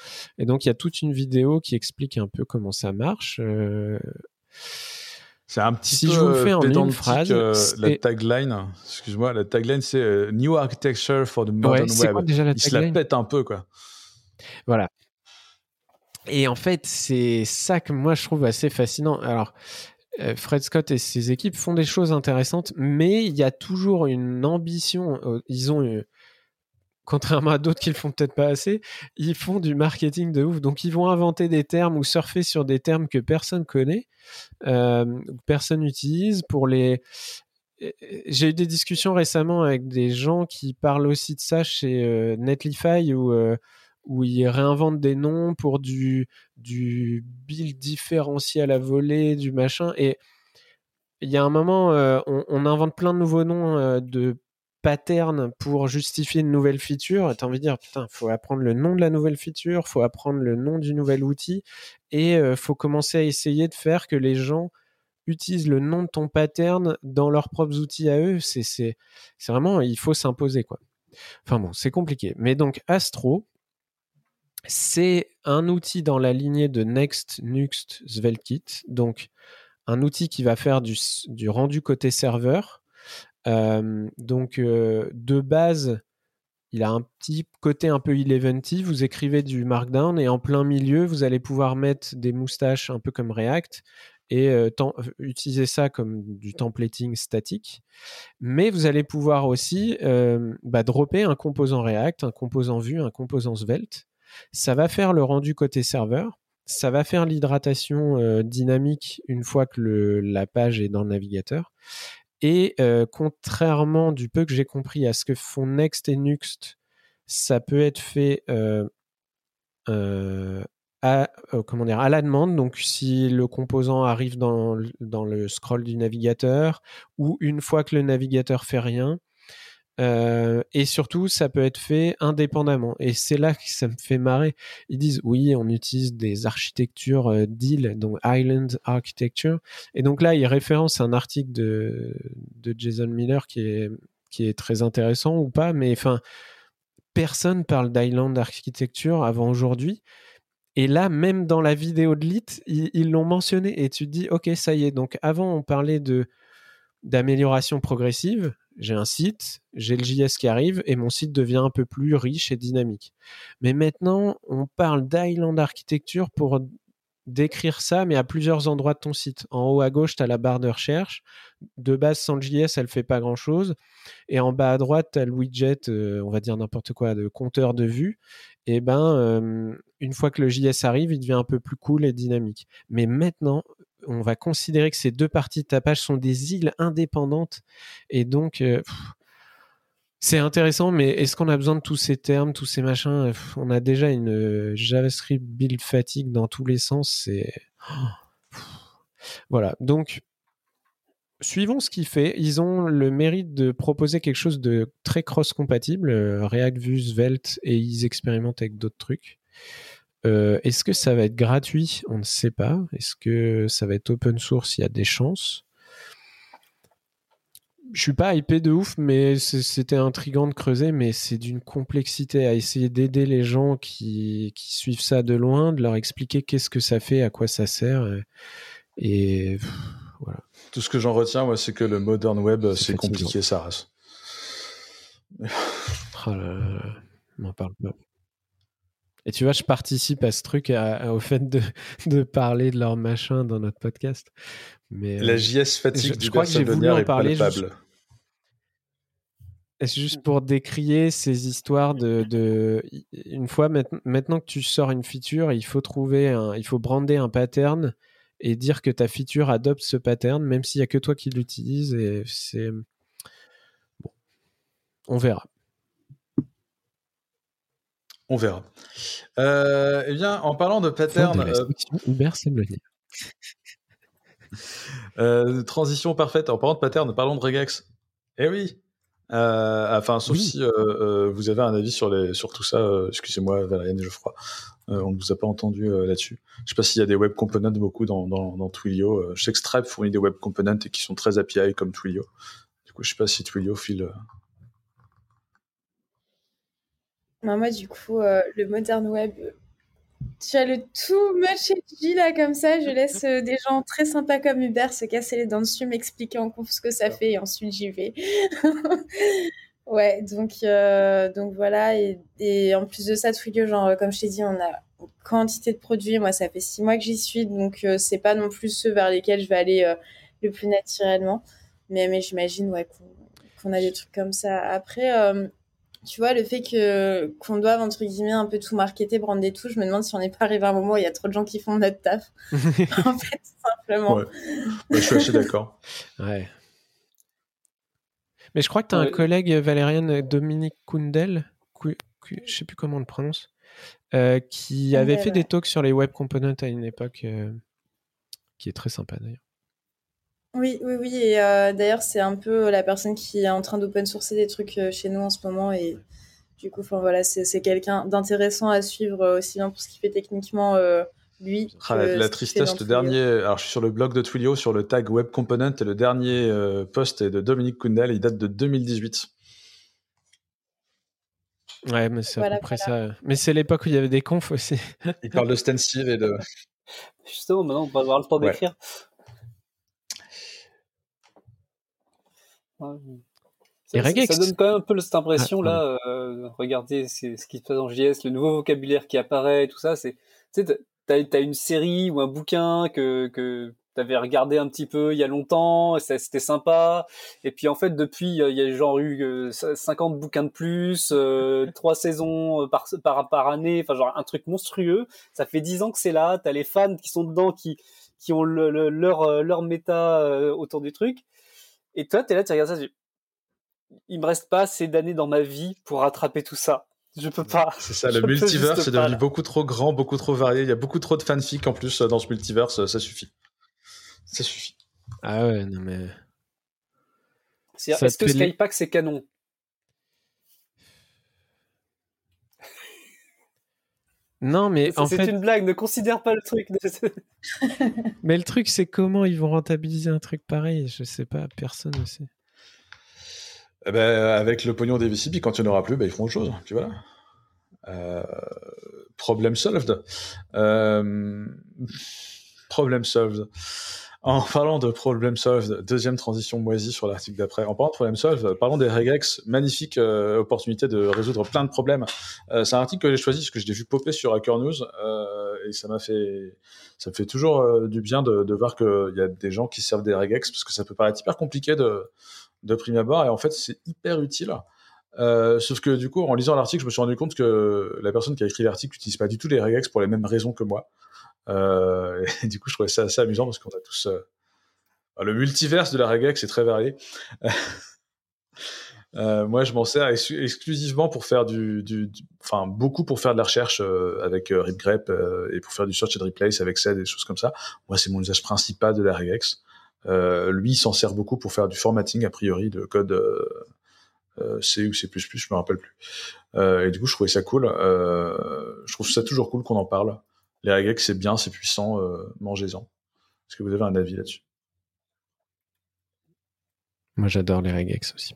Et donc, il y a toute une vidéo qui explique un peu comment ça marche. C'est un petit Si peu je vous le fais en une pédantique, phrase, la tagline. Excuse-moi, la tagline, c'est New Architecture for the Modern c'est Web. quoi déjà la Il se la tagline ? pète un peu, quoi. Voilà. Et en fait, c'est ça que moi, je trouve assez fascinant. Alors, Fred Scott et ses équipes font des choses intéressantes, mais il y a toujours une ambition. Ils ont, contrairement à d'autres qui le font peut-être pas assez, ils font du marketing de ouf. Donc, ils vont inventer des termes ou surfer sur des termes que personne connaît, personne n'utilise. J'ai eu des discussions récemment avec des gens qui parlent aussi de ça chez Netlify où ils réinventent des noms pour du build différentiel à voler, du machin. Et il y a un moment, on invente plein de nouveaux noms de patterns pour justifier une nouvelle feature. Et t'as envie de dire, putain, faut apprendre le nom de la nouvelle feature, faut apprendre le nom du nouvel outil et faut commencer à essayer de faire que les gens utilisent le nom de ton pattern dans leurs propres outils à eux. C'est vraiment, il faut s'imposer, quoi. Enfin bon, c'est compliqué. Mais donc, Astro, c'est un outil dans la lignée de Next, Nuxt, SvelteKit. Donc, un outil qui va faire du rendu côté serveur. De base, il a un petit côté un peu Eleventy. Vous écrivez du Markdown et en plein milieu, vous allez pouvoir mettre des moustaches un peu comme React et utiliser ça comme du templating statique. Mais vous allez pouvoir aussi dropper un composant React, un composant Vue, un composant Svelte. Ça va faire le rendu côté serveur. Ça va faire l'hydratation dynamique une fois que la page est dans le navigateur. Et contrairement du peu que j'ai compris à ce que font Next et Nuxt, ça peut être fait à la demande. Donc, si le composant arrive dans le scroll du navigateur ou une fois que le navigateur fait rien. Et surtout, ça peut être fait indépendamment. Et c'est là que ça me fait marrer. Ils disent, oui, on utilise des architectures d'îles, donc Island Architecture. Et donc là, ils référencent un article de Jason Miller qui est très intéressant ou pas, mais enfin, personne parle d'Island Architecture avant aujourd'hui. Et là, même dans la vidéo de Lit, ils l'ont mentionné. Et tu te dis, ok, ça y est. Donc avant, on parlait d'amélioration progressive. J'ai un site, j'ai le JS qui arrive et mon site devient un peu plus riche et dynamique. Mais maintenant, on parle d'Island Architecture pour décrire ça, mais à plusieurs endroits de ton site. En haut à gauche, tu as la barre de recherche. De base, sans le JS, elle fait pas grand-chose. Et en bas à droite, tu as le widget, on va dire n'importe quoi, de compteur de vue. Et une fois que le JS arrive, il devient un peu plus cool et dynamique. Mais maintenant, on va considérer que ces deux parties de ta page sont des îles indépendantes. Et donc, c'est intéressant, mais est-ce qu'on a besoin de tous ces termes, tous ces machins ? On a déjà une JavaScript build fatigue dans tous les sens. Voilà. Donc, suivons ce qu'il fait. Ils ont le mérite de proposer quelque chose de très cross-compatible, React, Vue, Svelte, et ils expérimentent avec d'autres trucs. Est-ce que ça va être gratuit ? On ne sait pas. Est-ce que ça va être open source ? Il y a des chances. Je suis pas hypé de ouf, mais c'était intriguant de creuser, mais c'est d'une complexité à essayer d'aider les gens qui suivent ça de loin, de leur expliquer qu'est-ce que ça fait, à quoi ça sert. Et voilà. Tout ce que j'en retiens, moi, c'est que le modern web, c'est compliqué, sa race. Oh là là, m'en parle pas. Et tu vois, je participe à ce truc, au fait de parler de leur machin dans notre podcast. Mais, la JS fatigue je crois que j'ai voulu en parler palpable. Juste pour décrier ces histoires une fois, maintenant que tu sors une feature, il faut brander un pattern et dire que ta feature adopte ce pattern, même s'il n'y a que toi qui l'utilise. Et c'est... Bon, on verra. On verra. Eh bien, en parlant de pattern... Fin de la section Uber Semblonier. Transition parfaite. En parlant de pattern, parlons de regex. Eh oui. Sauf si vous avez un avis sur tout ça. Excusez-moi, Valériane et Geoffroy. On ne vous a pas entendu là-dessus. Je ne sais pas s'il y a des web components beaucoup dans Twilio. Je sais que Stripe fournit des web components et qui sont très API comme Twilio. Du coup, je ne sais pas si Twilio file... Moi, du coup, le modern web, Tu as le too much edgy là comme ça. Je laisse des gens très sympas comme Hubert se casser les dents dessus, m'expliquer en conf ce que ça fait et ensuite j'y vais. Ouais, donc voilà. Et en plus de ça, Twilio, genre, comme je t'ai dit, on a une quantité de produits. Moi, ça fait 6 mois que j'y suis, donc c'est pas non plus ceux vers lesquels je vais aller le plus naturellement. Mais j'imagine, ouais, qu'on a des trucs comme ça. Après, tu vois, le fait qu'on doive, entre guillemets, un peu tout marketer, brander tout, je me demande si on n'est pas arrivé à un moment où il y a trop de gens qui font notre taf. En fait, tout simplement. Ouais. Je suis assez d'accord. Ouais. Mais je crois que tu as un collègue, Valériane, Dominique Kundel, je sais plus comment on le prononce, qui avait fait des talks sur les web components à une époque, qui est très sympa d'ailleurs. Oui. Et d'ailleurs, c'est un peu la personne qui est en train d'open sourcer des trucs chez nous en ce moment. Et du coup, voilà, c'est quelqu'un d'intéressant à suivre aussi bien pour ce qu'il fait techniquement, lui, que la ce qu'il fait dans tristesse, le Twilio. dernier. Alors, je suis sur le blog de Twilio sur le tag Web Component et le dernier post est de Dominique Kundel. Il date de 2018. Ouais, mais c'est à peu près ça. Mais c'est l'époque où il y avait des confs aussi. Il parle de stencil et de. Justement, maintenant, on va avoir le temps d'écrire. Ouais. Ça donne quand même un peu cette impression là. Regardez ce qui se passe en JS, le nouveau vocabulaire qui apparaît, tout ça. Tu sais, t'as une série ou un bouquin que t'avais regardé un petit peu il y a longtemps, et c'était sympa. Et puis en fait, depuis, il y a genre eu 50 bouquins de plus, 3 saisons par année, enfin genre un truc monstrueux. Ça fait 10 ans que c'est là. T'as les fans qui sont dedans, qui ont leur méta autour du truc. Et toi, t'es là, tu regardes ça. Il me reste pas assez d'années dans ma vie pour rattraper tout ça. Je peux pas. C'est ça, le multiverse est devenu beaucoup trop grand, beaucoup trop varié. Il y a beaucoup trop de fanfic en plus dans ce multiverse. Ça suffit. Ça suffit. Ah ouais, non mais. Est-ce que Skypack c'est canon? Non, mais en fait. C'est une blague, ne considère pas le truc. Mais le truc, c'est comment ils vont rentabiliser un truc pareil? Je sais pas, personne ne sait. Avec le pognon des VCP, quand il n'y en aura plus, ils font autre chose. Puis voilà. Problem solved. Problem solved. En parlant de problem solved, deuxième transition moisie sur l'article d'après. En parlant de problem solved, parlons des regex. Magnifique opportunité de résoudre plein de problèmes. C'est un article que j'ai choisi parce que je l'ai vu popper sur Hacker News et ça me fait toujours du bien de voir qu'il y a des gens qui servent des regex parce que ça peut paraître hyper compliqué de prime abord et en fait c'est hyper utile. Sauf que du coup, en lisant l'article, je me suis rendu compte que la personne qui a écrit l'article n'utilise pas du tout les regex pour les mêmes raisons que moi. Et du coup, je trouvais ça assez amusant parce qu'on a tous le multiverse de la regex est très varié. Moi, je m'en sers exclusivement pour faire beaucoup pour faire de la recherche avec ripgrep et pour faire du search and replace avec SED et des choses comme ça. Moi, c'est mon usage principal de la regex. Lui, il s'en sert beaucoup pour faire du formatting a priori de code C ou C++, je me rappelle plus. Et du coup, je trouvais ça cool. Je trouve ça toujours cool qu'on en parle. Les regex, c'est bien, c'est puissant, mangez-en. Est-ce que vous avez un avis là-dessus? Moi, j'adore les regex aussi.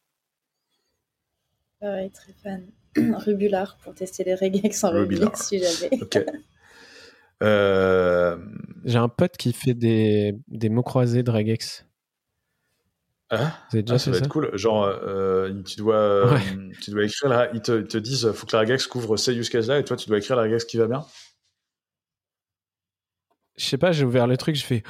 Pareil, très fan. Rubular pour tester les regex en Ruby, si jamais. Ok. J'ai un pote qui fait des mots croisés de regex. Ah, vous avez déjà fait ça va être cool. Genre, tu dois écrire, ils te disent, faut que la regex couvre ces use cases-là, et toi, tu dois écrire la regex qui va bien. Je sais pas, j'ai ouvert le truc, je fais.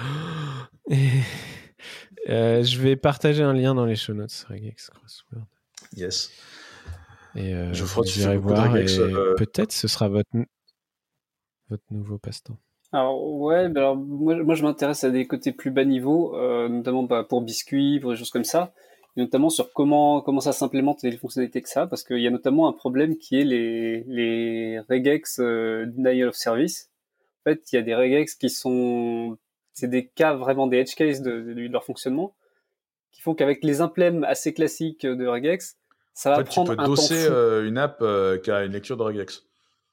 Je vais partager un lien dans les show notes, regex crossword. Yes. Et je crois que tu fais beaucoup de regex. Peut-être ce sera votre nouveau passe-temps. Alors ouais, alors moi je m'intéresse à des côtés plus bas niveau, notamment pour Biscuit, pour des choses comme ça, et notamment sur comment ça s'implémente et les fonctionnalités que ça, parce qu'il y a notamment un problème qui est les regex denial of service. En fait, il y a des regex c'est des cas vraiment des edge cases de leur fonctionnement, qui font qu'avec les implèmes assez classiques de regex, ça va prendre un temps fou. Tu peux doser une app qui a une lecture de regex.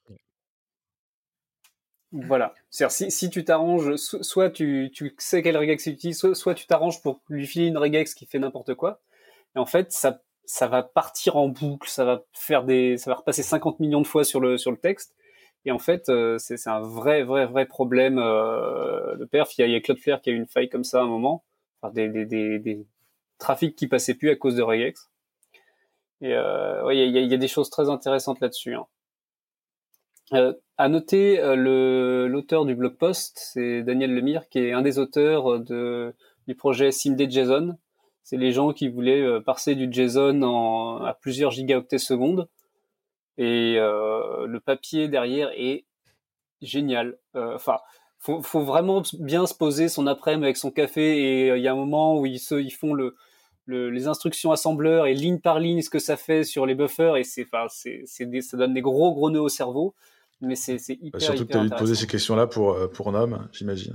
Voilà. C'est-à-dire, si tu t'arranges, soit tu sais quel regex il utilise, soit tu t'arranges pour lui filer une regex qui fait n'importe quoi. Et en fait, ça va partir en boucle, ça va repasser 50 millions de fois sur le texte. Et en fait, c'est un vrai problème de perf. Il y a Cloudflare qui a eu une faille comme ça à un moment, enfin, des trafics qui passaient plus à cause de regex. Et ouais, il y a des choses très intéressantes là-dessus. Hein. À noter, l'auteur du blog post, c'est Daniel Lemire, qui est un des auteurs du projet SIMD.json. C'est les gens qui voulaient parser du JSON à plusieurs gigaoctets secondes. Et le papier derrière est génial. Enfin, faut vraiment bien se poser son après-midi avec son café. Et il y a un moment où ils font les instructions assembleurs et ligne par ligne ce que ça fait sur les buffers. Et ça donne des gros nœuds au cerveau. Mais c'est hyper, surtout que tu hyper as dû te poser intéressant. ces questions-là pour Nom, j'imagine.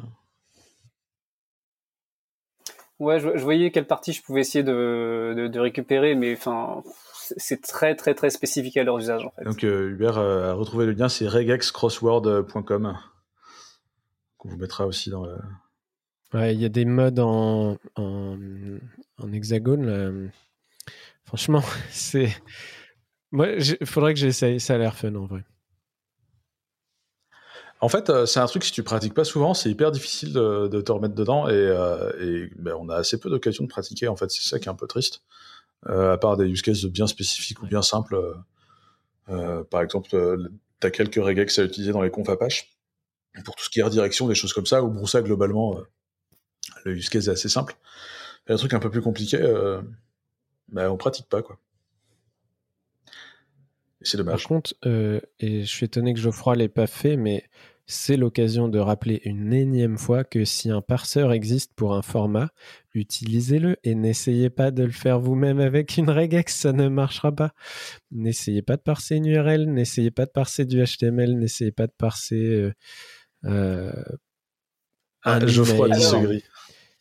Ouais, je voyais quelle partie je pouvais essayer de récupérer, mais enfin, c'est très spécifique à leur usage en fait. Donc Hubert a retrouvé le lien, c'est regexcrossword.com qu'on vous mettra aussi dans le... Ouais, il y a des modes en hexagone. Là. Franchement, c'est... Moi, faudrait que j'essaye. Ça a l'air fun en vrai. En fait, c'est un truc, si tu pratiques pas souvent, c'est hyper difficile de te remettre dedans et ben, on a assez peu d'occasions de pratiquer. En fait, c'est ça qui est un peu triste. À part des use cases bien spécifiques ou bien simples. Par exemple, tu as quelques regex à utiliser dans les confs Apache pour tout ce qui est redirection, des choses comme ça, ou Broussa, globalement, le use case est assez simple. Et les trucs un peu plus compliqués, ben, on pratique pas, quoi. Et c'est dommage. Par contre, et je suis étonné que Geoffroy l'ait pas fait, mais c'est l'occasion de rappeler une énième fois que si un parseur existe pour un format, utilisez-le et n'essayez pas de le faire vous-même avec une regex, ça ne marchera pas. N'essayez pas de parser une URL, n'essayez pas de parser du HTML, n'essayez pas de parser un Geoffroy email. disagree.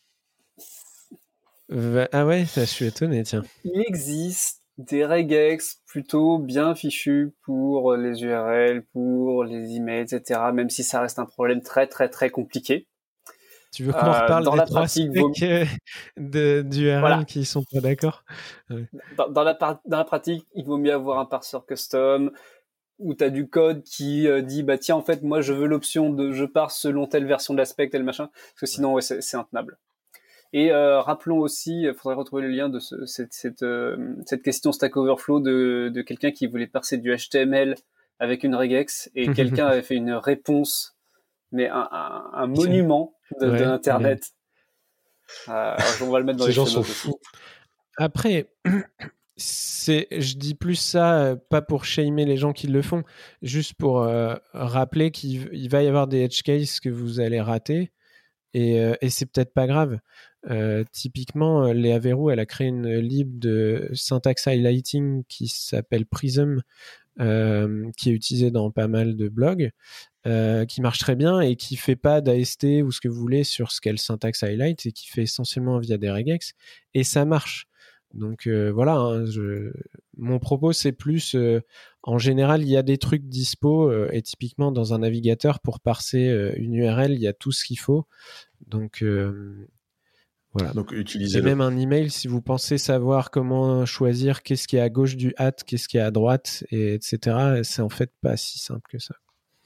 Ah ouais, je suis étonné, tiens. Il existe des regex plutôt bien fichus pour les URL, pour les emails, etc. Même si ça reste un problème très compliqué. Tu veux qu'on reparle dans des la trois pratique, specs d'URL voilà. qui sont pas d'accord? Ouais. Dans la pratique, il vaut mieux avoir un parseur custom où tu as du code qui dit bah tiens en fait moi je veux l'option de je parse selon telle version de l'aspect, tel machin, parce que sinon ouais, c'est intenable. Et rappelons aussi, il faudrait retrouver le lien de cette question Stack Overflow de quelqu'un qui voulait parser du HTML avec une regex et quelqu'un avait fait une réponse, mais un monument de l'internet. On va le mettre dans Ces les gens show sont notes aussi. fous. Après, je dis plus ça, pas pour shamer les gens qui le font, juste pour rappeler qu'il va y avoir des edge cases que vous allez rater. Et c'est peut-être pas grave. Typiquement, Léa Verrou, elle a créé une lib de syntax highlighting qui s'appelle Prism, qui est utilisée dans pas mal de blogs, qui marche très bien et qui fait pas d'AST ou ce que vous voulez sur ce qu'est le syntax highlight et qui fait essentiellement via des regex. Et ça marche. Donc voilà, hein, mon propos c'est plus, en général, il y a des trucs dispo et typiquement dans un navigateur pour parser une URL, il y a tout ce qu'il faut. Donc voilà. Donc Et utilisez-le. même un email, si vous pensez savoir comment choisir qu'est-ce qui est à gauche du hat, qu'est-ce qui est à droite, etc., c'est en fait pas si simple que ça.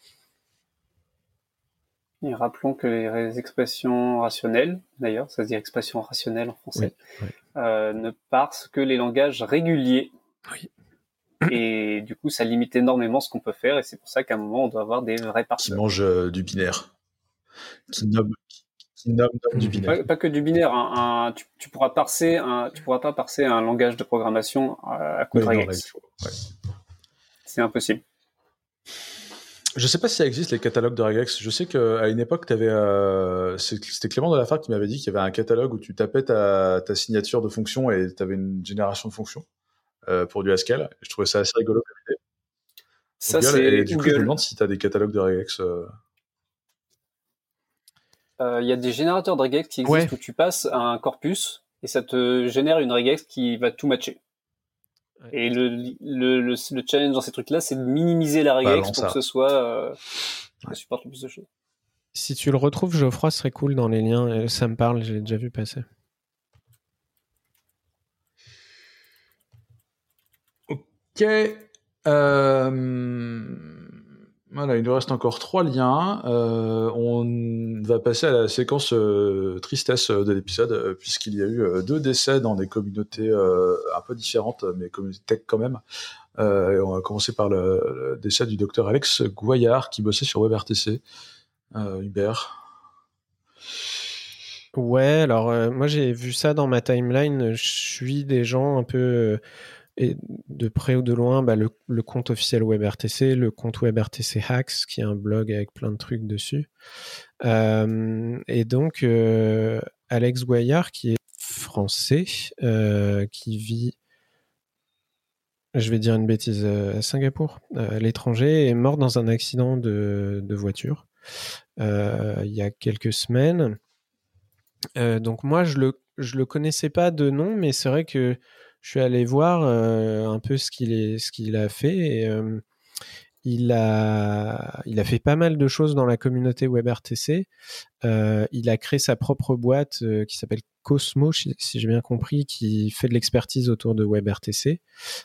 Et rappelons que les expressions rationnelles, d'ailleurs, ça se dit expression rationnelle en français, Oui. ne parsent que les langages réguliers. Oui. Et du coup, ça limite énormément ce qu'on peut faire, et c'est pour ça qu'à un moment, on doit avoir des vrais Qui parseurs. mange du binaire. Qui nomme du binaire. Pas que du binaire. Tu pourras pas parser un langage de programmation à coup de Oui, non, là, il regex. faut. Ouais. C'est impossible. Je sais pas si ça existe les catalogues de regex. Je sais qu'à une époque, c'était Clément de la Fargue qui m'avait dit qu'il y avait un catalogue où tu tapais ta signature de fonction et tu avais une génération de fonctions pour du Haskell. Je trouvais ça assez rigolo comme idée. Ça, Google. Et c'est du coup, je me Google. demande si tu as des catalogues de regex. Il y a des générateurs de regex qui existent où tu passes un corpus et ça te génère une regex qui va tout matcher. Ouais. Et le challenge dans ces trucs-là, c'est de minimiser la regex pour que ce soit ça supporte le plus de choses. Si tu le retrouves, Geoffroy, ce serait cool dans les liens. Ça me parle, j'ai déjà vu passer. Ok. Voilà, il nous reste encore 3 liens. On va passer à la séquence tristesse de l'épisode, puisqu'il y a eu 2 décès dans des communautés un peu différentes, mais communautés tech quand même. Et on va commencer par le décès du docteur Alex Gouaillard, qui bossait sur WebRTC. Hubert. Ouais, alors moi j'ai vu ça dans ma timeline. Je suis des gens un peu et de près ou de loin, le compte officiel WebRTC, le compte WebRTC Hacks, qui est un blog avec plein de trucs dessus. Et donc Alex Gouaillard, qui est français, qui vit, je vais dire une bêtise, à Singapour, à l'étranger, est mort dans un accident de voiture il y a quelques semaines. Donc moi, je le connaissais pas de nom, mais c'est vrai que je suis allé voir un peu ce qu'il a fait. Et, il a fait pas mal de choses dans la communauté WebRTC. Il a créé sa propre boîte qui s'appelle Cosmo, si j'ai bien compris, qui fait de l'expertise autour de WebRTC.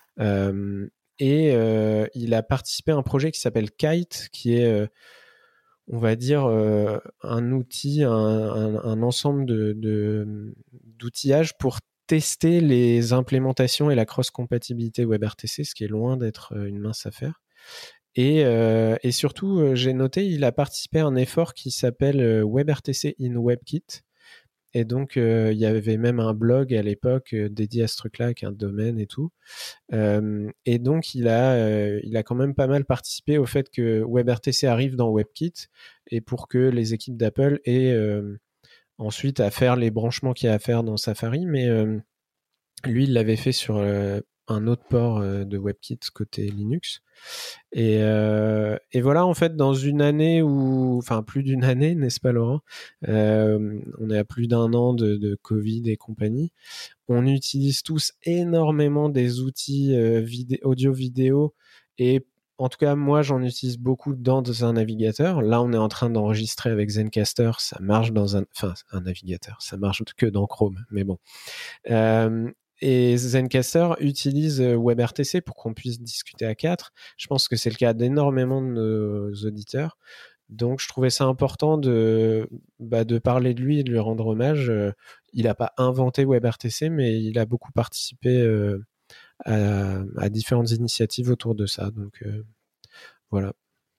Et il a participé à un projet qui s'appelle Kite, qui est on va dire un outil, un ensemble d'outillages pour tester les implémentations et la cross-compatibilité WebRTC, ce qui est loin d'être une mince affaire. Et surtout, j'ai noté, il a participé à un effort qui s'appelle WebRTC in WebKit. Et donc, il y avait même un blog à l'époque dédié à ce truc-là, avec un domaine et tout. Et donc, il a quand même pas mal participé au fait que WebRTC arrive dans WebKit et pour que les équipes d'Apple aient ensuite à faire les branchements qu'il y a à faire dans Safari. Mais lui, il l'avait fait sur un autre port de WebKit côté Linux. Et voilà, en fait, dans une année enfin plus d'une année, n'est-ce pas Laurent, on est à plus d'un an de Covid et compagnie. On utilise tous énormément des outils audio-vidéo et en tout cas, moi, j'en utilise beaucoup dans un navigateur. Là, on est en train d'enregistrer avec Zencastr. Ça marche un navigateur. Ça marche que dans Chrome, mais bon. Et Zencastr utilise WebRTC pour qu'on puisse discuter à 4. Je pense que c'est le cas d'énormément de nos auditeurs. Donc, je trouvais ça important de parler de lui et de lui rendre hommage. Il n'a pas inventé WebRTC, mais il a beaucoup participé à différentes initiatives autour de ça. Donc, voilà.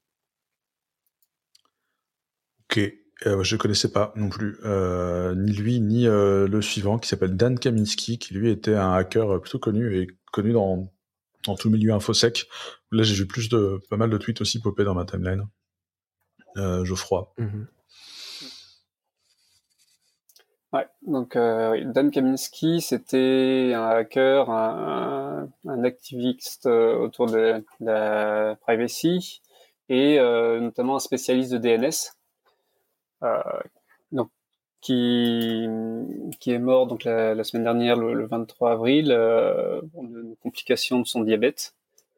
Ok. Je connaissais pas non plus ni lui ni le suivant qui s'appelle Dan Kaminsky, qui lui était un hacker plutôt connu et connu dans tout le milieu infosec. Là, j'ai vu pas mal de tweets aussi popper dans ma timeline. Geoffroy. Mm-hmm. Ouais, donc Dan Kaminsky, c'était un hacker, un activiste autour de la privacy et notamment un spécialiste de DNS. Donc qui est mort donc la semaine dernière, le 23 avril, d'une complication de son diabète.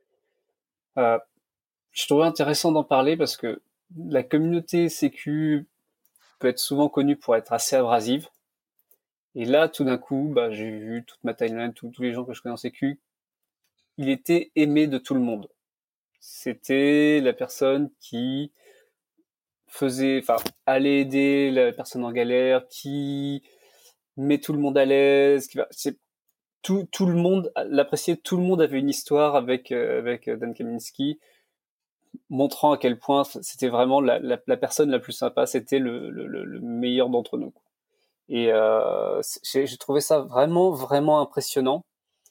Je trouvais intéressant d'en parler parce que la communauté sécu peut être souvent connue pour être assez abrasive. Et là, tout d'un coup, j'ai vu toute ma timeline, tous les gens que je connais en sécu, il était aimé de tout le monde. C'était la personne qui allait aider la personne en galère, qui met tout le monde à l'aise, tout le monde l'appréciait, tout le monde avait une histoire avec Dan Kaminsky, montrant à quel point c'était vraiment la personne la plus sympa, c'était le meilleur d'entre nous. Et j'ai trouvé ça vraiment, vraiment impressionnant.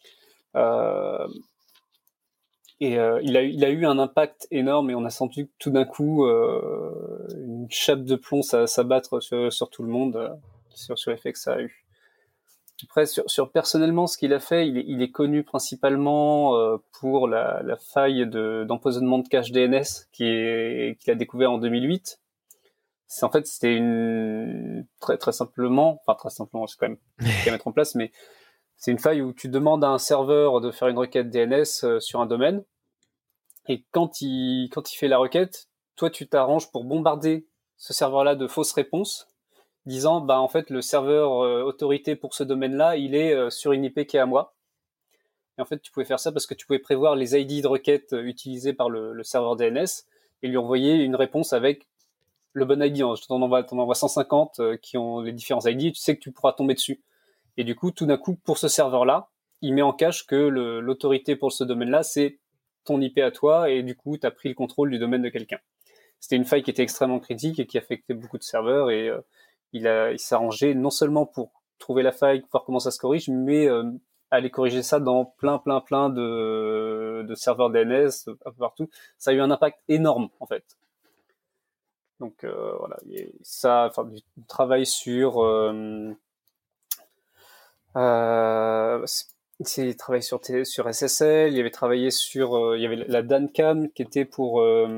Et il a eu un impact énorme et on a senti tout d'un coup une chape de plomb s'abattre sur tout le monde, sur l'effet que ça a eu. Après, sur personnellement, ce qu'il a fait, il est connu principalement pour la faille d'empoisonnement de cache DNS qu'il a découvert en 2008. C'était très simplement, c'est quand même à mettre en place, mais c'est une faille où tu demandes à un serveur de faire une requête DNS sur un domaine, et quand il fait la requête, toi tu t'arranges pour bombarder ce serveur-là de fausses réponses, disant en fait le serveur autorité pour ce domaine-là, il est sur une IP qui est à moi. Et en fait, tu pouvais faire ça parce que tu pouvais prévoir les ID de requête utilisés par le serveur DNS. et lui envoyer une réponse avec le bon ID. T'en envoies 150 qui ont les différents ID, et tu sais que tu pourras tomber dessus. Et du coup, tout d'un coup, pour ce serveur-là, il met en cache que l'autorité pour ce domaine-là, c'est ton IP à toi, et du coup, tu as pris le contrôle du domaine de quelqu'un. C'était une faille qui était extrêmement critique et qui affectait beaucoup de serveurs, et il s'est arrangé non seulement pour trouver la faille, voir comment ça se corrige, mais aller corriger ça dans plein de serveurs DNS un peu partout. Ça a eu un impact énorme, en fait. Donc voilà, ça, enfin, du travail sur il travaillé sur SSL, il avait travaillé sur il y avait la DanCam qui était pour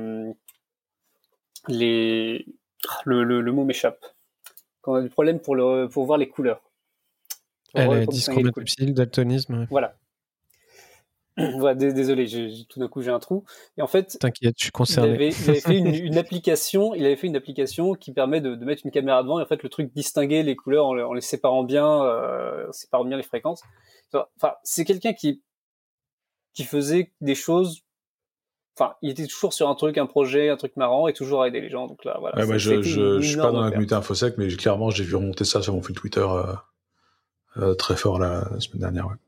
le mot m'échappe. Quand on a du problème pour voir les couleurs. Dyschromatopsie, daltonisme. Ouais. Voilà. Voilà, désolé, tout d'un coup j'ai un trou. Et en fait, t'inquiète, je suis concerné. Il avait fait une application. Il avait fait une application qui permet de mettre une caméra devant et en fait le truc distinguer les couleurs en les séparant bien, les fréquences. Enfin, c'est quelqu'un qui faisait des choses. Enfin, il était toujours sur un projet, un truc marrant et toujours à aider les gens. Donc là, voilà. Ouais, je suis pas dans la communauté InfoSec, mais clairement j'ai vu remonter ça sur mon fil Twitter très fort la semaine dernière. Ouais.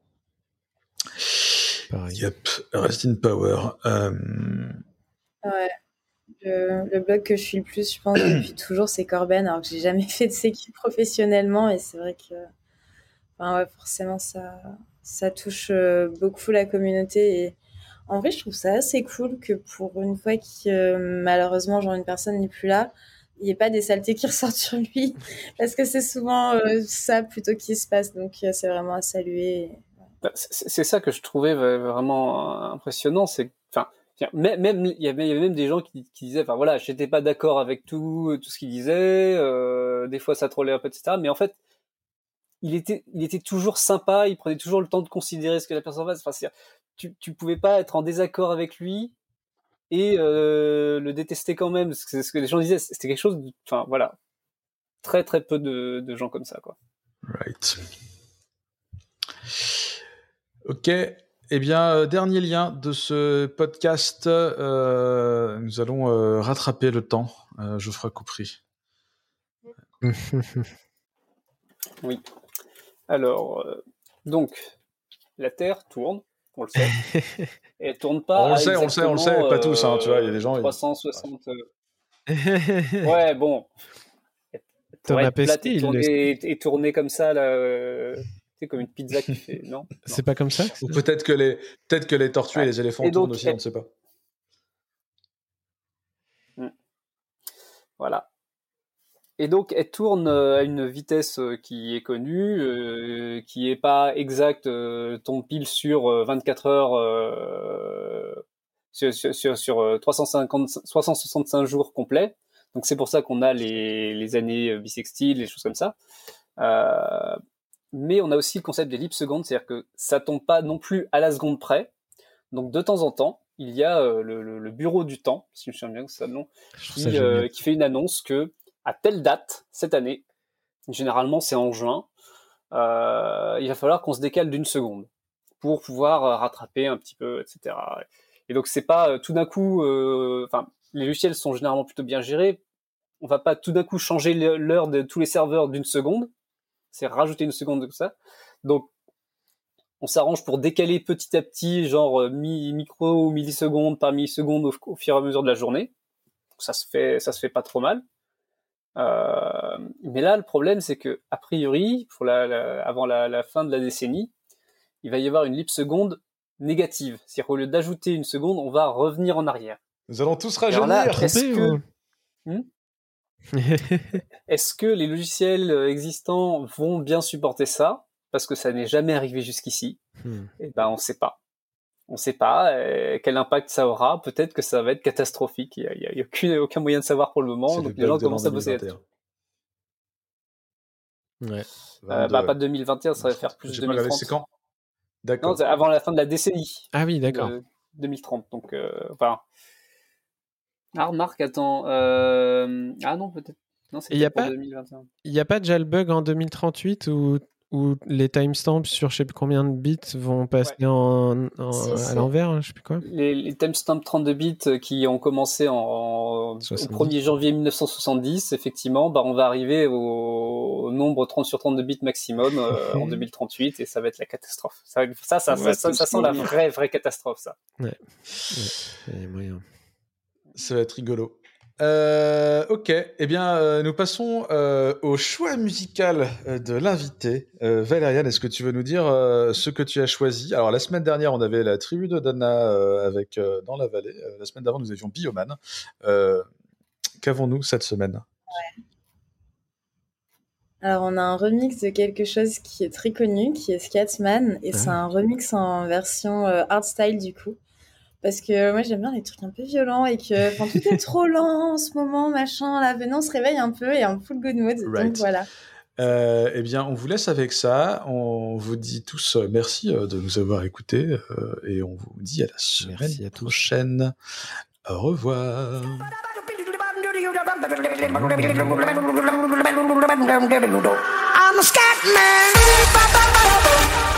Pareil. Yep, Rest in Power. Ouais. Le blog que je suis le plus, je pense, depuis toujours, c'est Corben, alors que j'ai jamais fait de sécu professionnellement. Et c'est vrai que forcément, ça touche beaucoup la communauté. Et en vrai, je trouve ça assez cool que pour une fois que malheureusement, genre une personne n'est plus là, il n'y ait pas des saletés qui ressortent sur lui. Parce que c'est souvent ça plutôt qui se passe. Donc, c'est vraiment à saluer. C'est ça que je trouvais vraiment impressionnant. C'est, enfin, même il y avait même des gens qui disaient, enfin voilà, j'étais pas d'accord avec tout ce qu'il disait. Des fois, ça trollait un peu, etc. Mais en fait, il était toujours sympa. Il prenait toujours le temps de considérer ce que la personne fasse. Enfin, tu pouvais pas être en désaccord avec lui et le détester quand même. C'est ce que les gens disaient. C'était quelque chose. Enfin voilà, très peu de gens comme ça, quoi. Right. Ok, eh bien, dernier lien de ce podcast, nous allons rattraper le temps. Geoffroy Coupry. Oui. Alors, donc, la Terre tourne, on le sait. Et elle tourne pas. On le sait, pas tous, hein, tu vois, il y a des gens. 360. Ouais, bon. Thomas Pesquet, Pesquet, et tourner comme ça, là, c'est comme une pizza qui fait, non? C'est pas comme ça. Ou peut-être que les tortues et les éléphants tournent aussi, on ne sait pas. Voilà. Et donc, elle tourne à une vitesse qui est connue, qui est pas exacte, tombe pile sur 24 heures, sur 365 jours complets. Donc, c'est pour ça qu'on a les années bissextiles, les choses comme ça. Mais on a aussi le concept d'ellipse seconde, c'est-à-dire que ça tombe pas non plus à la seconde près. Donc, de temps en temps, il y a le bureau du temps, si je me souviens bien que c'est ça le nom, qui fait une annonce que à telle date, cette année, généralement c'est en juin, il va falloir qu'on se décale d'une seconde pour pouvoir rattraper un petit peu, etc. Et donc c'est pas tout d'un coup, les logiciels sont généralement plutôt bien gérés. On va pas tout d'un coup changer l'heure de tous les serveurs d'une seconde, c'est rajouter une seconde de tout ça. Donc on s'arrange pour décaler petit à petit, genre micro ou millisecondes par milliseconde au fur et à mesure de la journée. Donc, ça se fait pas trop mal. Mais là, le problème, c'est que a priori, avant la fin de la décennie, il va y avoir une ellipse seconde négative. C'est-à-dire qu'au lieu d'ajouter une seconde, on va revenir en arrière. Nous allons tous rajeunir. Est-ce que les logiciels existants vont bien supporter ça? Parce que ça n'est jamais arrivé jusqu'ici. Et ben, on sait pas. On sait pas quel impact ça aura. Peut-être que ça va être catastrophique. Il y a aucun moyen de savoir pour le moment. Donc les gens commencent à bosser là-dessus. Ouais. Pas 2021, ça va faire plus de 2030. C'est quand? D'accord. Non, c'est avant la fin de la décennie. Ah oui, d'accord. 2030. Donc, remarque, attends. Ah non, peut-être. Non, c'est pour 2021. Il n'y a pas déjà le bug en 2038 où où les timestamps sur je sais plus combien de bits vont passer à l'envers, je sais plus quoi. Les timestamps 32 bits qui ont commencé au 1er janvier 1970, effectivement, on va arriver au nombre 30 sur 32 bits maximum en 2038 et ça va être la catastrophe. Ça sent la vraie catastrophe, ça. Ouais. Il y a moyen. Ça va être rigolo. Ok, eh bien, nous passons au choix musical de l'invité. Valériane, est-ce que tu veux nous dire ce que tu as choisi? Alors, la semaine dernière, on avait la tribu de Dana avec Dans la vallée. La semaine d'avant, nous avions Bioman. Qu'avons-nous cette semaine? Ouais. Alors, on a un remix de quelque chose qui est très connu, qui est Scatman, et c'est un remix en version hardstyle du coup. Parce que moi, j'aime bien les trucs un peu violents et que tout est trop lent en ce moment, machin. Là, venez, on se réveille un peu et un full good mood. Right. Donc voilà. Eh bien, on vous laisse avec ça. On vous dit tous merci de nous avoir écoutés et on vous dit à la semaine prochaine. Au revoir. I'm a scat man.